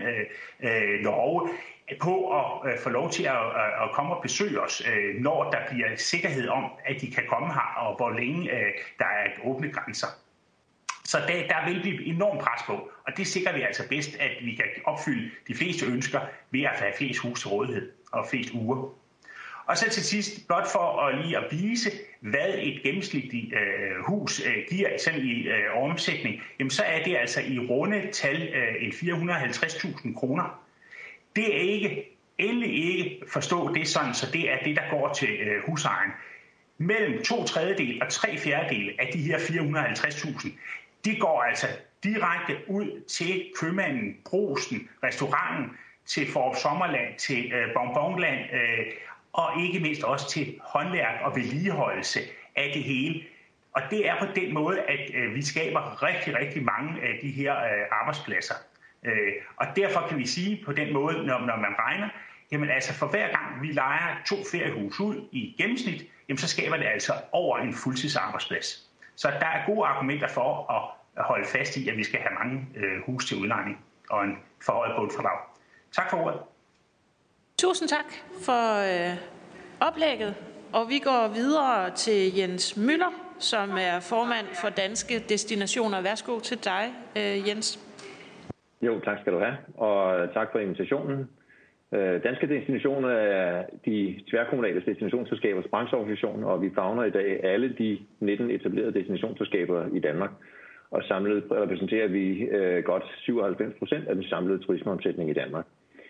Norge, på at få lov til at komme og besøge os, når der bliver sikkerhed om, at de kan komme her, og hvor længe der er åbne grænser. Så der vil blive enormt pres på, og det sikrer vi altså bedst, at vi kan opfylde de fleste ønsker ved at have flest hus til rådighed og flest uger. Og så til sidst, blot for lige at vise, hvad et gennemsnitligt hus giver sådan i omsætning, jamen så er det altså i runde tal en 450.000 kroner. Det er endelig ikke forstå det sådan, så det er det, der går til husejeren. Mellem 2/3 og 3/4 af de her 450.000, de går altså direkte ud til købmanden, brugsen, restauranten, til Fårup Sommerland, til Bonbonland, og ikke mindst også til håndværk og vedligeholdelse af det hele. Og det er på den måde, at vi skaber rigtig mange af de her arbejdspladser. Og derfor kan vi sige på den måde, når man regner, jamen altså for hver gang vi lejer 2 feriehus ud i gennemsnit, jamen så skaber det altså over en fuldtidsarbejdsplads. Så der er gode argumenter for at holde fast i, at vi skal have mange hus til udlejning og en forhøjet bundfradrag. Tak for ordet. Tusind tak for oplægget, og vi går videre til Jens Møller, som er formand for Danske Destinationer. Værsgo til dig, Jens. Jo, tak skal du have, og tak for invitationen. Danske Destinationer er de tværkommunale destinationsselskabers brancheorganisation, og vi favner i dag alle de 19 etablerede destinationsselskaber i Danmark. Og samlet repræsenterer vi godt 97% af den samlede turismeomsætning i Danmark.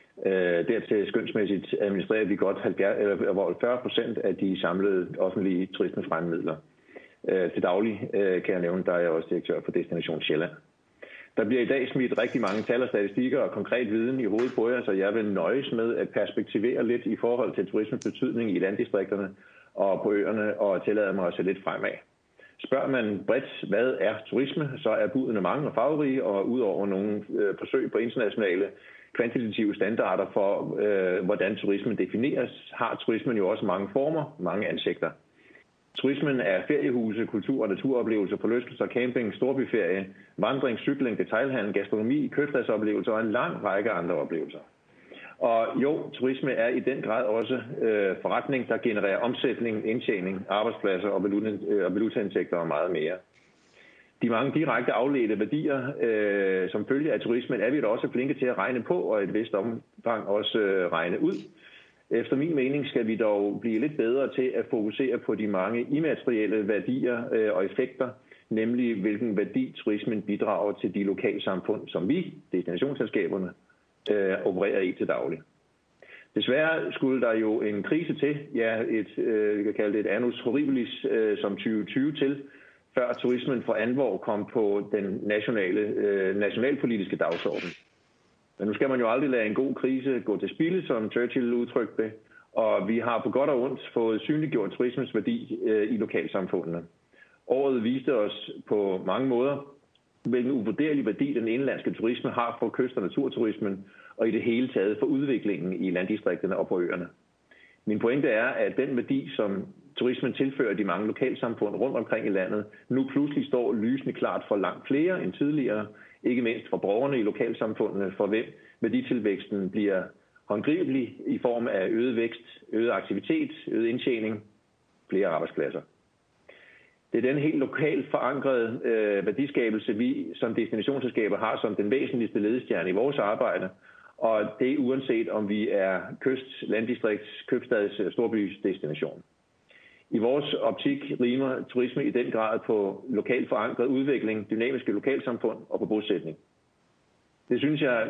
Dertil skønsmæssigt administrerer vi godt 40% af de samlede offentlige turismefremmemidler. Til daglig kan jeg nævne, der er jeg også direktør for Destination Sjælland. Der bliver i dag smidt rigtig mange tal og statistikker og konkret viden i hovedet på jer, så jeg vil nøjes med at perspektivere lidt i forhold til turismens betydning i landdistrikterne og på øerne og tillade mig at se lidt fremad. Spørger man bredt, hvad er turisme, så er budene mange og farverige, og udover nogle forsøg på internationale kvantitative standarder for, hvordan turismen defineres, har turismen jo også mange former, mange ansigter. Turismen er feriehuse, kultur- og naturoplevelser, forlystelser, camping, storbyferie, vandring, cykling, detailhandel, gastronomi, købstadsoplevelser og en lang række andre oplevelser. Og jo, turisme er i den grad også forretning, der genererer omsætning, indtjening, arbejdspladser og valutaindtægter og meget mere. De mange direkte afledte værdier, som følge af turismen, er vi da også flinke til at regne på, og et vist omfang også regne ud. Efter min mening skal vi dog blive lidt bedre til at fokusere på de mange immaterielle værdier og effekter, nemlig hvilken værdi turismen bidrager til de lokalsamfund, som vi, destinationsselskaberne, opererer i til daglig. Desværre skulle der jo en krise til, vi kan kalde det et annus horribilis som 2020 til, før turismen for alvor kom på den nationalpolitiske dagsorden. Men nu skal man jo aldrig lade en god krise gå til spilde, som Churchill udtrykte det, og vi har på godt og ondt fået synliggjort turismens værdi i lokalsamfundene. Året viste os på mange måder, hvilken uvurderlig værdi den indlandske turisme har for kyst- og naturturismen, og i det hele taget for udviklingen i landdistrikterne og på øerne. Min pointe er, at den værdi, som turismen tilfører de mange lokalsamfund rundt omkring i landet, nu pludselig står lysende klart for langt flere end tidligere, ikke mindst for borgerne i lokalsamfundene, for hvem værditilvæksten bliver håndgribelig i form af øget vækst, øget aktivitet, øget indtjening, flere arbejdspladser. Det er den helt lokalt forankrede værdiskabelse, vi som destinationsselskaber har som den væsentligste ledestjerne i vores arbejde, og det er uanset om vi er kyst, landdistrikts, købstads, storbys destination. I vores optik rimer turisme i den grad på lokalt forankret udvikling, dynamiske lokalsamfund og på bosætning. Det synes jeg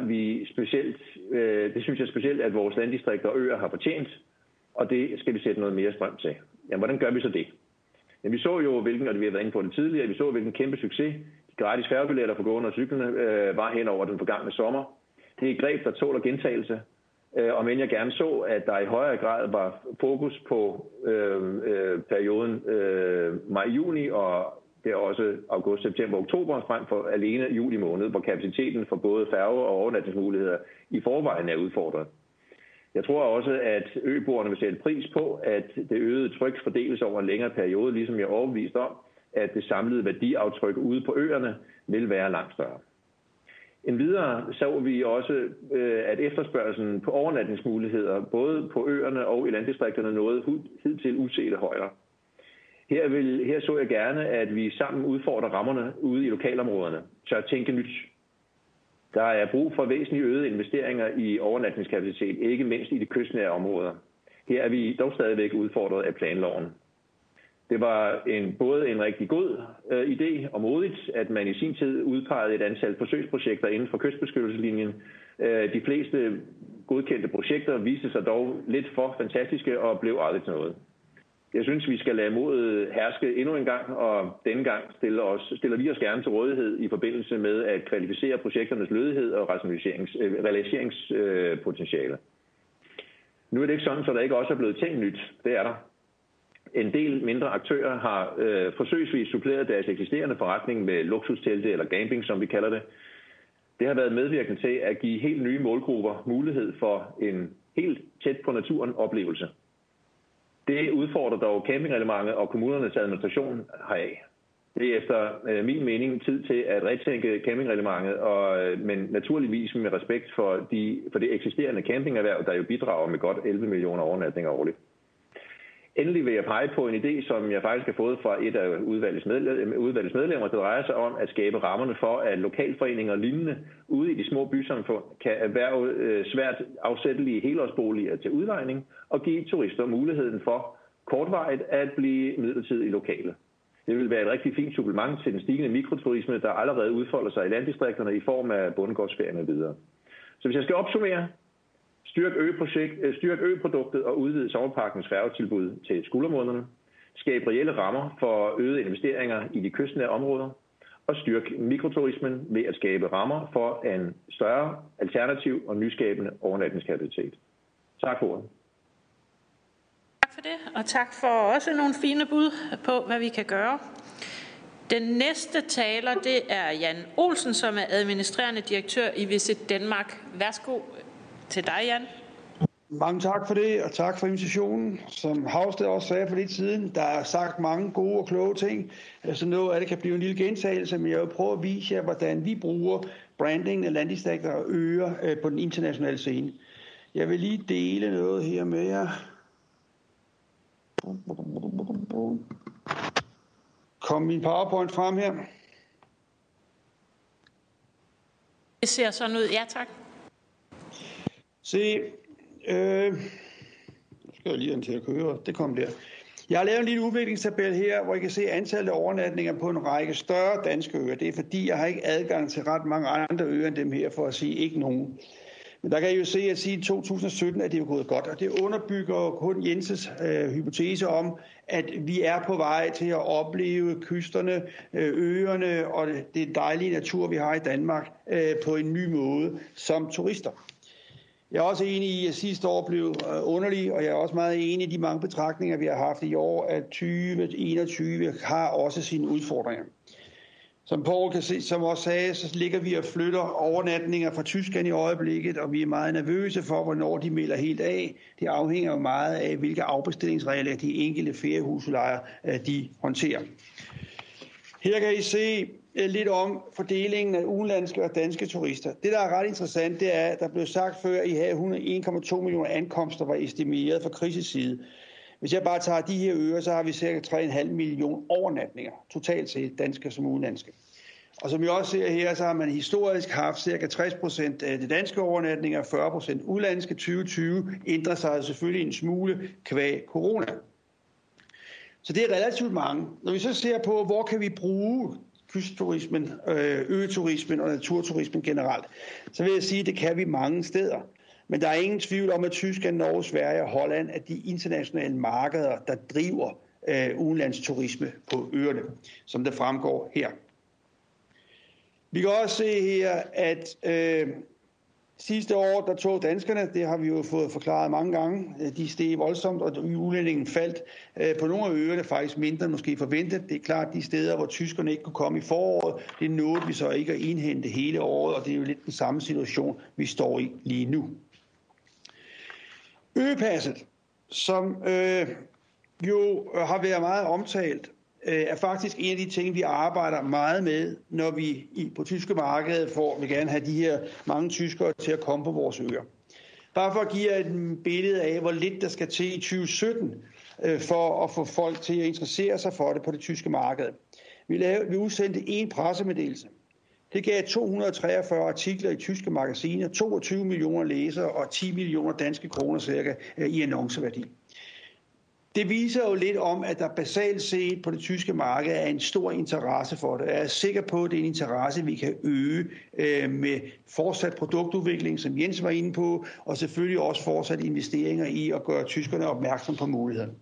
specielt, at vores landdistrikter og øer har fortjent, og det skal vi sætte noget mere strøm til. Jamen, hvordan gør vi så det? Men vi så jo, og vi har været inde på det tidligere, vi så hvilken kæmpe succes de gratis færgebilletter for gående og cyklerne var hen over den forgangne sommer. Det er et greb, der tåler gentagelse, og men jeg gerne så, at der i højere grad var fokus på perioden maj-juni og det er også august, september, oktober, frem for alene juli måned, hvor kapaciteten for både færge- og overnatningsmuligheder i forvejen er udfordret. Jeg tror også, at øboerne vil sætte pris på, at det øgede tryk fordeles over en længere periode, ligesom jeg er overbevist om, at det samlede værdiaftryk ude på øerne vil være langt større. Endvidere så vi også, at efterspørgselen på overnatningsmuligheder, både på øerne og i landdistrikterne, nåede hidtil usete højder. Her så jeg gerne, at vi sammen udfordrer rammerne ude i lokalområderne, tør tænke nyt. Der er brug for væsentligt øgede investeringer i overnatningskapacitet, ikke mindst i de kystnære områder. Her er vi dog stadigvæk udfordret af planloven. Det var både en rigtig god idé og modigt, at man i sin tid udpegede et antal forsøgsprojekter inden for kystbeskyttelseslinjen. De fleste godkendte projekter viste sig dog lidt for fantastiske og blev aldrig til noget. Jeg synes, vi skal lade modet herske endnu en gang, og denne gang stiller vi os gerne til rådighed i forbindelse med at kvalificere projekternes lødighed og realiseringspotentiale. Nu er det ikke sådan, så der ikke også er blevet tænkt nyt. Det er der. En del mindre aktører har forsøgsvis suppleret deres eksisterende forretning med luksustelte eller camping, som vi kalder det. Det har været medvirkende til at give helt nye målgrupper mulighed for en helt tæt på naturen oplevelse. Det udfordrer dog campingreglementet og kommunernes administration heraf. Det er efter min mening tid til at retænke campingreglementet, men naturligvis med respekt for det eksisterende campingerhverv, der jo bidrager med godt 11 millioner overnatninger årligt. Endelig vil jeg pege på en idé, som jeg faktisk har fået fra et af udvalgets medlemmer, der drejer sig om at skabe rammerne for, at lokalforeninger og lignende ude i de små bysamfund kan erhverve svært afsættelige helårsboliger til udlejning og give turister muligheden for kortvarigt at blive midlertidigt i lokale. Det vil være et rigtig fint supplement til den stigende mikroturisme, der allerede udfolder sig i landdistrikterne i form af bondegårdsferier og videre. Så hvis jeg skal opsummere: Styrk ø-produktet og udvide sommerparkens færgetilbud til skuldermånederne. Skab reelle rammer for øgede investeringer i de kystnære områder. Og styrk mikroturismen ved at skabe rammer for en større, alternativ og nyskabende overnatningskapacitet. Tak for ordet. Tak for det, og tak for også nogle fine bud på, hvad vi kan gøre. Den næste taler, det er Jan Olsen, som er administrerende direktør i Visit Denmark. Værsgo til dig, Jan. Mange tak for det, og tak for invitationen. Som Havsted også sagde for lidt siden, der er sagt mange gode og kloge ting, så noget af det kan blive en lille gentagelse, men jeg vil prøve at vise jer, hvordan vi bruger branding af landdistrikter og øer på den internationale scene. Jeg vil lige dele noget her med jer. Kom min PowerPoint frem her. Det ser sådan ud. Ja, tak. Se, nu skal jeg lige have den til at køre. Det kom der. Jeg har lavet en lille udviklingstabel her, hvor I kan se antallet af overnatninger på en række større danske øer. Det er fordi, jeg har ikke adgang til ret mange andre øer end dem her, for at sige ikke nogen. Men der kan I jo se, at siden 2017 er det jo gået godt, og det underbygger kun Jenses hypotese om, at vi er på vej til at opleve kysterne, øerne og det dejlige natur, vi har i Danmark, på en ny måde som turister. Jeg er også enig i, at sidste år blev underlig, og jeg er også meget enig i de mange betragtninger, vi har haft i år, at 2021 har også sine udfordringer. Som Poul kan se, som også sagde, så ligger vi og flytter overnatninger fra Tyskland i øjeblikket, og vi er meget nervøse for, hvornår de melder helt af. Det afhænger jo meget af, hvilke afbestillingsregler de enkelte feriehusudlejere de håndterer. Her kan I se lidt om fordelingen af udenlandske og danske turister. Det, der er ret interessant, det er, at der blev sagt før, at I havde 1,2 millioner ankomster, var estimeret fra krisis side. Hvis jeg bare tager de her øer, så har vi ca. 3,5 millioner overnatninger, totalt set danske som udenlandske. Og som I også ser her, så har man historisk haft ca. 60% af de danske overnatninger, 40% udenlandske. 2020 ændrer sig selvfølgelig en smule kvæg corona. Så det er relativt mange. Når vi så ser på, hvor kan vi bruge kystturismen, øturismen og naturturismen generelt, så vil jeg sige, at det kan vi mange steder. Men der er ingen tvivl om, at Tyskland, Norge, Sverige og Holland er de internationale markeder, der driver udenlandsturisme på øerne, som det fremgår her. Vi kan også se her, at sidste år, der tog danskerne, det har vi jo fået forklaret mange gange, de steg voldsomt, og udlændingen faldt på nogle af øerne faktisk mindre end måske forventet. Det er klart, de steder, hvor tyskerne ikke kunne komme i foråret, det nåede vi så ikke at indhente hele året, og det er jo lidt den samme situation, vi står i lige nu. Øpasset, som jo har været meget omtalt, er faktisk en af de ting, vi arbejder meget med, når vi på tyske markedet vil gerne have de her mange tyskere til at komme på vores øer. Bare for at give et billede af, hvor lidt der skal til i 2017, for at få folk til at interessere sig for det på det tyske marked. Vi udsendte en pressemeddelelse. Det gav 243 artikler i tyske magasiner, 22 millioner læsere og 10 millioner danske kroner cirka i annonceværdi. Det viser jo lidt om, at der basalt set på det tyske marked er en stor interesse for det. Jeg er sikker på, at det er en interesse, vi kan øge med fortsat produktudvikling, som Jens var inde på, og selvfølgelig også fortsat investeringer i at gøre tyskerne opmærksom på muligheden.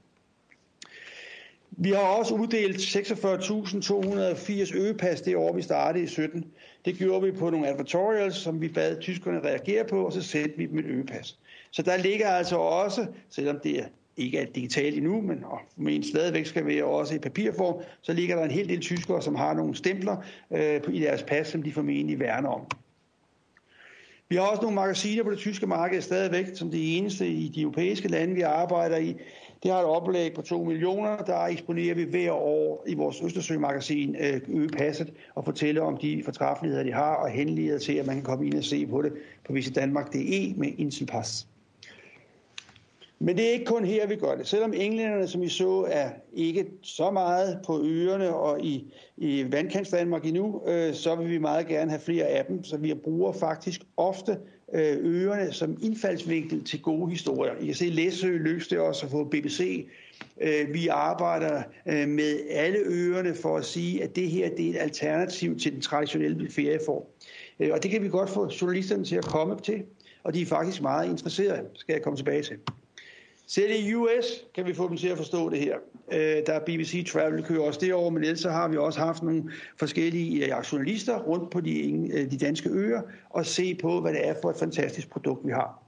Vi har også uddelt 46.280 øgepas det år, vi startede i 17. Det gjorde vi på nogle advertorials, som vi bad tyskerne reagere på, og så sendte vi dem et øgepas. Så der ligger altså også, selvom det ikke er digitalt endnu, men stadigvæk skal være også i papirform, så ligger der en hel del tyskere, som har nogle stempler i deres pas, som de formentlig værner om. Vi har også nogle magasiner på det tyske marked stadigvæk, som det eneste i de europæiske lande, vi arbejder i. Det har et oplæg på 2 millioner, der eksponerer vi hver år i vores Østersø-magasin øgepasset og fortæller om de fortræffeligheder, de har, og henleder til, at man kan komme ind og se på det på visitdanmark.de med Inselpass. Men det er ikke kun her, vi gør det. Selvom englænderne, som vi så, er ikke så meget på øerne og i vandkantsdanmark endnu, så vil vi meget gerne have flere af dem. Så vi bruger faktisk ofte øerne som indfaldsvinkel til gode historier. I kan se Læsø løs det også at få BBC. Vi arbejder med alle øerne for at sige, at det her det er et alternativ til den traditionelle ferieform. Og det kan vi godt få journalisterne til at komme til, og de er faktisk meget interesserede, skal jeg komme tilbage til. Selv i US kan vi få dem til at forstå det her. Der er BBC Travel kører også det år, men ellers så har vi også haft nogle forskellige journalister rundt på de danske øer og se på, hvad det er for et fantastisk produkt, vi har.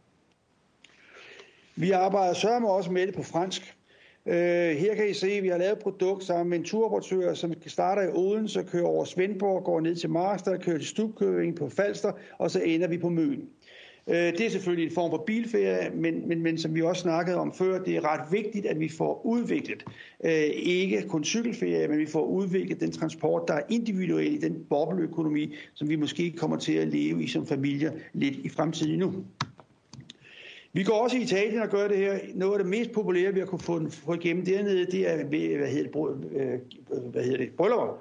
Vi arbejder sørme også med det på fransk. Her kan I se, at vi har lavet et produkt sammen med en turoperatør, som starter i Odense, kører over Svendborg, går ned til Marstal, kører til Stubkøbing på Falster, og så ender vi på Møn. Det er selvfølgelig en form for bilferie, men som vi også snakkede om før, det er ret vigtigt, at vi får udviklet, ikke kun cykelferie, men vi får udviklet den transport, der er individuel i den bobleøkonomi, som vi måske kommer til at leve i som familier lidt i fremtiden nu. Vi går også i Italien og gør det her. Noget af det mest populære, vi har kunne få igennem dernede, det er bryllupper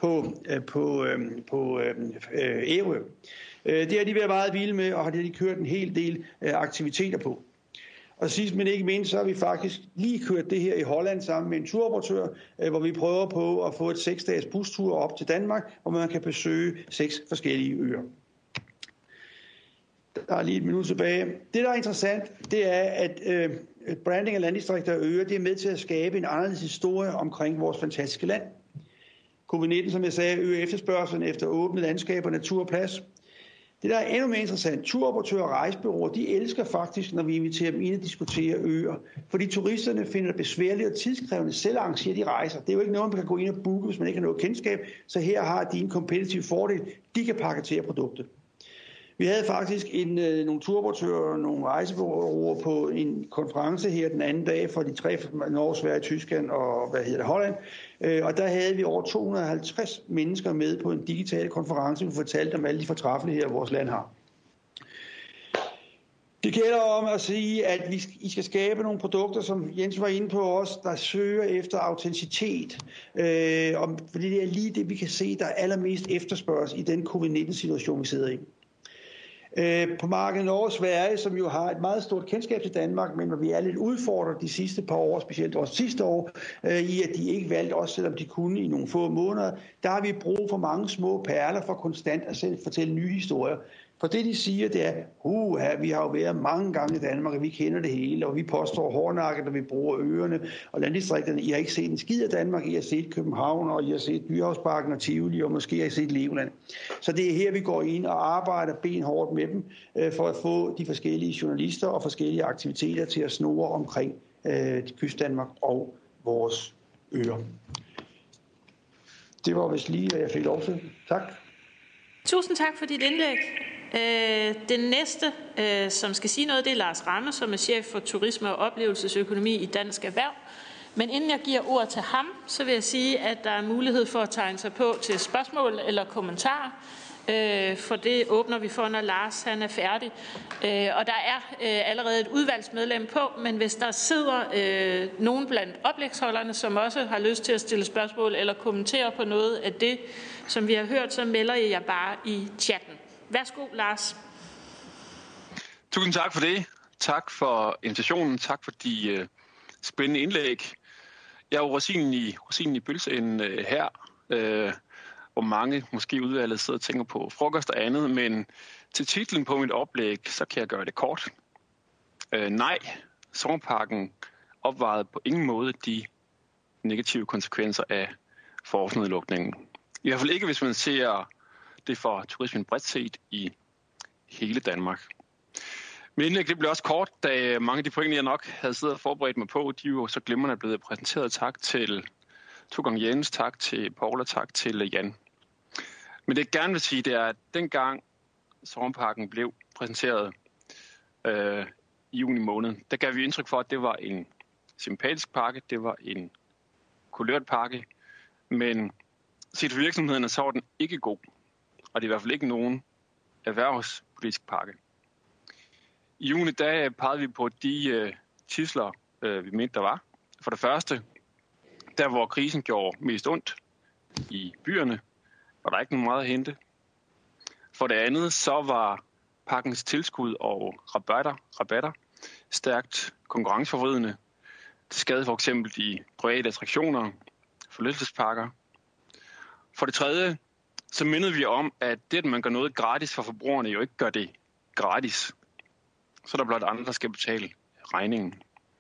på Ærø. Det har de været meget vilde med, og har de kørt en hel del aktiviteter på. Og sidst men ikke mindst, så har vi faktisk lige kørt det her i Holland sammen med en turoperatør, hvor vi prøver på at få et 6-dages bustur op til Danmark, hvor man kan besøge 6 forskellige øer. Der er lige et minut tilbage. Det, der er interessant, det er, at branding af landdistrikter og øer, det er med til at skabe en anderledes historie omkring vores fantastiske land. Covid-19, som jeg sagde, øger efterspørgselen efter åbne landskaber, natur og plads. Det, der er endnu mere interessant, turoperatører og rejsebureauer, de elsker faktisk, når vi inviterer dem ind og diskuterer øer. Fordi turisterne finder det besværligt og tidskrævende selv at arrangere de rejser. Det er jo ikke noget, man kan gå ind og booke, hvis man ikke har noget kendskab. Så her har de en kompetitiv fordel. De kan pakketere produktet. Vi havde faktisk nogle turoperatører og nogle rejsebureauer på en konference her den anden dag for de 3 Norge, Sverige, Tyskland og Holland. Og der havde vi over 250 mennesker med på en digital konference, vi fortalte om alle de fortræffeligheder, vores land har. Det gælder om at sige, at I skal skabe nogle produkter, som Jens var inde på også, der søger efter autenticitet. Fordi det er lige det, vi kan se, der er allermest efterspørges i den covid-19-situation, vi sidder i. På markedet Norge og Sverige, som jo har et meget stort kendskab til Danmark, men hvor vi er lidt udfordret de sidste par år, specielt også sidste år, i at de ikke valgte os, selvom de kunne i nogle få måneder, der har vi brug for mange små perler for konstant at selv fortælle nye historier. For det, de siger, det er, vi har jo været mange gange i Danmark, og vi kender det hele, og vi påstår hårdnakket, når vi bruger øerne og landdistrikterne. I har ikke set en skid af Danmark, I har set København, og I har set Dyrehavsparken og Tivoli, og måske har I set Legoland. Så det er her, vi går ind og arbejder benhårdt med dem, for at få de forskellige journalister og forskellige aktiviteter til at snurre omkring Kystdanmark og vores øer. Det var vist lige, hvad jeg fik lov til. Tak. Tusind tak for dit indlæg. Den næste, som skal sige noget, det er Lars Ramme, som er chef for turisme og oplevelsesøkonomi i Dansk Erhverv. Men inden jeg giver ord til ham, så vil jeg sige, at der er mulighed for at tegne sig på til spørgsmål eller kommentarer. For det åbner vi for, når Lars han er færdig. Og der er allerede et udvalgsmedlem på, men hvis der sidder nogen blandt oplægsholderne, som også har lyst til at stille spørgsmål eller kommentere på noget af det, som vi har hørt, så melder jeg bare i chatten. Værsgo, Lars. Tusind tak for det. Tak for invitationen. Tak for de spændende indlæg. Jeg er jo rosinen i pølseenden her, hvor mange måske udvalget sidder og tænker på frokost og andet, men til titlen på mit oplæg, så kan jeg gøre det kort. Nej, sommerparken opvejede på ingen måde de negative konsekvenser af forårsnedlukningen. I hvert fald ikke, hvis man ser det for turismen bredt set i hele Danmark. Men indlæg det blev også kort, da mange af de pointer, jeg nok havde siddet og forberedt mig på, de jo så glimrende blevet præsenteret. Tak til 2 gange Jens, tak til Paul og tak til Jan. Men det jeg gerne vil sige, det er, at dengang sommerparken blev præsenteret i juni måned, der gav vi indtryk for, at det var en sympatisk pakke, det var en kulørt pakke, men set for virksomhederne, så var den ikke god. Og det er i hvert fald ikke nogen erhvervspolitisk pakke. I juni der pegede vi på de tidsler, vi mente, der var. For det første, der hvor krisen gjorde mest ondt i byerne, var der ikke nogen meget at hente. For det andet, så var pakkens tilskud og rabatter stærkt konkurrenceforvridende. Det skade for eksempel de private attraktioner, forlystelsesparker. For det tredje, så mindede vi om, at det, at man gør noget gratis for forbrugerne, jo ikke gør det gratis. Så er der blot andre, der skal betale regningen.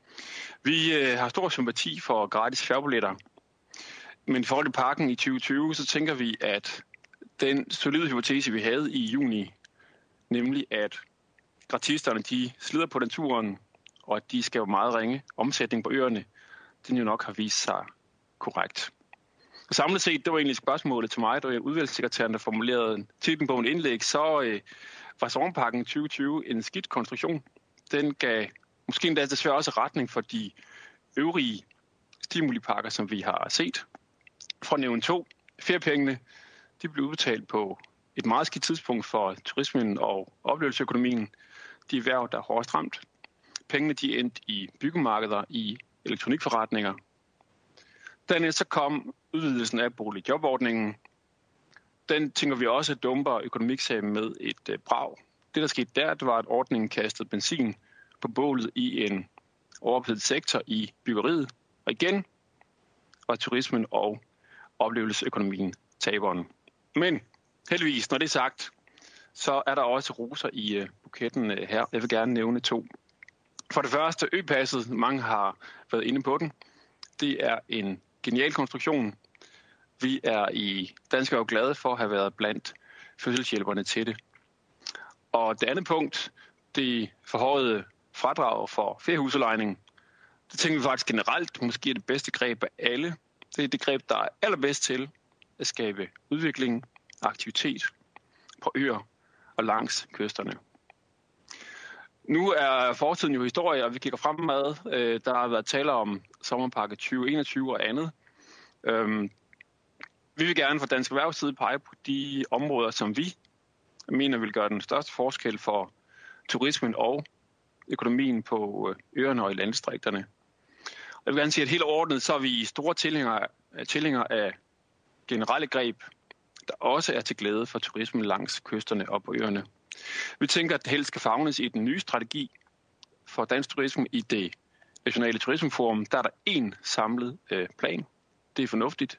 Vi har stor sympati for gratis færgebilletter, men i forhold til pakken i 2020, så tænker vi, at den solide hypotese, vi havde i juni, nemlig at gratisterne de slider på naturen, og at de skal jo meget ringe omsætning på øerne, den jo nok har vist sig korrekt. Og samlet set, det var egentlig spørgsmålet til mig, da jeg udvalgssekretæren, der formulerede titlen på en indlæg, så var sommerpakken 2020 en skidt konstruktion. Den gav måske endda desværre også retning for de øvrige stimulipakker, som vi har set. For at nævne 2, feriepengene, de blev udbetalt på et meget skidt tidspunkt for turismen og oplevelsesøkonomien. De erhverv, der er hårdest ramt. Pengene de endte i byggemarkeder, i elektronikforretninger. Dernæst så kom udvidelsen af boligjobordningen. Den tænker vi også dumper økonomiksagen med et brag. Det, der skete der, det var, at ordningen kastede benzin på bålet i en overophedet sektor i byggeriet. Og igen var turismen og oplevelsesøkonomien taberen. Men heldigvis, når det er sagt, så er der også roser i buketten her. Jeg vil gerne nævne 2. For det første, øpasset, mange har været inde på den. Det er en genial konstruktion. Vi er i Dansk Erhverv glade for at have været blandt fødselshjælperne til det. Og det andet punkt, det forhøjede fradrag for feriehusudlejning. Det tænker vi faktisk generelt måske er det bedste greb af alle. Det er det greb, der er allerbedst til at skabe udvikling og aktivitet på øer og langs kysterne. Nu er fortiden jo historie, og vi kigger fremad. Der har været tale om sommerpakke 2021 og andet. Vi vil gerne fra Dansk Erhvervs side pege på de områder, som vi mener vil gøre den største forskel for turismen og økonomien på øerne og i landdistrikterne. Jeg vil gerne sige, at helt overordnet, så er vi store tilhængere af generelle greb der også er til glæde for turismen langs kysterne og på øerne. Vi tænker, at det helst skal favnes i den nye strategi for dansk turisme i det nationale turismeforum. Der er der én samlet plan. Det er fornuftigt.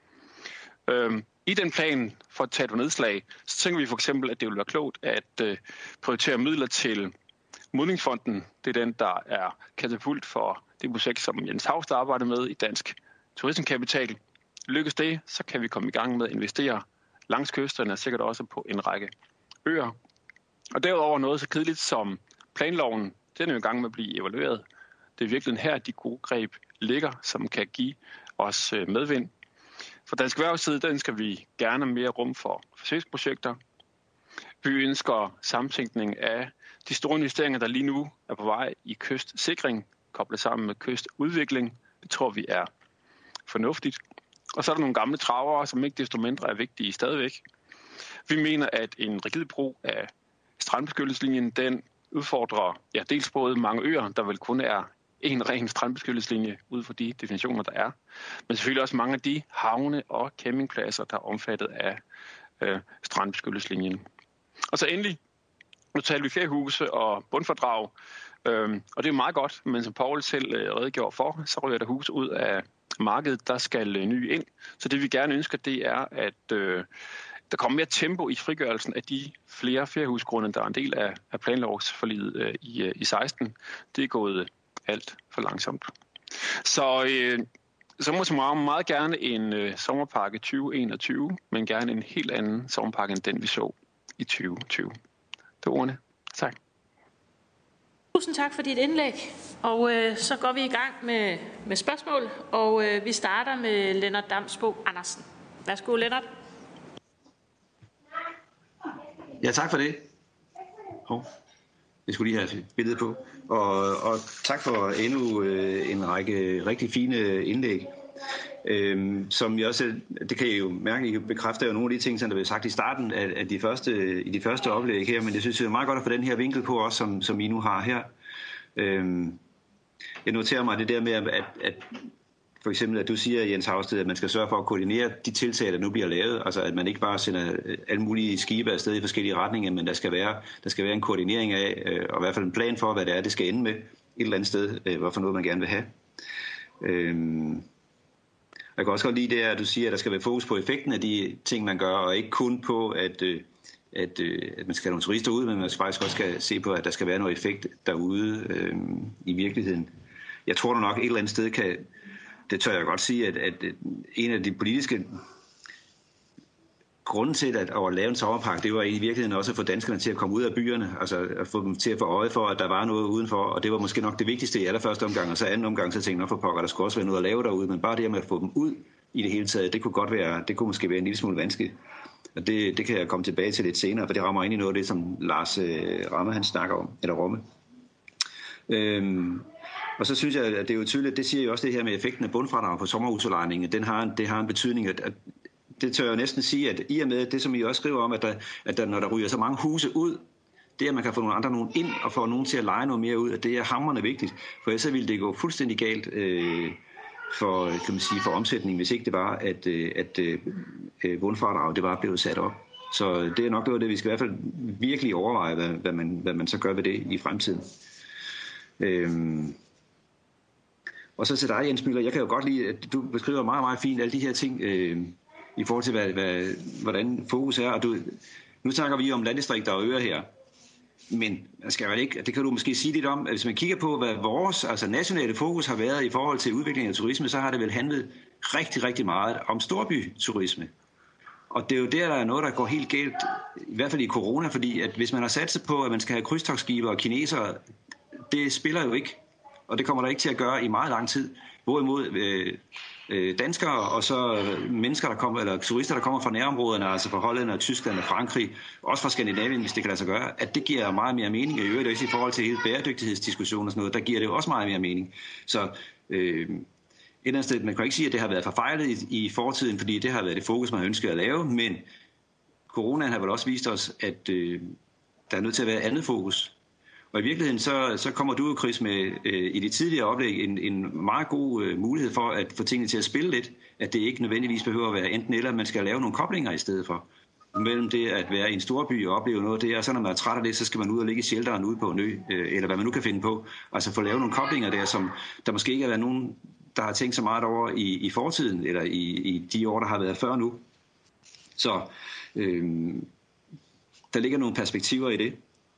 I den plan, for at tage et nedslag, så tænker vi for eksempel, at det vil være klogt at prioritere midler til Modningsfonden. Det er den, der er katapult for det projekt, som Jens Haust arbejder med i Dansk Turismekapital. Lykkes det, så kan vi komme i gang med at investere langs kysterne og sikkert også på en række øer. Og derudover noget så kedeligt som planloven, den er jo i gang med at blive evalueret. Det er virkelig her, de gode greb ligger, som kan give os medvind. For Dansk Erhvervsside, der ønsker vi gerne mere rum for forsøgsprojekter. Vi ønsker samtænkning af de store investeringer, der lige nu er på vej i kystsikring, koblet sammen med kystudvikling. Det tror vi er fornuftigt. Og så er der nogle gamle travere, som ikke desto mindre er vigtige stadigvæk. Vi mener, at en rigid brug af strandbeskyttelseslinjen, den udfordrer dels både mange øer, der vel kun er en ren strandbeskyttelseslinje ud fra de definitioner, der er. Men selvfølgelig også mange af de havne og campingpladser, der er omfattet af strandbeskyttelseslinjen. Og så endelig, nu taler vi feriehuse og bundfordrag, og det er meget godt, men som Poul selv redegjorde for, så ryger der huse ud af markedet, der skal nye ind. Så det vi gerne ønsker, det er, at der kommer mere tempo i frigørelsen af de flere feriehusgrunde, der er en del af planlovsforliget i 16. Det er gået alt for langsomt. Så må jeg meget gerne en sommerpakke 2021, men gerne en helt anden sommerpakke end den, vi så i 2020. Det var ordene. Tak. Tusind tak for dit indlæg, og så går vi i gang med spørgsmål, og vi starter med Lennart Damsbo Andersen. Værsgo, Lennart. Ja, tak for det. Jeg skulle lige have billedet på. Og tak for endnu en række rigtig fine indlæg. Som jeg også, det kan I jo mærke, I bekræfter jo nogle af de ting, som der blev sagt i starten af i de første oplæg her, men det synes jeg er meget godt at få den her vinkel på også, som I nu har her. Jeg noterer mig det der med, at for eksempel, at du siger, Jens Hausted, at man skal sørge for at koordinere de tiltag, der nu bliver lavet. Altså, at man ikke bare sender alle mulige skibe afsted i forskellige retninger, men der skal være en koordinering af, og i hvert fald en plan for, hvad det er, det skal ende med et eller andet sted, hvorfor noget man gerne vil have. Jeg kan også godt lide det, at du siger, at der skal være fokus på effekten af de ting, man gør, og ikke kun på, at man skal have nogle turister ud, men man faktisk også skal se på, at der skal være noget effekt derude i virkeligheden. Jeg tror nok et eller andet sted det tør jeg godt sige, at en af de politiske grunde til at lave en sommerpakke, det var i virkeligheden også at få danskerne til at komme ud af byerne, altså at få dem til at få øje for, at der var noget udenfor, og det var måske nok det vigtigste i allerførste omgang, og så anden omgang, så tænkte jeg, for pokker, der skulle også være noget at lave derude, men bare det med at få dem ud i det hele taget, det kunne måske være en lille smule vanskeligt. Og det kan jeg komme tilbage til lidt senere, for det rammer ind i noget af det, som Lars Ramme, han snakker om, eller Romme. Og så synes jeg, at det er jo tydeligt, det siger jo også det her med effekten af bundfradrag på sommerhusudlejningen, det har en betydning, at det tør jeg næsten sige, at i og med det, som I også skriver om, at der, når der ryger så mange huse ud, det at man kan få nogle andre ind og få nogen til at leje noget mere ud, at det er hamrende vigtigt, for ellers ville det gå fuldstændig galt for omsætningen, hvis ikke det var, at bundfradrag det var blevet sat op. Så det er nok noget af det, vi skal i hvert fald virkelig overveje, hvad man så gør ved det i fremtiden. Og så til dig, Jens Møller, jeg kan jo godt lide, at du beskriver meget, meget fint alle de her ting i forhold til, hvordan fokus er. Og nu snakker vi om landdistrikter og øer her, men man skal vel ikke, det kan du måske sige lidt om, at hvis man kigger på, hvad vores nationale fokus har været i forhold til udviklingen af turisme, så har det vel handlet rigtig, rigtig meget om storbyturisme. Og det er jo der er noget, der går helt galt, i hvert fald i corona, fordi at hvis man har sat sig på, at man skal have krydstogtskibe og kinesere, det spiller jo ikke. Og det kommer der ikke til at gøre i meget lang tid. Hvorimod danskere og så mennesker, der kommer, eller turister, der kommer fra nærområderne, altså fra Holland og Tyskland og Frankrig, også fra Skandinavien, hvis det kan lade sig gøre, at det giver meget mere mening. I øvrigt også i forhold til hele bæredygtighedsdiskussionen og sådan noget, der giver det jo også meget mere mening. Så et eller andet sted, man kan ikke sige, at det har været forfejlet i fortiden, fordi det har været det fokus, man ønskede at lave, men coronaen har vel også vist os, at der er nødt til at være andet fokus. Og i virkeligheden så kommer du jo, Chris, med i det tidligere oplæg en meget god mulighed for at få tingene til at spille lidt. At det ikke nødvendigvis behøver at være enten eller, man skal lave nogle koblinger i stedet for. Mellem det at være i en storby og opleve noget af det, og så når man er træt af det, så skal man ud og ligge i shelteren ude på en ø, eller hvad man nu kan finde på. Altså få lavet nogle koblinger der, som der måske ikke har været nogen, der har tænkt så meget over i fortiden, eller i de år, der har været før nu. Så der ligger nogle perspektiver i det.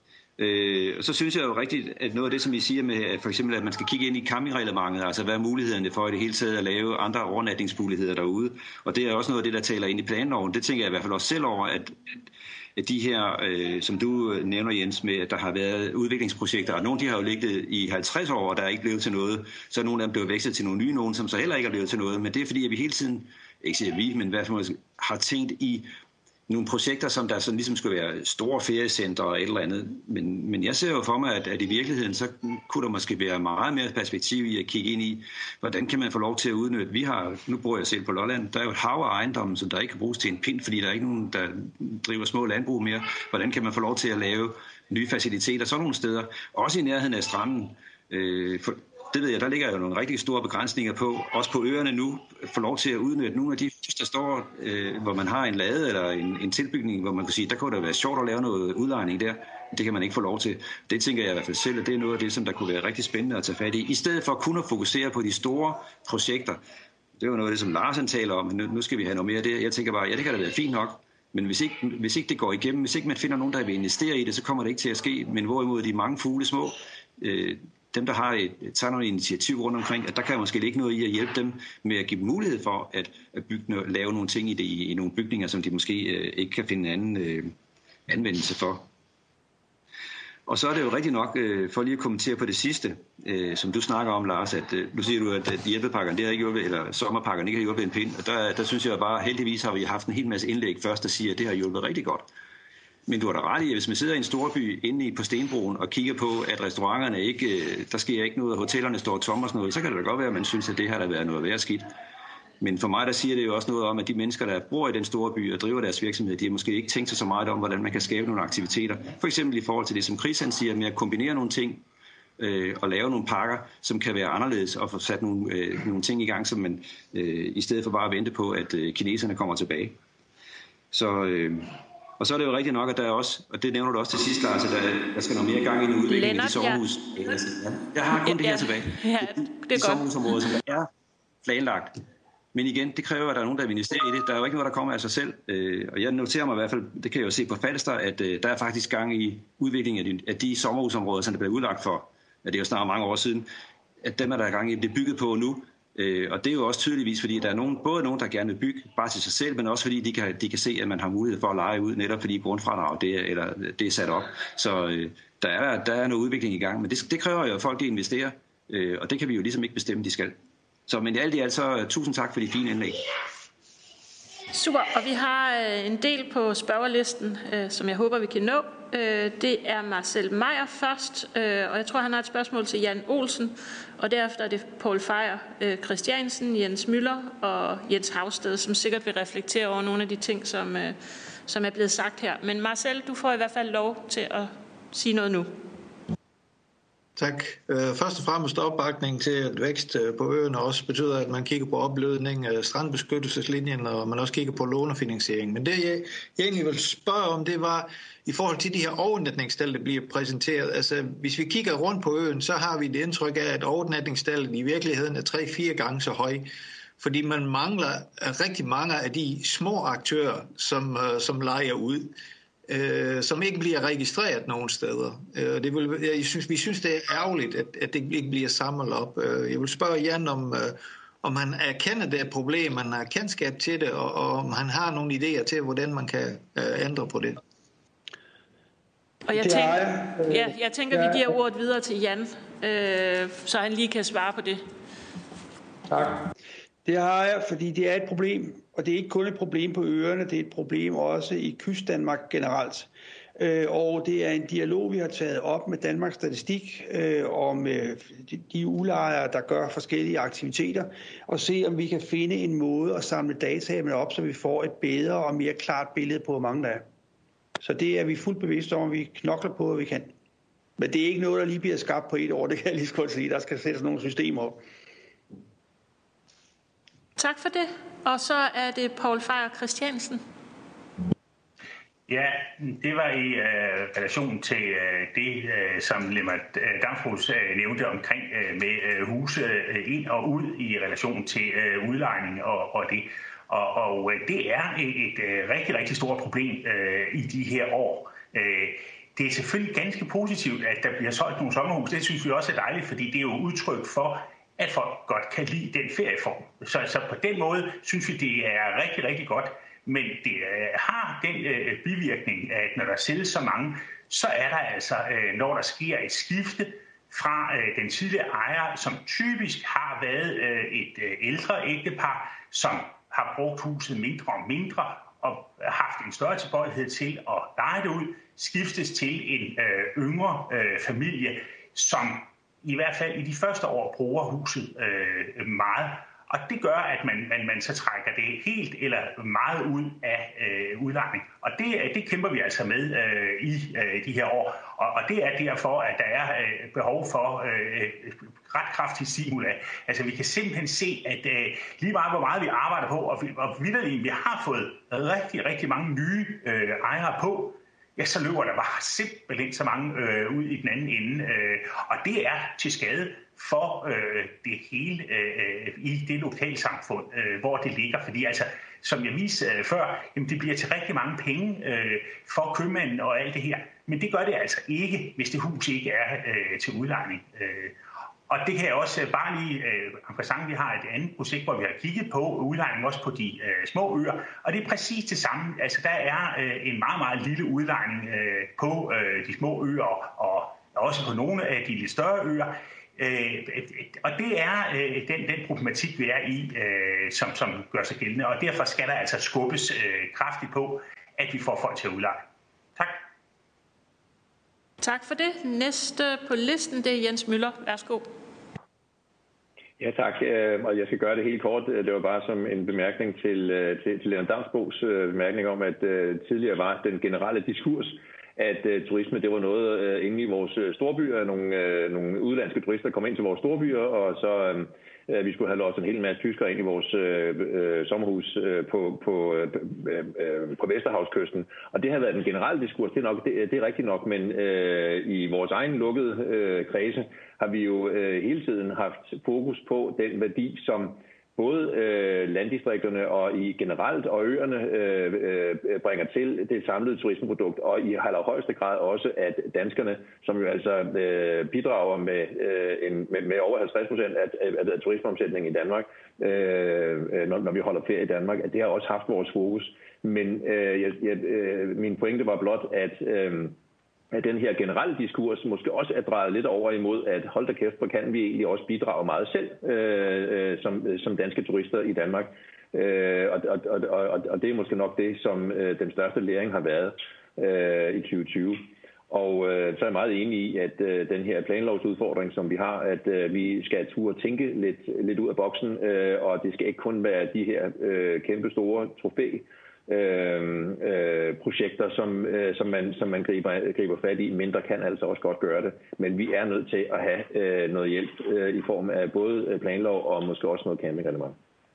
Og så synes jeg jo rigtigt, at noget af det, som I siger med, at for eksempel, at man skal kigge ind i campingreglementet, altså hvad er mulighederne for i det hele taget at lave andre overnatningsmuligheder derude. Og det er også noget af det, der taler ind i planloven. Det tænker jeg i hvert fald også selv over, at de her, som du nævner, Jens, med at der har været udviklingsprojekter, og nogle de har jo ligget i 50 år, og der er ikke blevet til noget. Så er nogle af dem blevet vækstet til nogle nye, nogen som så heller ikke er blevet til noget. Men det er fordi, at vi hele tiden, ikke siger vi, men i hvert fald har tænkt i nogle projekter, som der sådan ligesom skulle være store feriecentre og et eller andet. Men jeg ser jo for mig, at i virkeligheden, så kunne der måske være meget mere perspektiv i at kigge ind i, hvordan kan man få lov til at udnytte. Nu bor jeg selv på Lolland, der er jo et hav af ejendommen, som der ikke kan bruges til en pind, fordi der er ikke nogen, der driver små landbrug mere. Hvordan kan man få lov til at lave nye faciliteter sådan nogle steder, også i nærheden af stranden? Det ved jeg, der ligger jo nogle rigtig store begrænsninger på, også på øerne nu, få lov til at udnytte nogle af de hus, der står, hvor man har en lade eller en tilbygning, hvor man kan sige, der kunne det være sjovt at lave noget udlejning der. Det kan man ikke få lov til. Det tænker jeg i hvert fald selv, at det er noget af det, som der kunne være rigtig spændende at tage fat i. I stedet for kun at fokusere på de store projekter. Det var noget af det, som Larsen taler om. Nu skal vi have noget mere af det. Jeg tænker bare, ja, det kan da være fint nok. Men hvis ikke det går igennem, hvis ikke man finder nogen, der vil investere i det, så kommer det ikke til at ske. Men hvorimod de mange fugle små, dem, der tager noget initiativ rundt omkring, at der kan måske ikke noget i at hjælpe dem med at give dem mulighed for at lave nogle ting i nogle bygninger, som de måske ikke kan finde anden anvendelse for. Og så er det jo rigtigt nok, for lige at kommentere på det sidste, som du snakker om, Lars, at nu siger du, at hjælpepakkerne, det har ikke hjulpet, eller sommerpakkerne ikke har hjulpet en pind, og der synes jeg bare, heldigvis har vi haft en hel masse indlæg først, der siger, at det har hjulpet rigtig godt. Men du har da ret i, at hvis man sidder i en storby inde på Stenbroen og kigger på, at restauranterne ikke, der sker ikke noget, og hotellerne står tomme og sådan noget, så kan det da godt være, at man synes, at det har da været noget værre skidt. Men for mig, der siger det jo også noget om, at de mennesker, der bor i den store by og driver deres virksomhed, de har måske ikke tænkt sig så meget om, hvordan man kan skabe nogle aktiviteter. For eksempel i forhold til det, som Chris siger, med at kombinere nogle ting og lave nogle pakker, som kan være anderledes, og få sat nogle ting i gang, som man i stedet for bare at vente på, at kineserne kommer tilbage. Og så er det jo rigtigt nok, at der er også, og det nævner du også til sidst, Lars, at der skal noget mere gang i en udvikling i de sommerhus. Jeg har kun det her tilbage. Ja, det er sommerhusområder, som der er planlagt. Men igen, det kræver, at der er nogen, der vil investere i det. Der er jo ikke noget, der kommer af sig selv. Og jeg noterer mig i hvert fald, det kan jeg jo se på Falster, at der er faktisk gang i udviklingen af de sommerhusområder, som der blev udlagt for, at det er jo snart mange år siden, at dem er der gang i, det er bygget på nu. Og det er jo også tydeligvis, fordi der er både nogen, der gerne vil bygge bare til sig selv, men også fordi de kan se, at man har mulighed for at leje ud, netop fordi grundfradrag det er sat op. Så der er noget udvikling i gang, men det kræver jo, at folk de investerer, og det kan vi jo ligesom ikke bestemme, de skal. Så men alt i alt så tusind tak for de fine indlæg. Super, og vi har en del på spørgerlisten, som jeg håber, vi kan nå. Det er Marcel Meyer først, og jeg tror, han har et spørgsmål til Jan Olsen, og derefter er det Paul Fejer Christiansen, Jens Møller og Jens Havsted, som sikkert vil reflektere over nogle af de ting, som er blevet sagt her. Men Marcel, du får i hvert fald lov til at sige noget nu. Tak. Først og fremmest opbakning til, at vækst på øerne også betyder, at man kigger på opblødning af strandbeskyttelseslinjen, og man også kigger på lånefinansiering. Men det, jeg egentlig vil spørge om, det var i forhold til de her overnatningsstal, der bliver præsenteret. Altså, hvis vi kigger rundt på øen, så har vi det indtryk af, at overnatningsstallet i virkeligheden er 3-4 gange så høj. Fordi man mangler rigtig mange af de små aktører, som lejer ud. Som ikke bliver registreret nogen steder. Vi synes, det er ærgerligt, at det ikke bliver samlet op. Jeg vil spørge Jan, om han erkender det problem, man har kendskab til det, og om han har nogle idéer til, hvordan man kan ændre på det. Og jeg tænker, vi giver ordet videre til Jan, så han lige kan svare på det. Tak. Det har jeg, fordi det er et problem, og det er ikke kun et problem på øerne, det er et problem også i Kystdanmark generelt. Og det er en dialog, vi har taget op med Danmarks Statistik om de udlejere, der gør forskellige aktiviteter, og se, om vi kan finde en måde at samle dataene op, så vi får et bedre og mere klart billede på, hvor mange der er. Så det er vi fuldt bevidste om, at vi knokler på, at vi kan. Men det er ikke noget, der lige bliver skabt på et år, det kan jeg lige så godt sige. Der skal sættes nogle systemer op. Tak for det. Og så er det Poul Fejer Christiansen. Ja, det var i relation til det, som Lennart Damsbo nævnte omkring med huse ind og ud i relation til udlejning og det. Og det er et rigtig, rigtig stort problem i de her år. Det er selvfølgelig ganske positivt, at der bliver solgt nogle sommerhus. Det synes vi også er dejligt, fordi det er jo udtryk for, at folk godt kan lide den ferieform. Så på den måde synes vi, det er rigtig, rigtig godt. Men det har den bivirkning, at når der sælges så mange, så er der altså, når der sker et skifte fra den tidligere ejer, som typisk har været et ældre ægtepar, som har brugt huset mindre og mindre, og haft en større tilbøjelighed til at leje det ud, skiftes til en yngre familie, som i hvert fald i de første år bruger huset meget. Og det gør, at man så trækker det helt eller meget ud af udlejning. Og det kæmper vi altså med i de her år. Og det er derfor, at der er behov for ret kraftig stimuli. Altså vi kan simpelthen se, at lige meget hvor meget vi arbejder på, og vitterligt, vi har fået rigtig, rigtig mange nye ejere på, ja, så løber der bare simpelthen så mange ud i den anden ende. Og det er til skade for det hele i det lokalsamfund, hvor det ligger. Fordi altså, som jeg viste før, jamen, det bliver til rigtig mange penge for købmanden og alt det her. Men det gør det altså ikke, hvis det hus ikke er til udlejning. Og det kan jeg også bare lige vi har et andet projekt, hvor vi har kigget på udlejning også på de små øer, og det er præcis det samme. Altså der er en meget, meget lille udlejning på de små øer, og også på nogle af de lidt større øer. Og det er den problematik, vi er i, som gør sig gældende, og derfor skal der altså skubbes kraftigt på, at vi får folk til at udleje. Tak. Tak for det. Næste på listen, det er Jens Møller. Værsgo. Ja, tak. Og jeg skal gøre det helt kort. Det var bare som en bemærkning til Lennart Damsbos bemærkning om, at tidligere var den generelle diskurs, at turisme, det var noget inde i vores storbyer. Nogle udlandske turister kom ind til vores storbyer, og så vi skulle have låst en hel masse tyskere ind i vores sommerhus på Vesterhavskysten. Og det har været den generelle diskurs. Det er rigtigt nok, men i vores egen lukkede kredse har vi jo hele tiden haft fokus på den værdi, som både landdistrikterne og i generelt og øerne bringer til det samlede turismeprodukt, og i allerhøjeste grad også, at danskerne, som jo altså bidrager med over 50% af turismeomsætningen i Danmark, når vi holder ferie i Danmark, at det har også haft vores fokus. Men min pointe var blot, at den her generelle diskurs måske også er drejet lidt over imod, at hold da kæft, hvor kan vi egentlig også bidrage meget selv som danske turister i Danmark. Og det er måske nok det, som den største læring har været i 2020. Og så er jeg meget enig i, at den her planlovsudfordring, som vi har, at vi skal turde tænke lidt ud af boksen, og det skal ikke kun være de her kæmpe store trofæ projekter, som man griber fat i. Mindre kan altså også godt gøre det. Men vi er nødt til at have noget hjælp i form af både planlov og måske også noget campingreglement.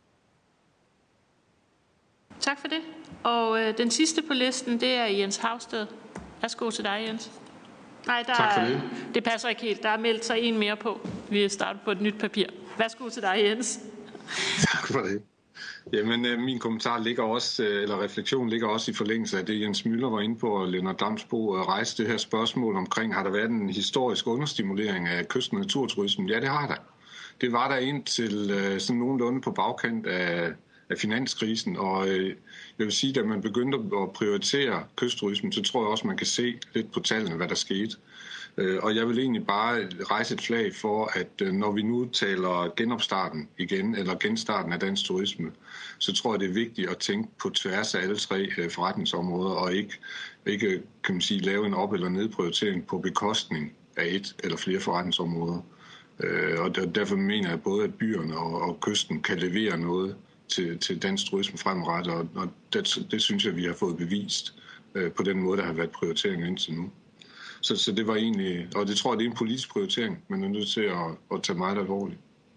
Tak for det. Og den sidste på listen, det er Jens Havsted. Værsgo til dig, Jens. Nej, tak for det. Det passer ikke helt. Der er meldt sig en mere på. Vi er startet på et nyt papir. Værsgo til dig, Jens. Tak for det. Jamen, min kommentar ligger også, eller refleksion ligger også i forlængelse af det, Jens Møller var inde på, og Lennart Damsbo rejste det her spørgsmål omkring, har der været en historisk understimulering af kyst- og naturturismen? Ja, det har der. Det var der indtil sådan nogenlunde på bagkant af finanskrisen, og jeg vil sige, at da man begyndte at prioritere kystturismen, så tror jeg også, man kan se lidt på tallene, hvad der skete. Og jeg vil egentlig bare rejse et flag for, at når vi nu taler genopstarten igen, eller genstarten af dansk turisme, så tror jeg, det er vigtigt at tænke på tværs af alle tre forretningsområder, og ikke kan man sige, lave en op- eller nedprioritering på bekostning af et eller flere forretningsområder. Og derfor mener jeg både, at byerne og kysten kan levere noget til dansk turisme fremadrettet, og det synes jeg, vi har fået bevist på den måde, der har været prioritering indtil nu. Så det var egentlig, og det tror jeg, det er en politisk prioritering, man er nødt til at tage meget alvorligt.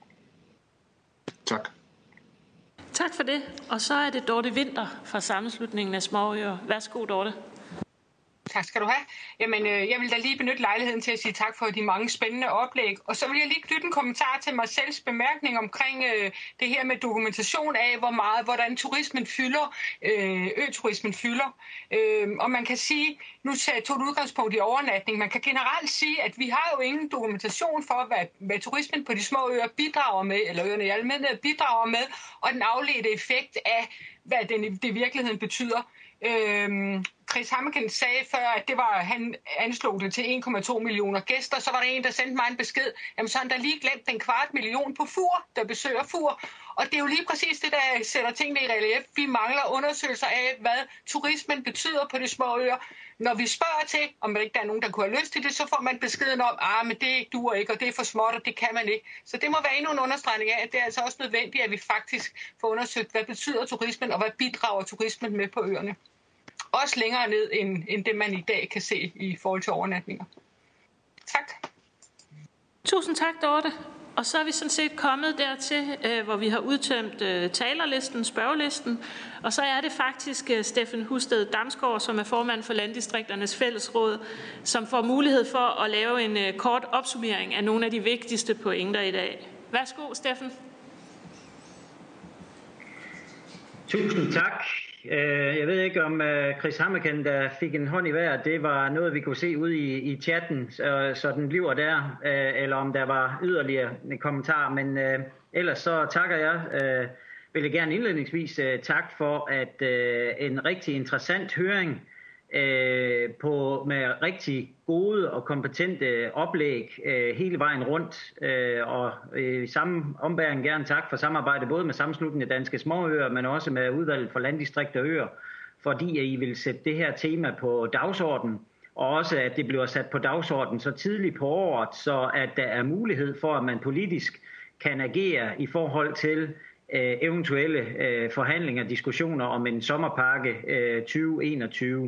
Tak. Tak for det. Og så er det Dorte Winther fra Sammenslutningen af Småøer. Værsgo, Dorte. Tak skal du have. Jamen, jeg vil da lige benytte lejligheden til at sige tak for de mange spændende oplæg. Og så vil jeg lige knytte en kommentar til Marcels bemærkning omkring det her med dokumentation af, hvordan turismen fylder, øturismen fylder. Og man kan sige, nu tog du udgangspunkt i overnatning, man kan generelt sige, at vi har jo ingen dokumentation for, hvad turismen på de små øer bidrager med, eller øerne i almindelighed bidrager med, og den afledte effekt af, hvad det i virkeligheden betyder. Chris Hammerken sagde før, at han anslog det til 1,2 millioner gæster. Så var der en, der sendte mig en besked. Jamen så har han da lige glemt den 250.000 på Fur, der besøger Fur. Og det er jo lige præcis det, der sætter tingene i relief. Vi mangler undersøgelser af, hvad turismen betyder på de små øer. Når vi spørger til, om ikke der er nogen, der kunne have lyst til det, så får man beskeden om, men det duer ikke, og det er for småt, og det kan man ikke. Så det må være endnu en understregning af, at det er altså også nødvendigt, at vi faktisk får undersøgt, hvad betyder turismen, og hvad bidrager turismen med på øerne. Også længere ned, end det man i dag kan se i forhold til overnatninger. Tak. Tusind tak, Dorte. Og så er vi sådan set kommet dertil, hvor vi har udtømt talerlisten, spørgelisten. Og så er det faktisk Steffen Husted Damsgaard, som er formand for Landdistrikternes Fællesråd, som får mulighed for at lave en kort opsummering af nogle af de vigtigste pointer i dag. Værsgo, Steffen. Tusind tak. Jeg ved ikke, om Chris Hammerken, der fik en hånd i vejret, det var noget, vi kunne se ude i chatten, så den bliver der, eller om der var yderligere kommentarer. Men ellers så takker jeg. Vil jeg gerne indledningsvis tak for at en rigtig interessant høring med rigtig gode og kompetente oplæg hele vejen rundt, og i samme ombæring gerne tak for samarbejdet både med Sammenslutningen af Danske Småøer, men også med Udvalget for Landdistrikter og Øer, fordi I vil sætte det her tema på dagsordenen, og også at det bliver sat på dagsordenen så tidligt på året, så at der er mulighed for, at man politisk kan agere i forhold til eventuelle forhandlinger og diskussioner om en sommerpakke 2021.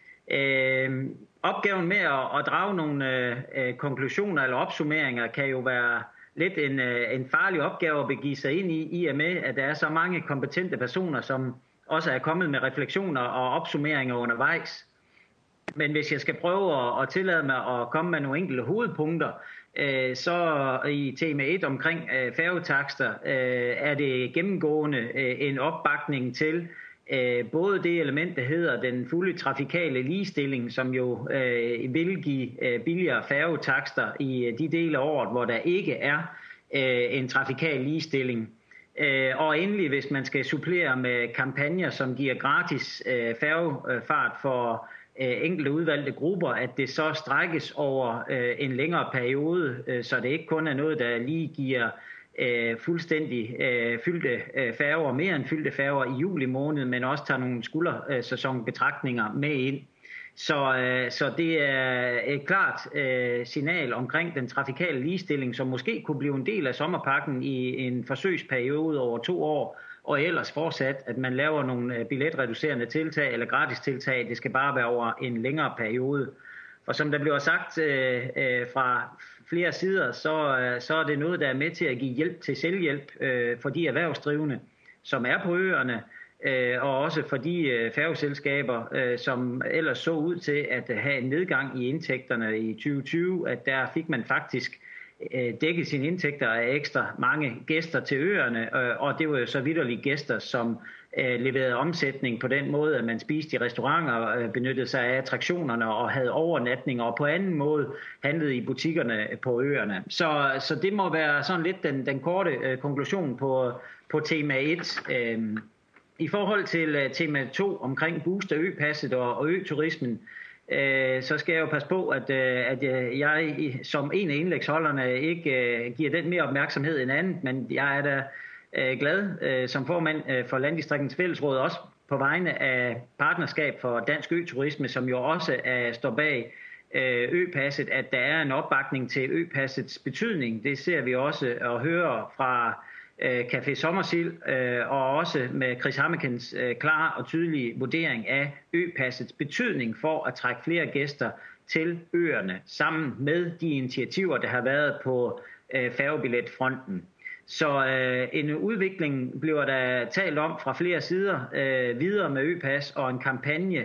Opgaven med at drage nogle konklusioner eller opsummeringer kan jo være lidt en farlig opgave at begive sig ind i og med, at der er så mange kompetente personer, som også er kommet med refleksioner og opsummeringer undervejs. Men hvis jeg skal prøve at tillade mig at komme med nogle enkelte hovedpunkter, så i tema 1 omkring færgetakster er det gennemgående en opbakning til både det element, der hedder den fulde trafikale ligestilling, som jo vil give billigere færgetakster i de dele af året, hvor der ikke er en trafikal ligestilling. Og endelig, hvis man skal supplere med kampagner, som giver gratis færgefart for enkelte udvalgte grupper, at det så strækkes over en længere periode, så det ikke kun er noget, der lige giver fuldstændig fyldte færger, mere end fyldte færger i juli måned, men også tager nogle skuldersæsonbetragtninger med ind. Så det er et klart signal omkring den trafikale ligestilling, som måske kunne blive en del af sommerpakken i en forsøgsperiode over 2 år, og ellers fortsat, at man laver nogle billetreducerende tiltag eller gratis tiltag. Det skal bare være over en længere periode. Og som der bliver sagt fra flere sider, så er det noget, der er med til at give hjælp til selvhjælp for de erhvervsdrivende, som er på øerne, og også for de færgeselskaber, som ellers så ud til at have en nedgang i indtægterne i 2020, at der fik man faktisk dækket sine indtægter af ekstra mange gæster til øerne, og det var jo så vitterlige gæster, som leverede omsætning på den måde, at man spiste i restauranter, benyttede sig af attraktionerne og havde overnatninger, og på anden måde handlede i butikkerne på øerne. Så det må være sådan lidt den korte konklusion på tema 1. I forhold til tema 2 omkring booster øpasset og øturismen, så skal jeg jo passe på, at jeg som en af indlægsholderne ikke giver den mere opmærksomhed end andet, men jeg er da glad som formand for Landdistrikternes Fællesråd, også på vegne af Partnerskab for Dansk Øturisme, som jo også står bag øpasset, at der er en opbakning til øpassets betydning. Det ser vi også og hører fra Café Sommersild, og også med Chris Hammerkens klare og tydelige vurdering af øpassets betydning for at trække flere gæster til øerne, sammen med de initiativer, der har været på færgebilletfronten. Så en udvikling bliver der talt om fra flere sider videre med Øpas, og en kampagne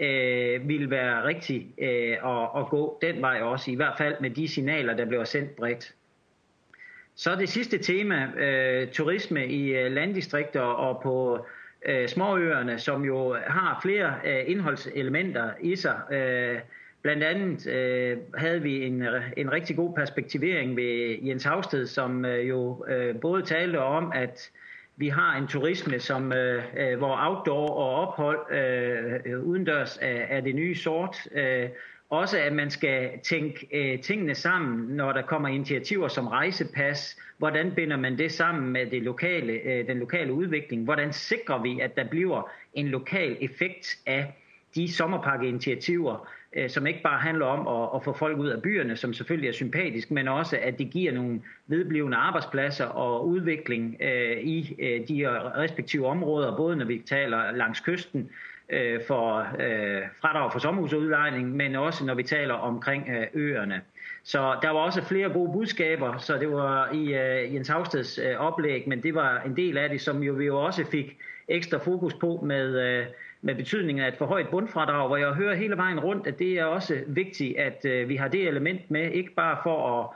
vil være rigtig at gå den vej også, i hvert fald med de signaler, der bliver sendt bredt. Så det sidste tema, turisme i landdistrikter og på småøerne, som jo har flere indholdselementer i sig. Blandt andet havde vi en rigtig god perspektivering ved Jens Hausted, som jo både talte om, at vi har en turisme, hvor outdoor og ophold udendørs er det nye sort. Også at man skal tænke tingene sammen, når der kommer initiativer som rejsepas. Hvordan binder man det sammen med den lokale udvikling? Hvordan sikrer vi, at der bliver en lokal effekt af de sommerpakkeinitiativer, som ikke bare handler om at få folk ud af byerne, som selvfølgelig er sympatisk, men også at det giver nogle vedblivende arbejdspladser og udvikling i de respektive områder, både når vi taler langs kysten, for fradrag for sommerhusudlejning, men også når vi taler omkring øerne. Så der var også flere gode budskaber, så det var i Jens Hausteds oplæg, men det var en del af det, som vi jo også fik ekstra fokus på med betydningen af et forhøjet bundfradrag, hvor jeg hører hele vejen rundt, at det er også vigtigt, at vi har det element med, ikke bare for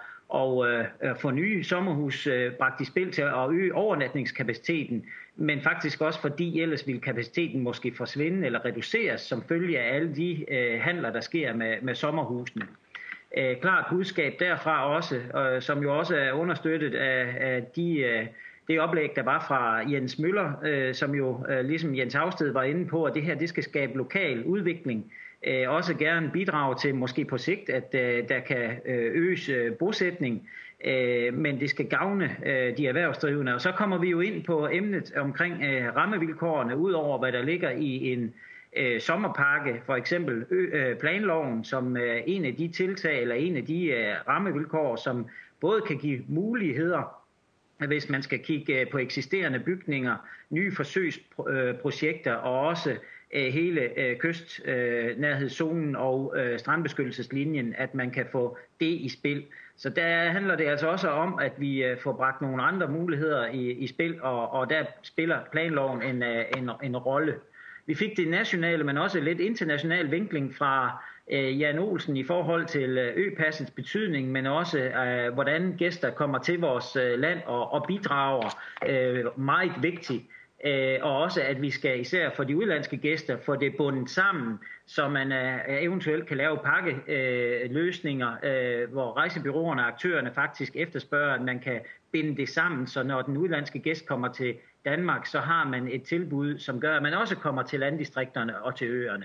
at få nye sommerhus bragt i spil til at øge overnatningskapaciteten, men faktisk også fordi ellers vil kapaciteten måske forsvinde eller reduceres som følge af alle de handler, der sker med sommerhusene. Klart budskab derfra også, som jo også er understøttet af det oplæg, der var fra Jens Møller, som jo ligesom Jens Hausted var inde på, at det her det skal skabe lokal udvikling. Også gerne bidrage til måske på sigt, at der kan øges bosætning, men det skal gavne de erhvervsdrivende. Og så kommer vi jo ind på emnet omkring rammevilkårene, ud over hvad der ligger i en sommerpakke, for eksempel planloven, som en af de tiltag eller en af de rammevilkår, som både kan give muligheder, hvis man skal kigge på eksisterende bygninger, nye forsøgsprojekter og også hele kystnærhedszonen og strandbeskyttelseslinjen, at man kan få det i spil. Så der handler det altså også om, at vi får bragt nogle andre muligheder i spil, og der spiller planloven en rolle. Vi fik det nationale, men også lidt international vinkling fra Jan Olsen i forhold til øpassets betydning, men også hvordan gæster kommer til vores land og bidrager meget vigtigt. Og også at vi skal især for de udlandske gæster få det bundet sammen, så man eventuelt kan lave pakkeløsninger, hvor rejsebureauerne og aktørerne faktisk efterspørger, at man kan binde det sammen, så når den udlandske gæst kommer til Danmark, så har man et tilbud, som gør, at man også kommer til landdistrikterne og til øerne.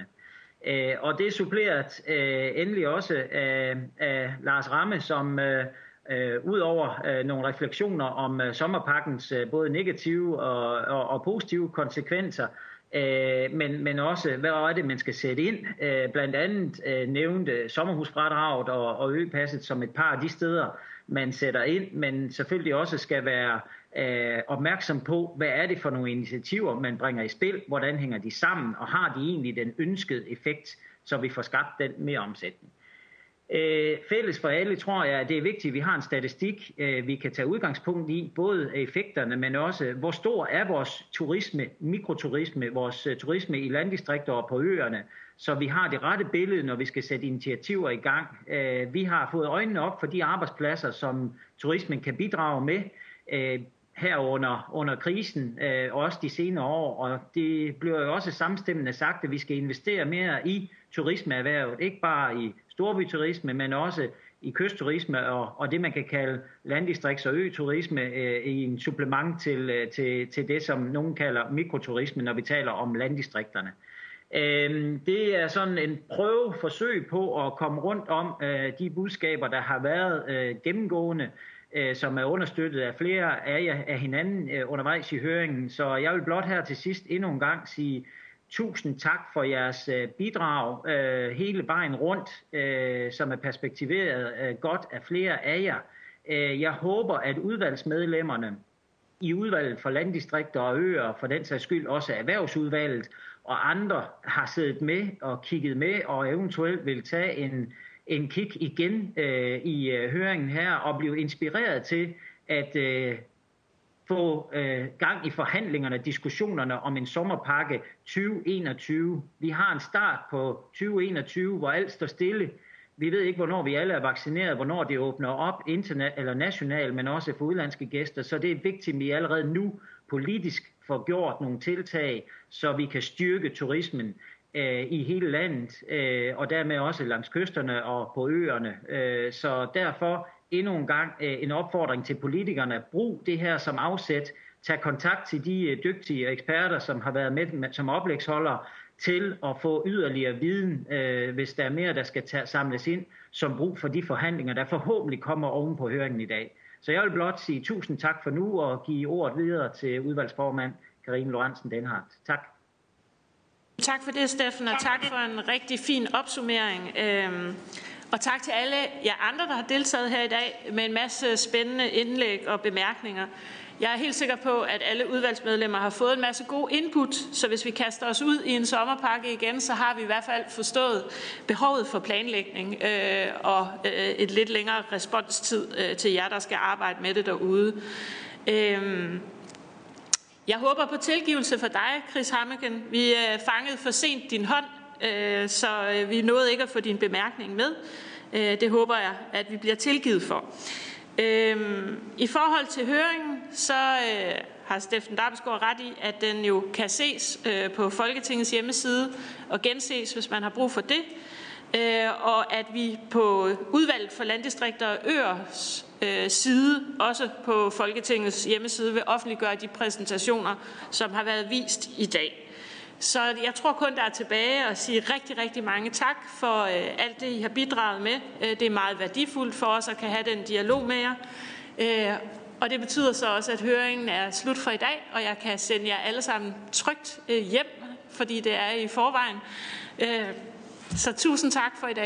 Og det er suppleret endelig også af Lars Ramme, som ud over nogle refleksioner om sommerpakkens både negative og positive konsekvenser, men også, hvad er det, man skal sætte ind? Blandt andet nævnte sommerhusfradraget og øpasset som et par af de steder, man sætter ind, men selvfølgelig også skal være opmærksom på, hvad er det for nogle initiativer, man bringer i spil, hvordan hænger de sammen, og har de egentlig den ønskede effekt, så vi får skabt den mere omsætning. Fælles for alle tror jeg, at det er vigtigt, at vi har en statistik, vi kan tage udgangspunkt i, både effekterne, men også hvor stor er vores turisme, mikroturisme, vores turisme i landdistrikter og på øerne, så vi har det rette billede, når vi skal sætte initiativer i gang. Vi har fået øjnene op for de arbejdspladser, som turismen kan bidrage med under krisen, og også de senere år, og det bliver jo også samstemmende sagt, at vi skal investere mere i turismeerhvervet, ikke bare i storbyturisme, men også i kystturisme og det, man kan kalde landdistrikts- og øturisme i en supplement til det, som nogen kalder mikroturisme, når vi taler om landdistrikterne. Det er sådan en prøveforsøg på at komme rundt om de budskaber, der har været gennemgående, som er understøttet af flere af hinanden undervejs i høringen. Så jeg vil blot her til sidst endnu en gang sige tusind tak for jeres bidrag hele vejen rundt, som er perspektiveret godt af flere af jer. Jeg håber, at udvalgsmedlemmerne i udvalget for landdistrikter og øer, for den sags skyld også erhvervsudvalget og andre, har siddet med og kigget med og eventuelt vil tage en kig igen i høringen her og blive inspireret til at få gang i forhandlingerne, diskussionerne om en sommerpakke 2021. Vi har en start på 2021, hvor alt står stille. Vi ved ikke, hvornår vi alle er vaccineret, hvornår det åbner op eller nationalt, men også for udenlandske gæster. Så det er vigtigt, at vi allerede nu politisk får gjort nogle tiltag, så vi kan styrke turismen i hele landet, og dermed også langs kysterne og på øerne. Så derfor endnu en gang en opfordring til politikerne. Brug det her som afsæt. Tag kontakt til de dygtige eksperter, som har været med som oplægsholdere, til at få yderligere viden, hvis der er mere, der skal samles ind, som brug for de forhandlinger, der forhåbentlig kommer oven på høringen i dag. Så jeg vil blot sige tusind tak for nu og give ordet videre til udvalgsformand Karine Lorentzen Dehnhardt. Tak. Tak for det, Steffen, og tak for en rigtig fin opsummering. Og tak til alle jer andre, der har deltaget her i dag med en masse spændende indlæg og bemærkninger. Jeg er helt sikker på, at alle udvalgsmedlemmer har fået en masse god input, så hvis vi kaster os ud i en sommerpakke igen, så har vi i hvert fald forstået behovet for planlægning og et lidt længere responstid til jer, der skal arbejde med det derude. Jeg håber på tilgivelse for dig, Chris Hammeken. Vi fangede for sent din hånd, så vi nåede ikke at få din bemærkning med. Det håber jeg, at vi bliver tilgivet for. I forhold til høringen, så har Steffen Damsgaard ret i, at den jo kan ses på Folketingets hjemmeside og genses, hvis man har brug for det. Og at vi på Udvalget for Landdistrikter og Øers side, også på Folketingets hjemmeside, vil offentliggøre de præsentationer, som har været vist i dag. Så jeg tror kun, der er tilbage at sige rigtig, rigtig mange tak for alt det, I har bidraget med. Det er meget værdifuldt for os at kan have den dialog med jer. Og det betyder så også, at høringen er slut for i dag, og jeg kan sende jer alle sammen trygt hjem, fordi det er i forvejen. Så tusind tak for i dag.